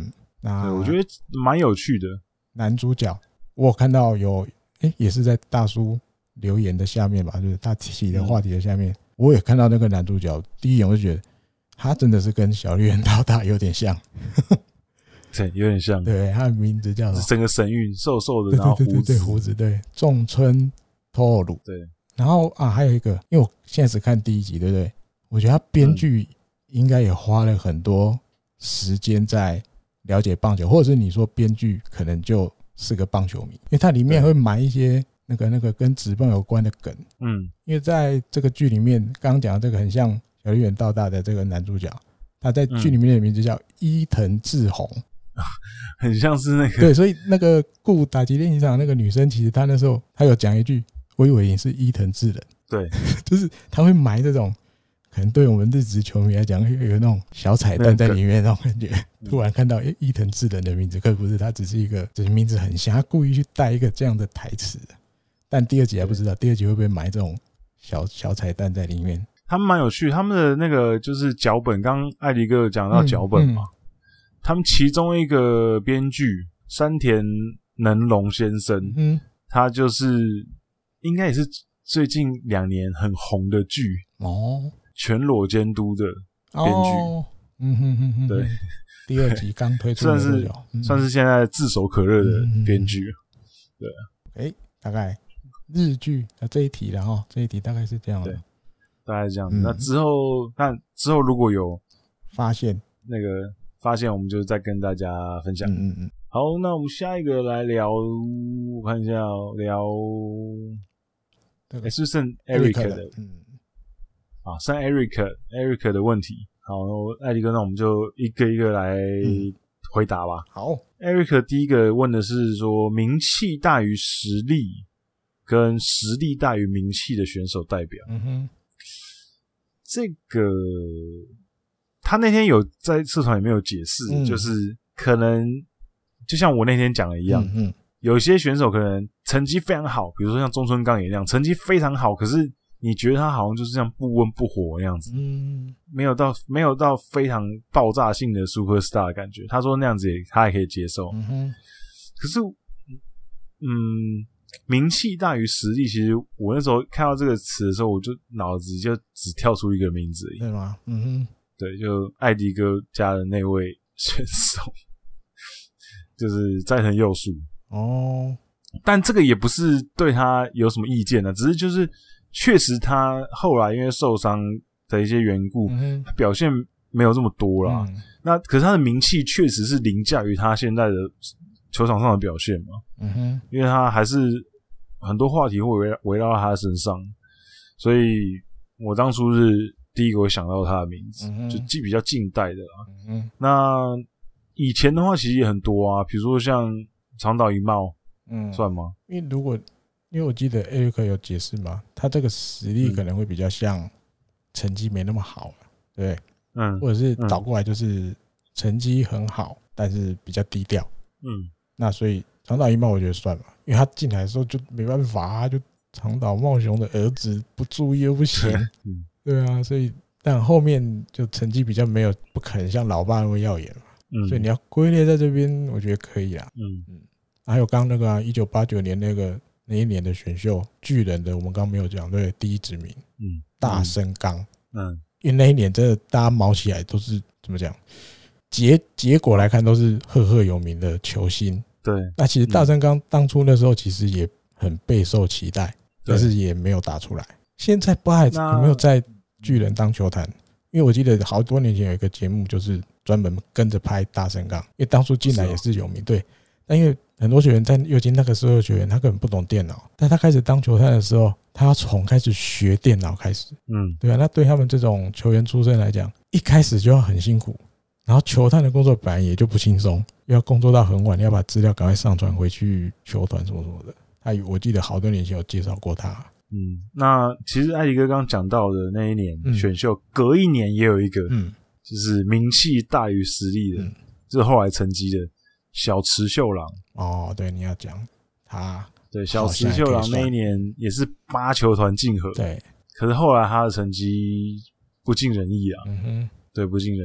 那我觉得蛮有趣的。 男主角我有看到有，哎、欸，也是在大叔留言的下面吧，就是他提的话题的下面，嗯、我也看到那个男主角，第一眼我就觉得他真的是跟小笠原道大有点像。 对，有点像。 对，他的名字叫什么？ 整个神韵，瘦瘦的，然后胡子， 对对对对，胡子，对，仲村拓鲁。 对， 然后啊，还有一个，因为我现在只看第一集，对不对？我觉得他编剧应该也花了很多时间在了解棒球，或者是你说编剧可能就是个棒球迷，因为它里面会埋一些那个那个跟职棒有关的梗。嗯，因为在这个剧里面，刚刚讲的这个很像小笠原道大的这个男主角，他在剧里面的名字叫伊藤志宏。 很像是那个对，所以那个顾打击练习场那个女生，其实她那时候她有讲一句，我以为你是伊藤志人。 对， 就是她会埋这种可能对我们日职球迷来讲有那种小彩蛋在里面那种感觉。突然看到诶伊藤志人的名字，可不是，他只是一个只是名字很像，他故意去带一个这样的台词。但第二集还不知道，第二集会不会埋这种小小彩蛋在里面？ 他们蛮有趣，他们的那个就是脚本，刚刚艾迪哥讲到脚本嘛。嗯嗯他们其中一个编剧山田能隆先生，嗯，他就是应该也是最近两年很红的剧哦，全裸监督的编剧，哦、嗯哼哼哼，对， 第二集刚推出算是、嗯、算是现在炙手可热的编剧，对， 哎、欸，大概日剧啊这一题了哈，这一题大概是这样的， 对，大概是这样子。嗯、那之后，那之后如果有发现那个。发现我们就再跟大家分享。 嗯嗯嗯。 好，那我们下一个来聊，我看一下聊，哎、欸，是不是剩 Eric 的？嗯，啊，剩 Eric Eric 的问题。好，艾迪哥，那我们就一个一个来回答吧。 嗯、好 ，Eric 第一个问的是说，名气大于实力，跟实力大于名气的选手代表。嗯哼，这个。他那天有在社团里面有解释、嗯，就是可能就像我那天讲的一样，嗯嗯，有些选手可能成绩非常好，比如说像中村刚也那样，成绩非常好，可是你觉得他好像就是这样不温不火那样子，嗯，没有到没有到非常爆炸性的 super star 的感觉。他说那样子也他也可以接受，嗯哼，可是，嗯，名气大于实力，其实我那时候看到这个词的时候，我就脑子就只跳出一个名字而已， 对吗？嗯哼。 对，就艾迪哥家的那位选手，就是斋藤佑树哦。但这个也不是对他有什么意见呢，只是就是确实他后来因为受伤的一些缘故，嗯、他表现没有这么多啦。嗯、那可是他的名气确实是凌驾于他现在的球场上的表现嘛。嗯哼，因为他还是很多话题会围围绕他身上，所以我当初是。第一个我想到他的名字，嗯、就比较近代的啦。嗯、那以前的话其实也很多啊，比如说像长岛一茂，嗯，算吗？ 因为如果因为我记得 Eric 有解释嘛，他这个实力可能会比较像成绩没那么好，对，嗯，或者是倒过来就是成绩很好，但是比较低调，嗯，那所以长岛一茂我觉得算吧，因为他进来的时候就没办法，他就长岛茂雄的儿子，不注意又不行，嗯。对啊，所以但后面就成绩比较没有，不可能像老爸那么耀眼嘛。嗯，所以你要归类在这边，我觉得可以啦。嗯嗯，还有刚刚那个一九八九年那个那一年的选秀巨人的，我们刚刚没有讲，对，第一指名，嗯，大森刚，嗯，因为那一年真的大家毛起来都是怎么讲，结结果来看都是赫赫有名的球星。 对， 那其实大森刚当初那时候其实也很备受期待，但是也没有打出来。现在不知道有没有在巨人当球坛，因为我记得好多年前有一个节目，就是专门跟着拍大森刚，因为当初进来也是有名，对。但因为很多球员在，尤其那个时候的球员，他根本不懂电脑，但他开始当球探的时候，他要从开始学电脑开始，嗯，对啊。那对他们这种球员出身来讲，一开始就要很辛苦，然后球探的工作本来也就不轻松，又要工作到很晚，要把资料赶快上传回去球团什么什么的。他我记得好多年前有介绍过他。 嗯，那其实艾迪哥刚刚讲到的那一年选秀，嗯、隔一年也有一个，嗯，就是名气大于实力的，嗯、就是后来成绩的小池秀郎。 哦，对，你要讲他， 对，小池秀郎那一年也是八球团竞合， 对， 可是后来他的成绩不尽人意啊，嗯哼，对，不尽人意。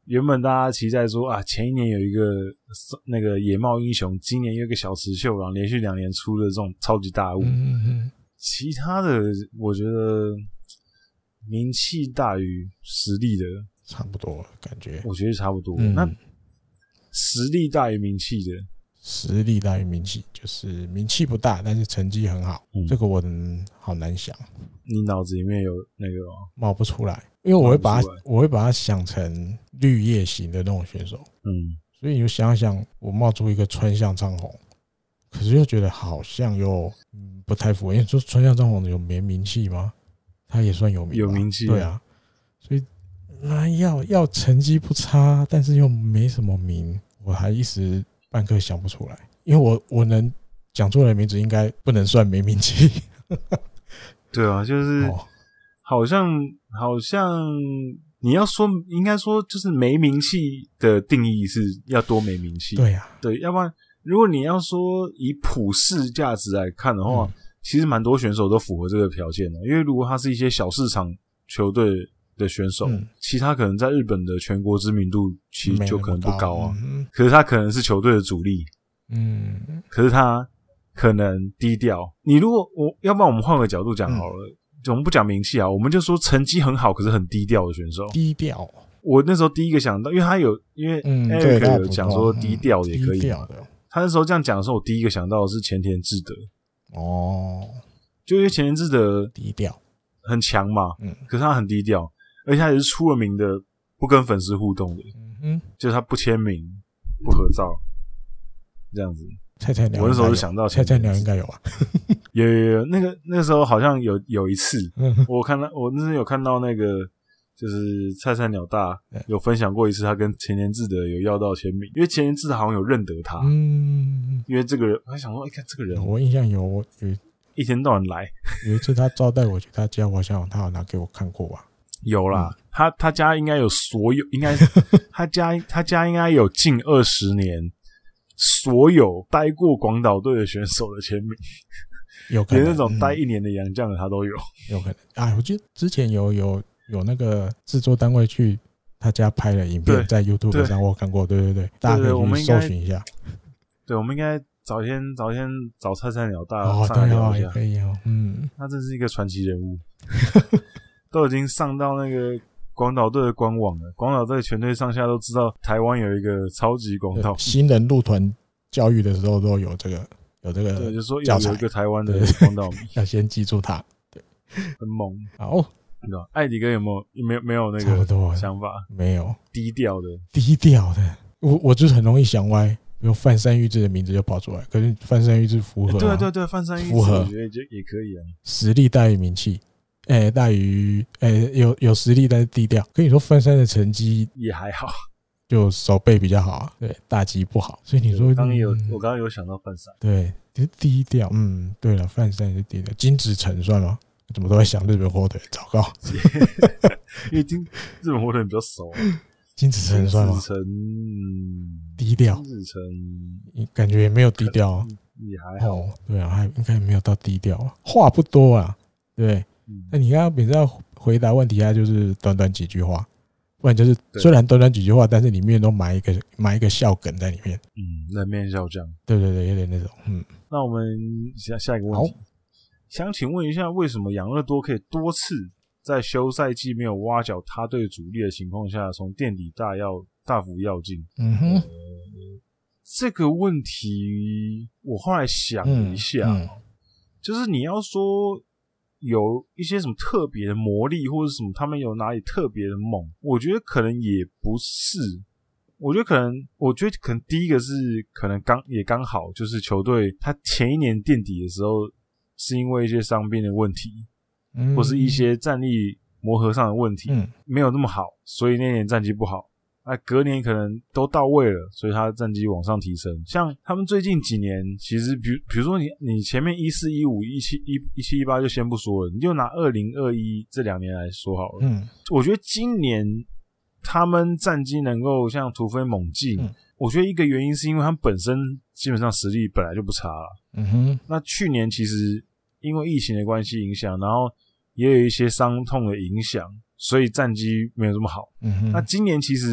原本大家期待说啊，前一年有一个那个野茂英雄，今年有一个小池秀郎，连续两年出的这种超级大物。 嗯嗯， 其他的我觉得名气大于实力的差不多感觉， 我觉得差不多。 嗯、 那实力大于名气的， 实力大于名气，就是名气不大，但是成绩很好。嗯、这个我好难想。 你脑子里面有那个吗？ 冒不出来，因为我会把它，我会把它想成绿叶型的那种选手。嗯，所以你就想想，我冒出一个川向昌宏，可是又觉得好像又、嗯、不太符合，因为说川向昌宏有没名气吗？他也算有名， 有名气， 对啊。所以那要要成绩不差，但是又没什么名，我还一时半刻想不出来，因为我我能讲出来的名字应该不能算没名气。 对啊，就是好像、哦、好像你要说，应该说就是没名气的定义是要多没名气。 对啊， 对，要不然如果你要说以普世价值来看的话，嗯、其实蛮多选手都符合这个条件的。因为如果他是一些小市场球队的选手，嗯、其他可能在日本的全国知名度其实就可能不高啊。嗯、可是他可能是球队的主力，嗯，可是他可能低调。你如果我，要不然我们换个角度讲好了，嗯、我们不讲名气啊，我们就说成绩很好，可是很低调的选手。 低调。 我那时候第一个想到，因为他有，因为 Eric 有讲说低调也可以嘛。 嗯、 他那时候这样讲的时候，我第一个想到的是前田智德。哦，就因为前田智德低调， 很强嘛，嗯，可是他很低调，而且他也是出了名的不跟粉丝互动的，嗯哼，就是他不签名、不合照，这样子。 菜菜鸟， 我那时候就想到菜菜鸟应该有啊， 有有有，那个那个时候好像有有一次，我看到我那时候有看到那个就是菜菜鸟大有分享过一次，他跟前田智德有要到签名，因为前田智德好像有认得他，嗯，因为这个人，他想说，哎、欸，看这个人， 我印象有，我有一天到晚来， 有一次他招待我去他家，我想他有拿给我看过吧。 有啦，嗯、他他家应该有所有，应该他家他家应该有近二十年所有待过广岛队的选手的签名， 有可能连那种待一年的洋将的他都有， 有可能啊。我记得之前有有有那个制作单位去他家拍了影片，在 YouTube 上我看过，对对对，大家可以去搜寻一下。 对，我们应该早天早天找菜菜鸟大哦， 上来聊一下， 可以哦，嗯， 他真是一个传奇人物。都已经上到那个广岛队的官网了，广岛队全队上下都知道台湾有一个超级广岛新人入团教育的时候都有这个有这个， 对，就说有有一个台湾的广岛迷， 要先记住他，对， 很猛。 好， 艾迪哥有没有没有没有那个想法？ 没有， 低调的， 低调的，我我就是很容易想歪，比如范山裕志的名字就跑出来，可是范山裕志符合、啊， 对对对，范山裕志我觉得就也可以啊， 实力大于名气。哎、欸，大于哎、欸、有有实力，但是低调。跟你说，范山的成绩也还好， 就手背比较好啊，对，打击不好。所以你说， 刚有、嗯、我刚刚有想到范山， 对，就是低调。嗯，对了，范山是低调。金子成算吗？怎么都在想日本火腿？糟糕， 因为金日本火腿比较熟、啊。 金子成算吗？ 金子成低调， 金子成感觉也没有低调、啊， 也还好。 哦，对啊，还应该没有到低调啊，话不多啊，对。那、嗯、你刚刚每次要回答问题，他就是短短几句话，不然就是虽然短短几句话，但是里面都埋一个埋一个笑梗在里面。 嗯，冷面笑匠。 对对对，有点那种。嗯， 那我们下下一个问题，想请问一下，为什么养乐多可以多次在休赛季没有挖角他队主力的情况下，从垫底大要大幅跃进？嗯哼、呃，这个问题我后来想了一下，嗯嗯、就是你要说。有一些什么特别的魔力，或者什么他们有哪里特别的猛，我觉得可能也不是。我觉得可能，我觉得可能第一个是可能刚也刚好，就是球队他前一年垫底的时候，是因为一些伤病的问题，嗯、或是一些战力磨合上的问题，嗯、没有那么好，所以那年战绩不好。哎，隔年可能都到位了，所以他战绩往上提升。像他们最近几年，其实比比如说你你前面一四一五一七一一七一八就先不说了，你就拿二零二一这两年来说好了。嗯，我觉得今年他们战绩能够像突飞猛进，嗯、我觉得一个原因是因为他们本身基本上实力本来就不差了。嗯哼，那去年其实因为疫情的关系影响，然后也有一些伤痛的影响，所以战绩没有这么好。嗯哼，那今年其实。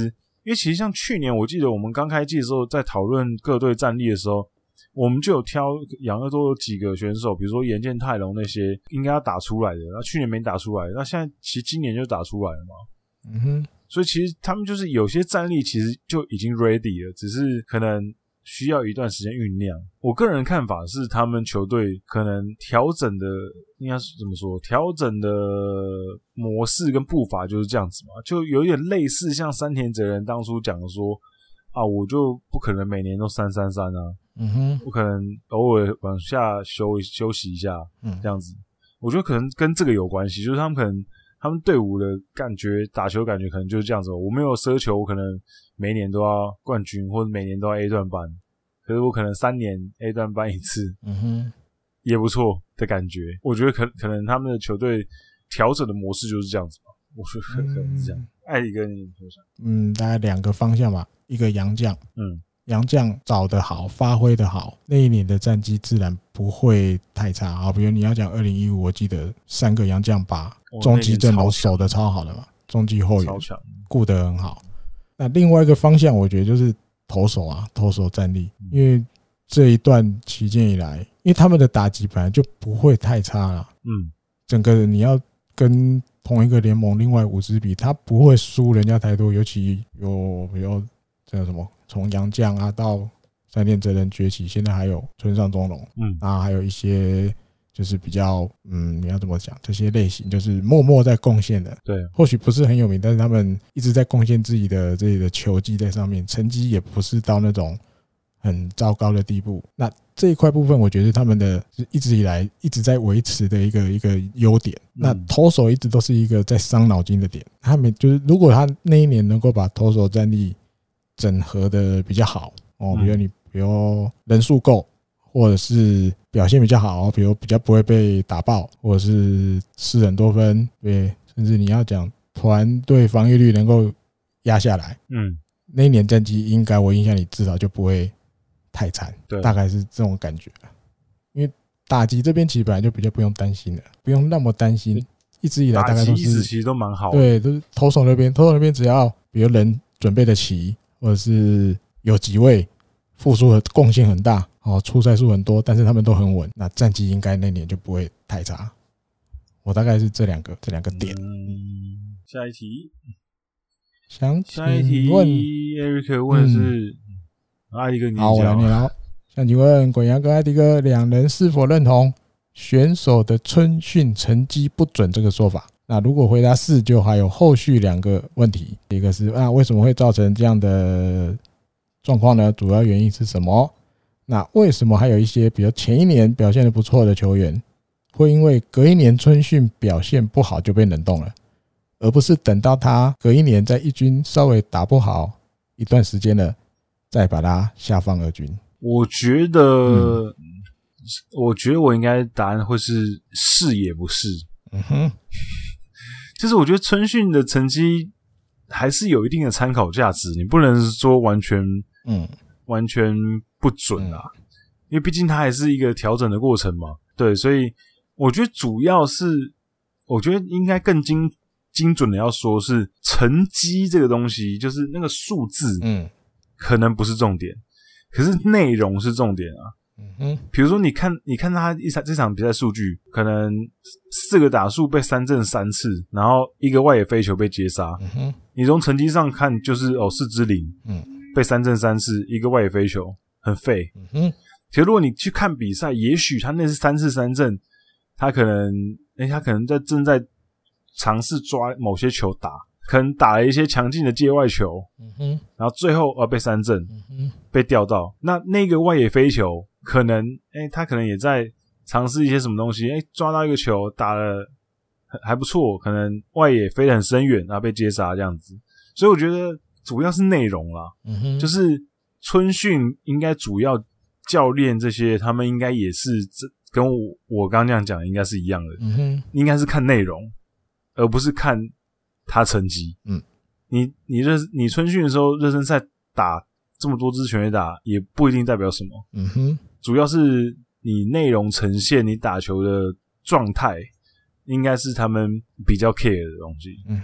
因为其实像去年我记得我们刚开季的时候在讨论各队战力的时候，我们就有挑养乐多有几个选手，比如说岩见太郎那些应该要打出来的，那去年没打出来，那现在其实今年就打出来了嘛。 嗯哼， 所以其实他们就是有些战力其实就已经 ready 了，只是可能需要一段时间酝酿。我个人看法是，他们球队可能调整的，应该是怎么说？调整的模式跟步伐就是这样子嘛，就有点类似像山田哲人当初讲的说，啊，我就不可能每年都三三三啊， 嗯哼， 我可能偶尔往下休休息一下，嗯，这样子。我觉得可能跟这个有关系，就是他们可能他们队伍的感觉，打球感觉可能就是这样子。我没有奢求，我可能每年都要冠军，或者每年都要 A 段班，可是我可能三年 A 段班一次， 嗯哼， 也不错的感觉。我觉得可可能他们的球队调整的模式就是这样子吧。我觉得可能是这样。艾迪哥，你分享？ 嗯，大概两个方向吧，一个洋将， 嗯。 洋将找得好，发挥得好，那一年的战绩自然不会太差。好，比如你要讲二零一五，我记得三个洋将把中继阵容守得超好的嘛，中继后援顾得很好。那另外一个方向，我觉得就是投手啊，投手战力，因为这一段期间以来，因为他们的打击本来就不会太差了，嗯，整个你要跟同一个联盟另外五支比，他不会输人家太多，尤其有有这个什么。从洋将啊到山田哲人崛起，现在还有村上宗隆，嗯，啊，还有一些就是比较，嗯，你要怎么讲？这些类型就是默默在贡献的，对，或许不是很有名，但是他们一直在贡献自己的自己的球技在上面，成绩也不是到那种很糟糕的地步。那这一块部分，我觉得他们的一直以来一直在维持的一个一个优点。那投手一直都是一个在伤脑筋的点，他们就是如果他那一年能够把投手战力整合的比较好哦，比如你比如人数够，或者是表现比较好，比如比较不会被打爆，或者是失很多分，对，甚至你要讲团队防御率能够压下来，嗯，那一年战绩应该我印象里至少就不会太惨，大概是这种感觉。因为打击这边其实本来就比较不用担心了，不用那么担心，一直以来大概都是打击一直其实都蛮好的， 对，都是投手那边，投手那边只要比如人准备得齐。或者是有几位付出的贡献很大，哦，出赛数很多，但是他们都很稳，那战绩应该那年就不会太差。我大概是这两个这两个点。 嗯，下一题， 想下一题问 Eric 问的是，嗯、艾迪哥你讲， 好，我来念了。想请问滚阳跟艾迪哥两人是否认同选手的春训成绩不准这个说法？那如果回答是，就还有后续两个问题，一个是啊，为什么会造成这样的状况呢？主要原因是什么？那为什么还有一些比如前一年表现得不错的球员，会因为隔一年春训表现不好就被冷冻了，而不是等到他隔一年在一军稍微打不好一段时间了，再把他下放二军？ 我觉得，嗯、我觉得我应该答案会是是也不是。嗯哼。就是我觉得春训的成绩还是有一定的参考价值，你不能说完全嗯完全不准啊，嗯、因为毕竟它还是一个调整的过程嘛。对，所以我觉得主要是，我觉得应该更精精准的要说是成绩这个东西，就是那个数字，嗯，可能不是重点，可是内容是重点啊。嗯哼，比如说你看，你看他一场这场比赛数据，可能四个打数被三振三次，然后一个外野飞球被接杀。嗯哼，你从成绩上看就是哦四支零，嗯，被三振三次，一个外野飞球，很废。嗯哼，其实如果你去看比赛，也许他那是三次三振，他可能，诶、欸，他可能在正在尝试抓某些球打，可能打了一些强劲的界外球。嗯哼，然后最后呃被三振，嗯哼，被吊到，那那个外野飞球。可能，诶、欸，他可能也在尝试一些什么东西，诶、欸，抓到一个球打了还不错，可能外野飞得很深远，然后被接杀这样子。所以我觉得主要是内容啦，嗯哼，就是春训应该主要教练这些，他们应该也是跟我我刚刚这样讲应该是一样的，嗯哼，应该是看内容，而不是看他成绩。嗯，你你热你春训的时候热身赛打这么多支全垒打，也不一定代表什么。嗯哼。主要是你内容呈现，你打球的状态，应该是他们比较 care 的东西。嗯哼，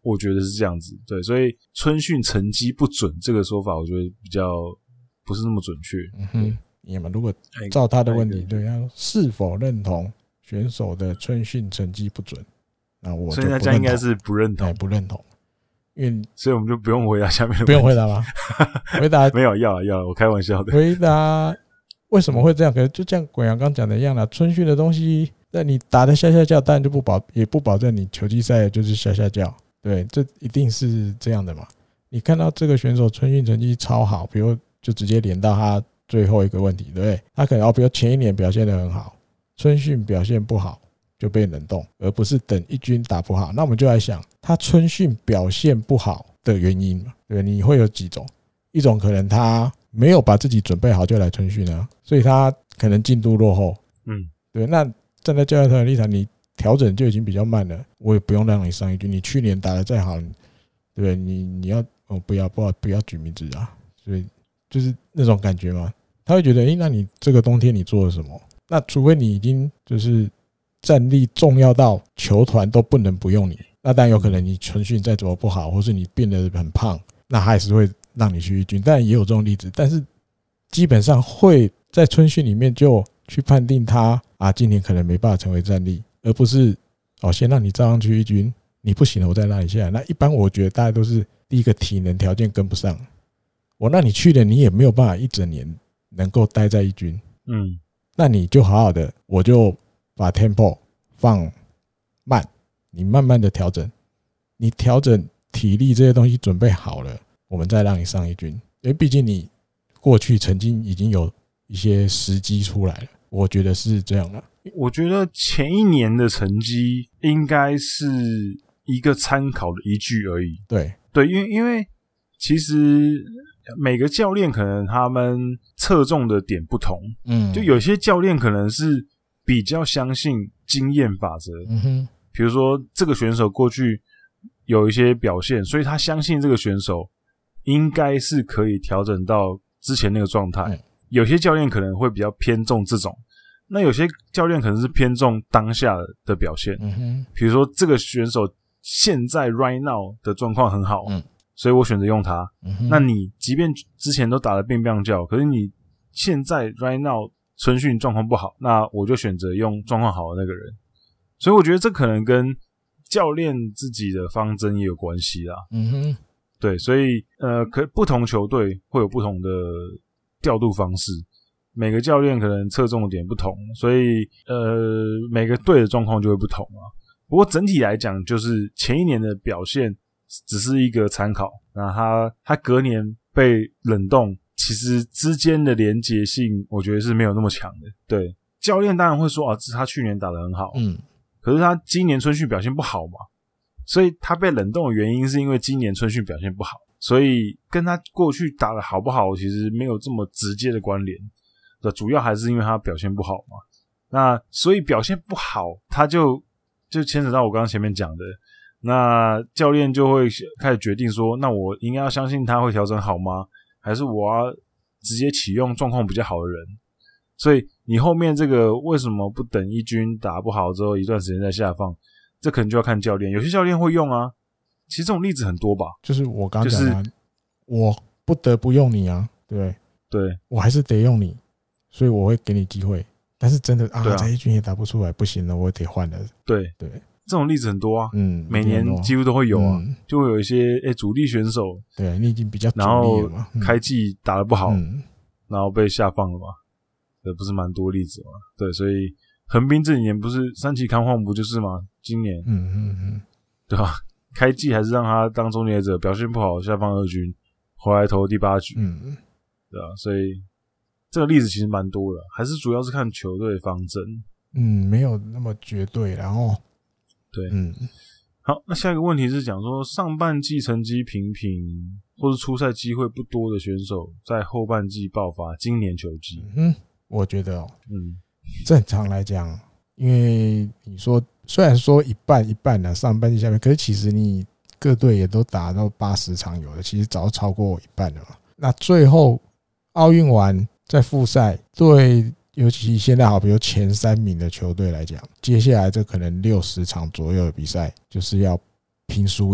我觉得是这样子，对，所以春训成绩不准这个说法，我觉得比较不是那么准确。 嗯哼，也嘛，如果照他的问题，对，他是否认同选手的春训成绩不准？那我就所以大家应该是不认同， 不认同，因为所以我们就不用回答下面的问题， 不用回答吗？回答没有要要，我开玩笑的。 回答为什么会这样？可能就像鬼阳刚讲的一样啦，春训的东西，那你打的下下叫，当然就不保，也不保证你球季赛就是下下叫。对，这一定是这样的嘛。你看到这个选手春训成绩超好，比如就直接连到他最后一个问题，对不对？他可能哦，比如前一年表现得很好，春训表现不好就被冷冻，而不是等一军打不好。那我们就来想，他春训表现不好的原因嘛，对不对？你会有几种？一种可能他没有把自己准备好就来春训啊，所以他可能进度落后。 嗯， 对。那站在教练团的立场，你调整就已经比较慢了，我也不用让你上一军。你去年打得再好，对不对？你你要哦，不要不要不要举名字啊！所以就是那种感觉嘛，他会觉得，哎、欸，那你这个冬天你做了什么？那除非你已经就是战力重要到球团都不能不用你，那当然有可能你春训再怎么不好，或是你变得很胖，那他还是会让你去一军。当然也有这种例子，但是基本上会在春训里面就去判定他啊，今年可能没办法成为战力。而不是哦，先让你照上去一军，你不行了，我再拉你下来。那一般我觉得大家都是第一个体能条件跟不上，我让你去了，你也没有办法一整年能够待在一军。嗯，那你就好好的，我就把 tempo 放慢，你慢慢的调整，你调整体力这些东西准备好了，我们再让你上一军。因为毕竟你过去曾经已经有一些时机出来了，我觉得是这样的。 我觉得前一年的成绩应该是一个参考的依据而已。 对对，因为因为其实每个教练可能他们侧重的点不同，嗯，就有些教练可能是比较相信经验法则，嗯哼，比如说这个选手过去有一些表现，所以他相信这个选手应该是可以调整到之前那个状态。嗯，有些教练可能会比较偏重这种。那有些教练可能是偏重当下的表现，嗯哼，比如说这个选手现在 right now 的状况很好，嗯，所以我选择用他，嗯哼。那你即便之前都打得变变叫，可是你现在 right now 春训状况不好，那我就选择用状况好的那个人。所以我觉得这可能跟教练自己的方针也有关系啦，嗯哼，对，所以呃，可不同球队会有不同的调度方式。每个教练可能侧重的点不同，所以呃，每个队的状况就会不同啊。不过整体来讲，就是前一年的表现只是一个参考，那他他隔年被冷冻，其实之间的连结性，我觉得是没有那么强的。对，教练当然会说啊，这是他去年打得很好，嗯，可是他今年春训表现不好嘛，所以他被冷冻的原因是因为今年春训表现不好，所以跟他过去打得好不好，其实没有这么直接的关联。主要还是因为他表现不好嘛，那所以表现不好，他就就牵扯到我刚刚前面讲的，那教练就会开始决定说，那我应该要相信他会调整好吗？还是我要直接启用状况比较好的人？所以你后面这个为什么不等一军打不好之后一段时间再下放？这可能就要看教练，有些教练会用啊。其实这种例子很多吧， 就是我刚刚讲的、啊就是，我不得不用你啊，对不对？ 对， 我还是得用你。所以我会给你机会，但是真的啊，这、啊、一军也打不出来，不行了，我得换了。 对对， 这种例子很多啊，嗯，每年几乎都会有啊，嗯、就会有一些诶、欸、主力选手， 对你已经比较主力了嘛， 然后开季打得不好、嗯，然后被下放了嘛，这不是蛮多例子嘛？对，所以横滨这几年不是三崎康晃不就是吗？今年，嗯嗯嗯，对吧？开季还是让他当终结者，表现不好下放二军，回来投第八局，嗯，对吧？所以。这个例子其实蛮多的，还是主要是看球队方针。 嗯，没有那么绝对，然后， 对，嗯，好，那下一个问题是讲说，上半季成绩平平或是出赛机会不多的选手，在后半季爆发，今年球季。 嗯，我觉得哦，嗯，正常来讲，因为你说虽然说一半一半的上半季下面，可是其实你各队也都打到八十场有的，其实早就超过一半了嘛。那最后奥运完。在复赛，对，尤其现在好，比如前三名的球队来讲，接下来这可能六十场左右的比赛就是要拼输赢的，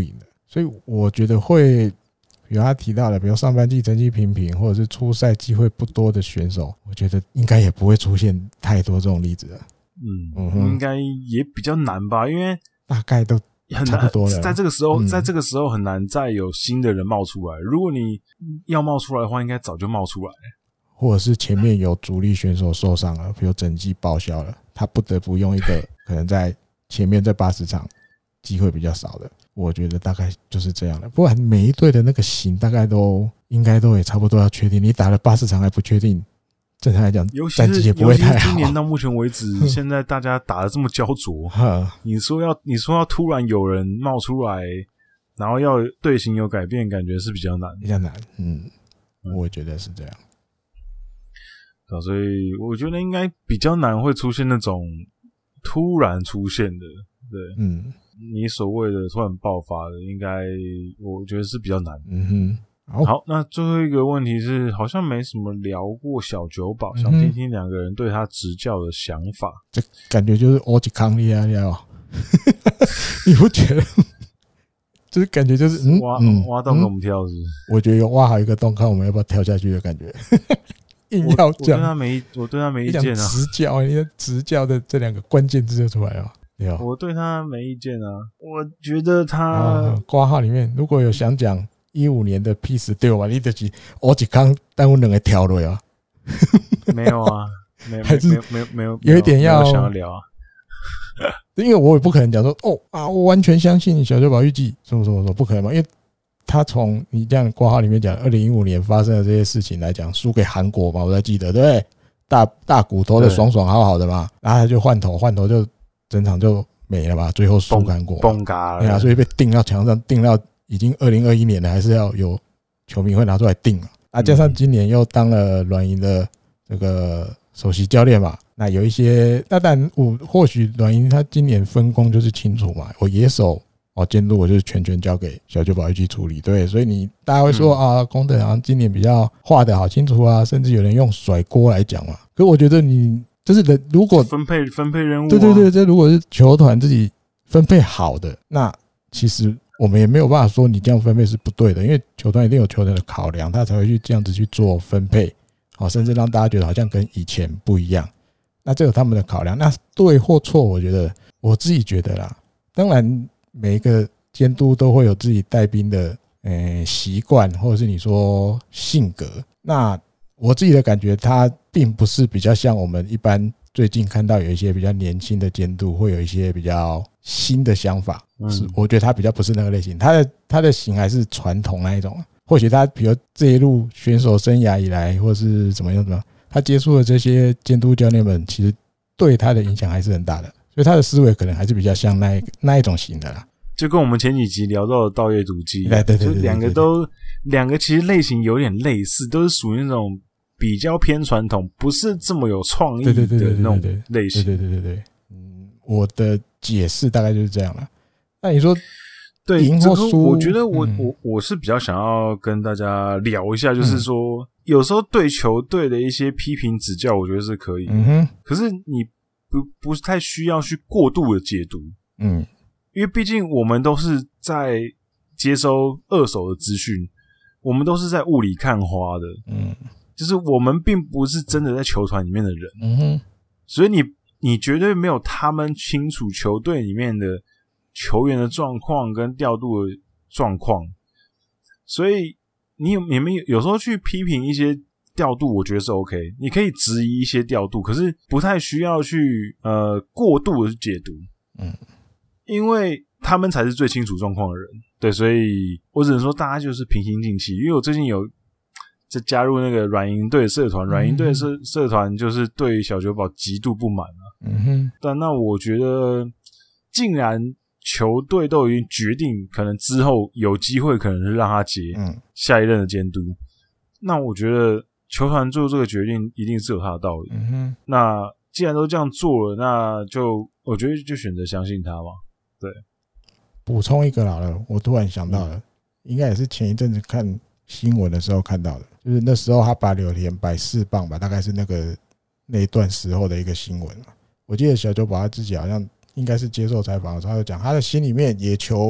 所以我觉得会，比如他提到的，比如上半季成绩平平，或者是出赛机会不多的选手，我觉得应该也不会出现太多这种例子了。 嗯，嗯应该也比较难吧，因为大概都差不多了。 在这个时候， 嗯、 在这个时候很难再有新的人冒出来。如果你要冒出来的话，应该早就冒出来了。 或者是前面有主力选手受伤了，比如整季报销了，他不得不用一个可能在前面这八十场机会比较少的，我觉得大概就是这样的。不然每一队的那个型大概都应该都也差不多要确定，你打了八十场还不确定，正常来讲战绩也不会太好。 尤其是今年到目前为止，现在大家打得这么焦灼，你说要你说要突然有人冒出来，然后要队形有改变，感觉是比较难， 比较难。嗯，我也觉得是这样。 啊，所以我觉得应该比较难会出现那种突然出现的，对，嗯，你所谓的突然爆发的，应该我觉得是比较难。 嗯哼， 好，好，那最后一个问题是，好像没什么聊过小酒保，嗯、想听听两个人对他执教的想法。 这感觉就是欧吉康利啊，你不觉得？就是感觉就是嗯挖挖洞给我们跳是不是、 嗯？我觉得有挖好一个洞，看我们要不要跳下去的感觉。硬要讲， 我对他没，我对他没意见啊。 执教，你的执教的这两个关键字就出来了。对我对他没意见啊。我觉得他挂号里面如果有想讲一五年的 piece 对吧？你就是我一康耽误两个跳落啊。 没有啊，没有，还是没有，没有，没有， 有一点要想要聊啊。 因为我也不可能讲说哦啊，我完全相信小酒保预计什么什么什么，不可能嘛，因为。他从你这样挂号里面讲，二零一五年发生的这些事情来讲，输给韩国嘛，我才记得，对不对？大大骨头的爽爽好好的嘛，然后他就换头，换头就整场就没了嘛，最后输韩国， 崩嘎了， 对啊，所以被钉到墙上，钉到已经二零二一年了，还是要有球迷会拿出来钉啊。加上今年又当了软银的这个首席教练嘛，那有一些，那但我或许软银他今年分工就是清楚嘛，我野手。哦，监督我就是全权交给小酒保一起处理，对，所以你大家会说、嗯、啊，功德好像今年比较画得好清楚啊，甚至有人用甩锅来讲嘛。可我觉得你就是人，如果分配分配任务、啊， 对对对，这如果是球团自己分配好的，那其实我们也没有办法说你这样分配是不对的，因为球团一定有球团的考量，他才会去这样子去做分配，好，甚至让大家觉得好像跟以前不一样。那这有他们的考量，那对或错，我觉得我自己觉得啦，当然。每一个监督都会有自己带兵的呃习惯，或者是你说性格。那我自己的感觉，他并不是比较像我们一般最近看到有一些比较年轻的监督，会有一些比较新的想法。是，我觉得他比较不是那个类型，他的他的型还是传统那一种。或许他比如这一路选手生涯以来，或是怎么样怎么样，他接触的这些监督教练们，其实对他的影响还是很大的。所以他的思维可能还是比较像那一那一种型的啦， 就跟我们前几集聊到的道业主机， 对对对， 两个都两个其实类型有点类似，都是属于那种比较偏传统，不是这么有创意的那种类型。 对对对对对，嗯，我的解释大概就是这样了。那你说对赢或输， 我觉得我我我是比较想要跟大家聊一下，就是说有时候对球队的一些批评指教，我觉得是可以， 嗯哼， 可是你。不不是太需要去过度的解读， 嗯， 因为毕竟我们都是在接收二手的资讯，我们都是在雾里看花的， 嗯， 就是我们并不是真的在球团里面的人， 嗯哼， 所以你你绝对没有他们清楚球队里面的球员的状况跟调度的状况，所以你有你们有时候去批评一些。调度我觉得是 OK， 你可以质疑一些调度，可是不太需要去呃过度的去解读， 嗯， 因为他们才是最清楚状况的人，对，所以我只能说大家就是平心静气，因为我最近有在加入那个软银队社团，软银队社社团就是对小酒保极度不满啊， 嗯哼， 但那我觉得竟然球队都已经决定，可能之后有机会可能是让他接下一任的监督，那我觉得。球团做这个决定一定是有他的道理， 嗯哼， 那既然都这样做了，那就我觉得就选择相信他嘛。对， 补充一个好了，我突然想到了，嗯、应该也是前一阵子看新闻的时候看到的，就是那时候他把柳田摆四棒吧，大概是那个那一段时候的一个新闻。我记得小酒保他自己好像应该是接受采访的时候，他就讲他的心里面野球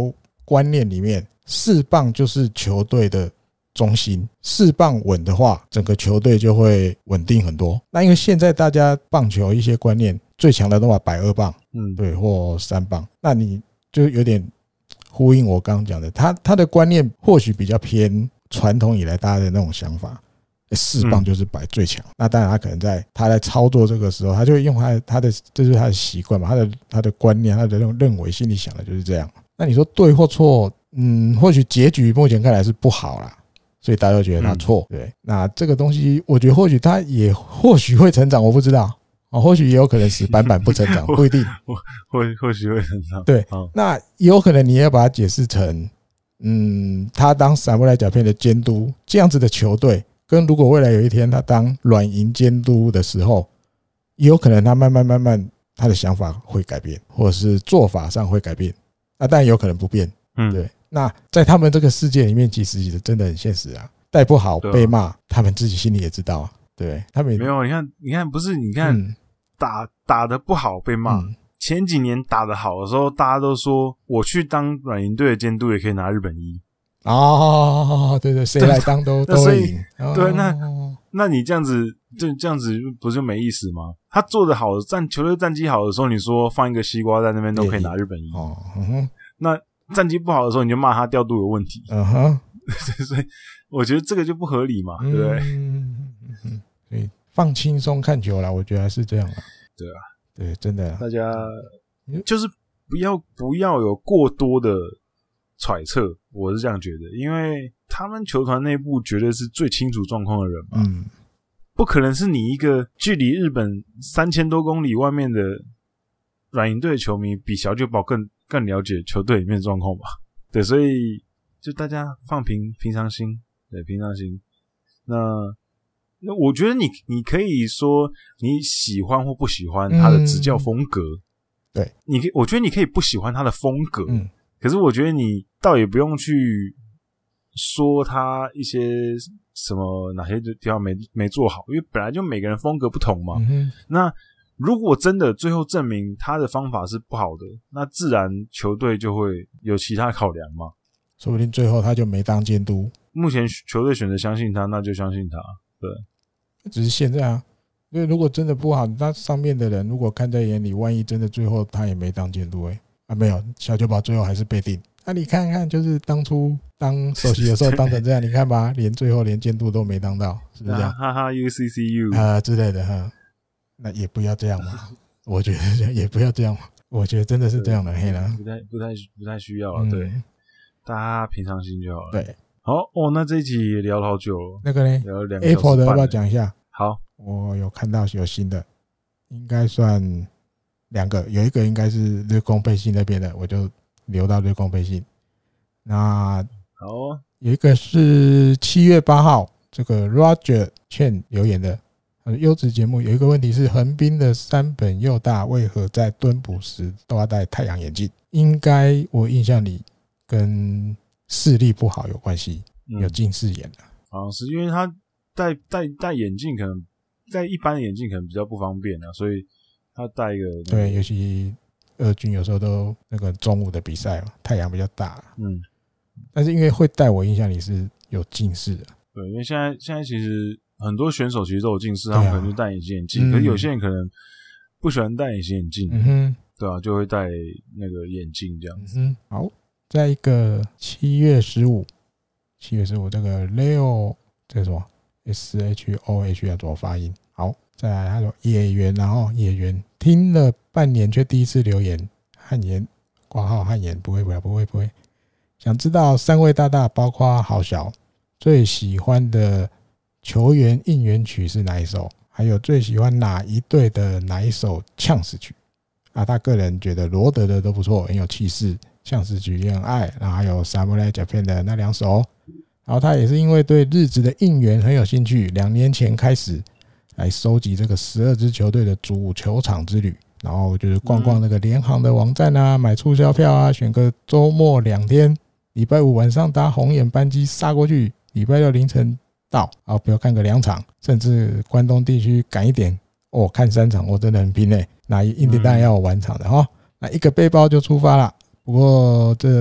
观念里面，四棒就是球队的中心，四棒稳的话，整个球队就会稳定很多。那因为现在大家棒球一些观念，最强的都把摆二棒，嗯，对，或三棒，那你就有点呼应我刚刚讲的，他他的观念或许比较偏传统以来大家的那种想法。四棒就是摆最强，嗯，那当然他可能在他在操作这个时候，他就会用他的他的这就是他的习惯嘛，他的他的观念，他的那种认为，心里想的就是这样。那你说对或错，嗯，或许结局目前看来是不好啦，所以大家都觉得他错，嗯，对。那这个东西，我觉得或许他也或许会成长，我不知道啊，或许也有可能死板板不成长，不一定， 或或许会成长。 对，那也有可能你也要把它解释成，嗯，他当萨姆莱甲片的监督这样子的球队。跟如果未来有一天他当软银监督的时候，也有可能他慢慢慢慢他的想法会改变，或者是做法上会改变，那当然有可能不变，嗯，对。那在他们这个世界里面，其实真的很现实啊，带不好被骂，他们自己心里也知道啊，对他们没有，你看，你看，不是，你看，嗯，打打得不好被骂，嗯，前几年打得好的时候，大家都说我去当软银队的监督也可以拿日本一。 哦，对对，谁来当都都会赢。 对，那那你这样子，就这样子不就没意思吗？他做得好，战球队战绩好的时候，你说放一个西瓜在那边都可以拿日本一。哦，嗯哼，那战绩不好的时候，你就骂他调度有问题。嗯哼，所以我觉得这个就不合理嘛，对不对？ 嗯嗯，所以放轻松看球啦，我觉得还是这样啊。 对啊， 对，真的， 大家就是不要不要有过多的揣测，我是这样觉得，因为他们球团内部绝对是最清楚状况的人嘛，嗯，不可能是你一个距离日本三千多公里外面的软银队的球迷比小酒保更更了解球队里面的状况吧？对，所以就大家放平平常心，对，平常心。那那我觉得你你可以说你喜欢或不喜欢他的执教风格，嗯， 对， 你我觉得你可以不喜欢他的风格，嗯。可是我觉得你倒也不用去说他一些什么哪些地方没没做好，因为本来就每个人风格不同嘛。嗯，那如果真的最后证明他的方法是不好的，那自然球队就会有其他考量嘛。 说不定最后他就没当监督。 目前球队选择相信他，那就相信他。对， 只是现在啊，因为如果真的不好，那上面的人如果看在眼里，万一真的最后他也没当监督，欸啊，没有，小酒保最后还是被定。那、啊、你看看，就是当初当首席的时候当成这样，你看吧，连最后连监督都没当到，是不是这样？ 哈哈 ，U C C U 啊之类的哈，那也不要这样嘛。我觉得也不要这样嘛。我觉得真的是这样的，黑了， 不太不太不太需要了，嗯，对，大家平常心就好了。 对， 好哦，那这一集也聊了好久了。 那个呢？ 聊了两个 Apple 的要不要讲一下？ 好， 我有看到有新的，应该算两个，有一个应该是日工配信那边的，我就留到日工配信。那好，哦， 有一个是七月八号，这个 Roger Chen 留言的，优质节目有一个问题是，横滨的山本佑大为何在蹲捕时都要戴太阳眼镜？应该我印象里跟视力不好有关系，有近视眼的。 好像是因为他戴戴戴眼镜，可能戴一般的眼镜可能比较不方便啊，所以他戴一个，那個， 对，尤其二军有时候都那个中午的比赛嘛，太阳比较大，嗯，但是因为会戴，我印象里是有近视的。 对，因为现在现在其实很多选手其实都有近视，他们可能就戴隐形眼镜，嗯，可是有些人可能不喜欢戴隐形眼镜，嗯哼，对啊，就会戴那个眼镜这样子。 嗯，好，再一个七月十五，七月十五这个 Leo 这个什么 S H O H 要怎么发音？好，再来他说野原，然后野原听了半年却第一次留言，汗颜挂号汗颜，不会不会不会不会，想知道三位大大包括好小最喜欢的球员应援曲是哪一首？还有最喜欢哪一队的哪一首呛死曲？啊，他个人觉得罗德的都不错，很有气势，呛死曲也很爱。然后还有 Samurai Japan 的那两首。然后他也是因为对日职的应援很有兴趣，两年前开始来收集这个十二支球队的主球场之旅。然后就是逛逛那个联航的网站啊，买促销票啊，选个周末两天，礼拜五晚上搭红眼班机杀过去，礼拜六凌晨到，啊，不要看个两场，甚至关东地区赶一点哦，看三场，我真的很拼嘞。那印第当然要有晚场的哈，那一个背包就出发了。不过这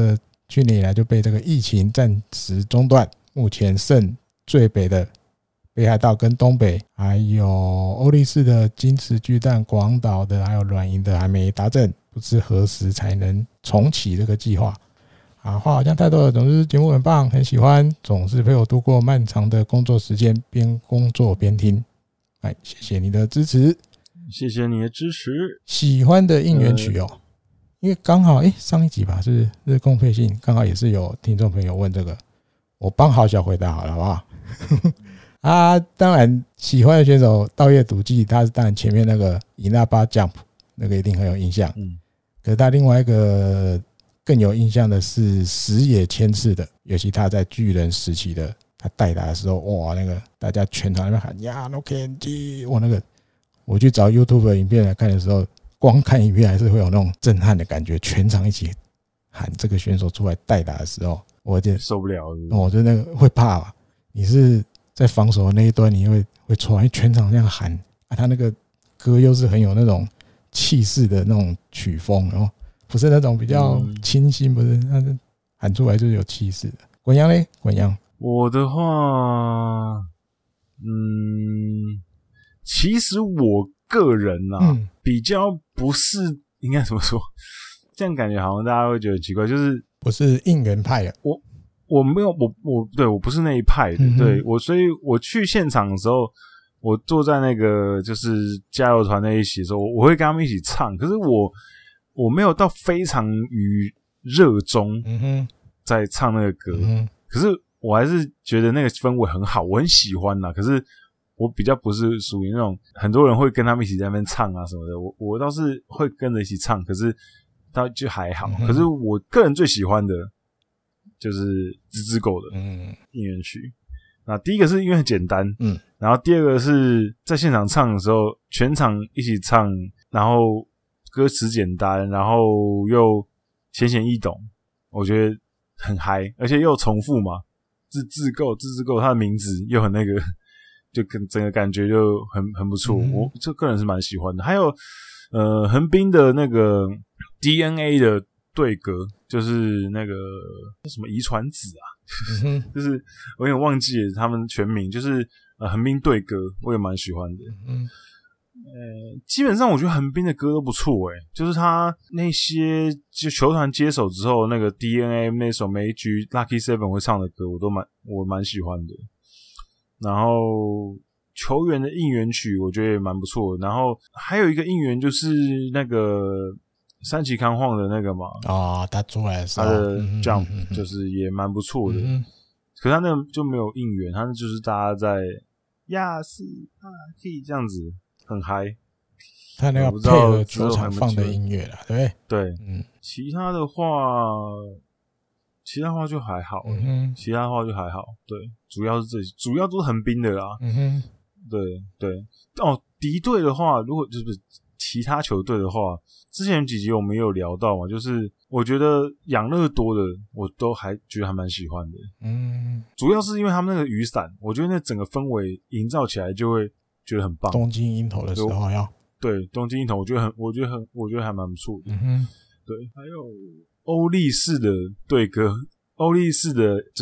去年以来就被这个疫情暂时中断，目前剩最北的北海道跟东北，还有欧力士的金池巨蛋、广岛的，还有软银的还没达阵，不知何时才能重启这个计划。啊，话好像太多了，总之节目很棒，很喜欢，总是陪我度过漫长的工作时间，边工作边听。哎，谢谢你的支持， 谢谢你的支持。 喜欢的应援曲哦，因为刚好哎、欸、上一集吧是日共配信，刚好也是有听众朋友问这个，我帮好小回答好了，好不好？啊，当然喜欢的选手稻叶笃纪，他是当然前面那个伊那巴 Jump 那个一定很有印象，嗯，可是他另外一个更有印象的是石野千次的，尤其他在巨人时期的他代打的时候，哇，那个大家全场那边喊呀 no Kenji， 我那个我去找 YouTube 的影片来看的时候，光看影片还是会有那种震撼的感觉，全场一起喊这个选手出来代打的时候，我就受不了， 我就那个会怕吧。你是在防守的那一端，你会会错，因为全场这样喊啊，他那个歌又是很有那种气势的那种曲风，然后不是那种比较清新，不是，但是喊出来就是有气势的。滚阳嘞，滚阳。 我的话，嗯，其实我个人啊，嗯、比较不是应该怎么说？这样感觉好像大家会觉得奇怪，就是不是应援派的。 我我没有，我我对我不是那一派的，嗯、对我，所以我去现场的时候，我坐在那个就是加油团那一起的时候，我会跟他们一起唱，可是我我没有到非常于热衷在唱那个歌，嗯、可是我还是觉得那个氛围很好，我很喜欢啦。可是我比较不是属于那种很多人会跟他们一起在那边唱啊什么的，我我倒是会跟着一起唱，可是倒就还好。嗯、可是我个人最喜欢的就是直直狗的应援曲。那第一个是因为很简单，嗯，然后第二个是在现场唱的时候，全场一起唱，然后歌词简单，然后又浅显易懂，我觉得很嗨，而且又重复嘛，自自购自自购，它的名字又很那个，就跟整个感觉就很很不错，嗯、我这个人是蛮喜欢的。还有呃横滨的那个 D N A 的对歌，就是那个什么遗传子啊，嗯、就是我有点忘记了他们全名，就是呃横滨对歌，我也蛮喜欢的。嗯。呃，基本上我觉得横滨的歌都不错诶，就是他那些就球团接手之后，那个 D N A 那首每一局 Lucky Seven 会唱的歌，我都蛮我蛮喜欢的。然后球员的应援曲，我觉得也蛮不错的。然后还有一个应援就是那个三崎康晃的那个嘛， 啊、哦，他出来的时候， 他的 Jump 就是也蛮不错的。嗯、可是他那个就没有应援，他就是大家在亚斯阿 K 这样子。很嗨， 他那个配合球场放的音乐啦，对不对？ 对，嗯，其他的话，其他的话就还好，嗯，其他的话就还好，对，主要是这些，主要都是横滨的啦，嗯哼，对对，哦，敌对的话，如果就是其他球队的话，之前几集我们也有聊到嘛，就是我觉得养乐多的我都还觉得还蛮喜欢的，嗯，主要是因为他们那个雨伞，我觉得那整个氛围营造起来就会。觉得很棒。 东京鹰头的时候要对东京鹰头，我觉得很，我觉得很，我觉得还蛮不错的。嗯哼，对，还有欧力士的对歌，欧力士的就是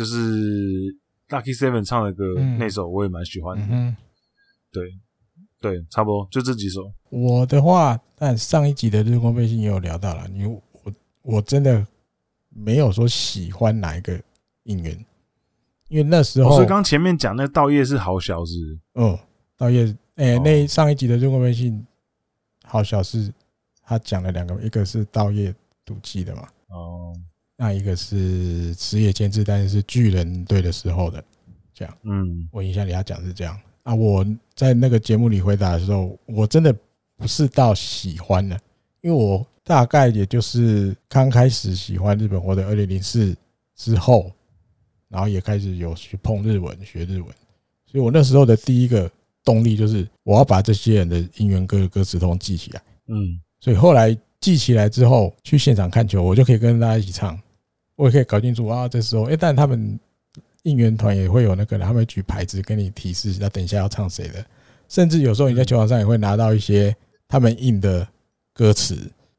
Lucky Seven 唱的歌，嗯、那首我也蛮喜欢的。嗯、对对，差不多就这几首。 我的话，但上一集的日光背心也有聊到了，你我我真的没有说喜欢哪一个应援，因为那时候， 哦、所以刚前面讲那个稻叶是好小子， 嗯。稻叶，诶、欸，那上一集的日光背信，好小是他讲了两个，一个是稻叶笃纪的嘛，哦，那一个是石野千次，但是是巨人队的时候的，这样，嗯，我印象里他讲是这样啊。我在那个节目里回答的时候，我真的不是到喜欢的，因为我大概也就是刚开始喜欢日本火腿二零零四之后，然后也开始有去碰日文、学日文，所以我那时候的第一个动力就是我要把这些人的应援歌的歌词通记起来，嗯，所以后来记起来之后，去现场看球，我就可以跟大家一起唱，我也可以搞清楚啊，这时候，哎、欸，但他们应援团也会有那个，他们会举牌子跟你提示，那等一下要唱谁的，甚至有时候你在球场上也会拿到一些他们印的歌词，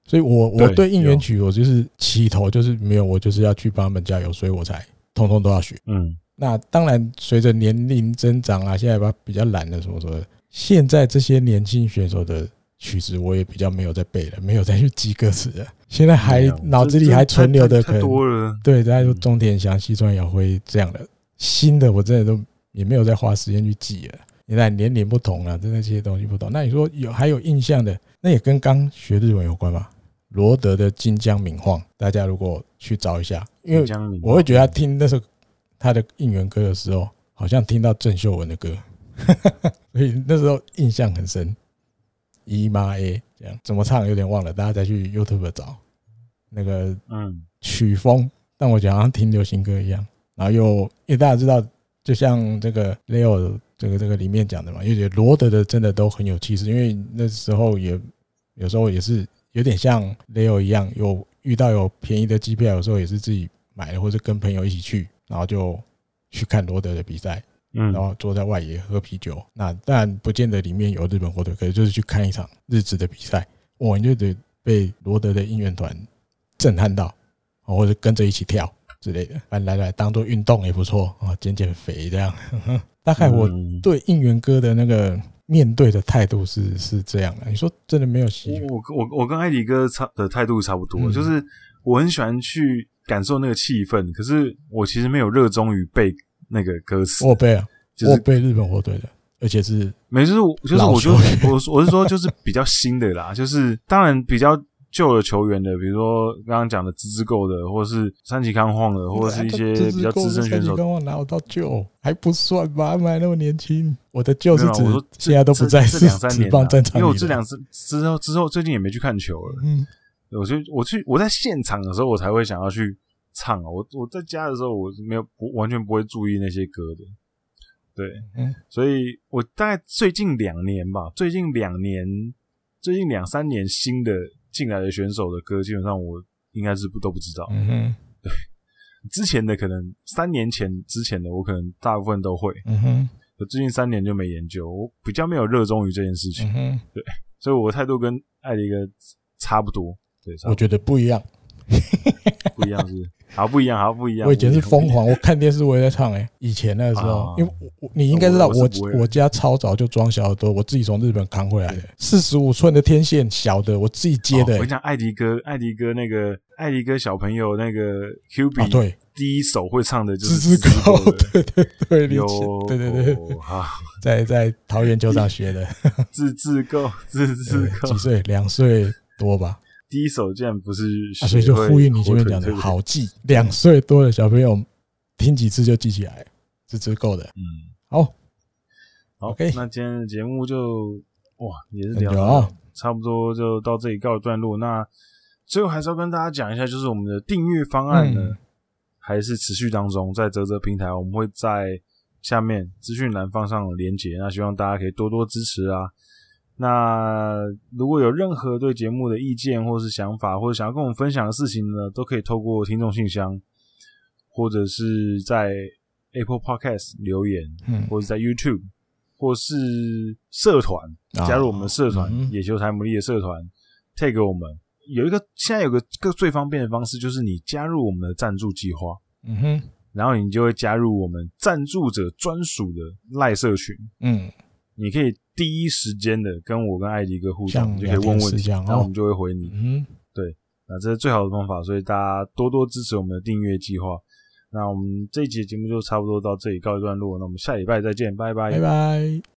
所以我我对应援曲我就是起头就是没有，我就是要去帮他们加油，所以我才通通都要学。嗯，那当然随着年龄增长啊，现在比较懒了什么什么的，现在这些年轻选手的曲子我也比较没有在背了，没有再去记歌词了。现在还脑子里还存留的可能多了， 对，大家说中田翔、西川遥辉这样的新的，我真的都也没有再花时间去记了。现在年龄不同了，真的这些东西不同。那你说有还有印象的，那也跟刚学日文有关吧？罗德的《金江敏晃》，大家如果去找一下，因为我会觉得他听那首他的应援歌的时候，好像听到郑秀文的歌，所以那时候印象很深。姨妈 A 这样怎么唱有点忘了，大家再去 YouTube 找那个嗯曲风，但我觉得好像听流行歌一样。然后又因为大家知道，就像这个 Leo 这个这个里面讲的嘛，因为罗德的真的都很有气势，因为那时候也有时候也是有点像 Leo 一样，有遇到有便宜的机票，有时候也是自己买的，或者跟朋友一起去，然后就去看罗德的比赛。然后坐在外野喝啤酒，那当然不见得里面有日本火腿，可是就是去看一场日职的比赛，哇，你就得被罗德的应援团震撼到，或者跟着一起跳之类的，反正来来当做运动也不错啊，减减肥这样。大概我对应援歌的那个面对的态度是是这样的。你说真的没有习惯？ 我我我跟艾迪哥差的态度差不多，嗯、就是我很喜欢去感受那个气氛，可是我其实没有热衷于背。那个歌词我背啊，就是、我背日本火腿的，而且是没就是就是我就我我是说就是比较新的啦，就是当然比较旧的球员的，比如说刚刚讲的芝芝够的，或者是三崎康晃的，或者是一些比较资深选手。三崎康晃哪有到旧？还不算吧，他们还那么年轻。我的旧是指现在都不在这两三年、啊， 战场因为我这两次之后之后最近也没去看球了。嗯，我就我去我在现场的时候，我才会想要去。唱啊！我我在家的时候，我没有我完全不会注意那些歌的，对，嗯，所以我大概最近两年吧，最近两年，最近两三年新的进来的选手的歌，基本上我应该是不都不知道，嗯哼，对，之前的可能三年前之前的，我可能大部分都会，嗯哼，我最近三年就没研究，我比较没有热衷于这件事情，嗯哼，对，所以我的态度跟艾迪哥差不多，对， 我觉得不一样， 不一样是。好不一样，好不一样。 我以前是疯狂，我看电视我也在唱哎、欸。以前那个时候，啊、因为我你应该知道，我 我, 我家超早就装小耳朵，我自己从日本扛回来的，四十五寸的天线小的，我自己接的、欸哦。 我跟你讲，艾迪哥，艾迪哥那个艾迪哥小朋友那个 Q B，、啊、 对， 第一首会唱的就是芝芝狗，对对对， 有对对对，好，在在桃园球场学的， 芝芝狗，芝芝狗， 几岁？两岁多吧。 第一首竟然不是学、 啊，所以就呼应你前面讲的好记，两岁多的小朋友听几次就记起来，是足够的。嗯，好， 好 ，OK， 那今天的节目就哇也是聊到差不多就到这里告一段落。那最后还是要跟大家讲一下，就是我们的订阅方案呢、嗯、还是持续当中，在嘖嘖平台我们会在下面资讯栏放上连结，那希望大家可以多多支持啊。那如果有任何对节目的意见或是想法，或者想要跟我们分享的事情呢，都可以透过听众信箱，或者是在 Apple Podcast 留言，嗯，或者在 YouTube， 或是社团加入我们的社团、哦、野球台牡蠣的社团 tag 我们。有一个现在有个个最方便的方式，就是你加入我们的赞助计划，嗯哼，然后你就会加入我们赞助者专属的赖社群，嗯，你可以第一时间的跟我跟艾迪哥互动，你就可以问问题，然后我们就会回你。嗯，对，那这是最好的方法，所以大家多多支持我们的订阅计划。那我们这一期的节目就差不多到这里告一段落，那我们下礼拜再见，拜拜， 拜拜。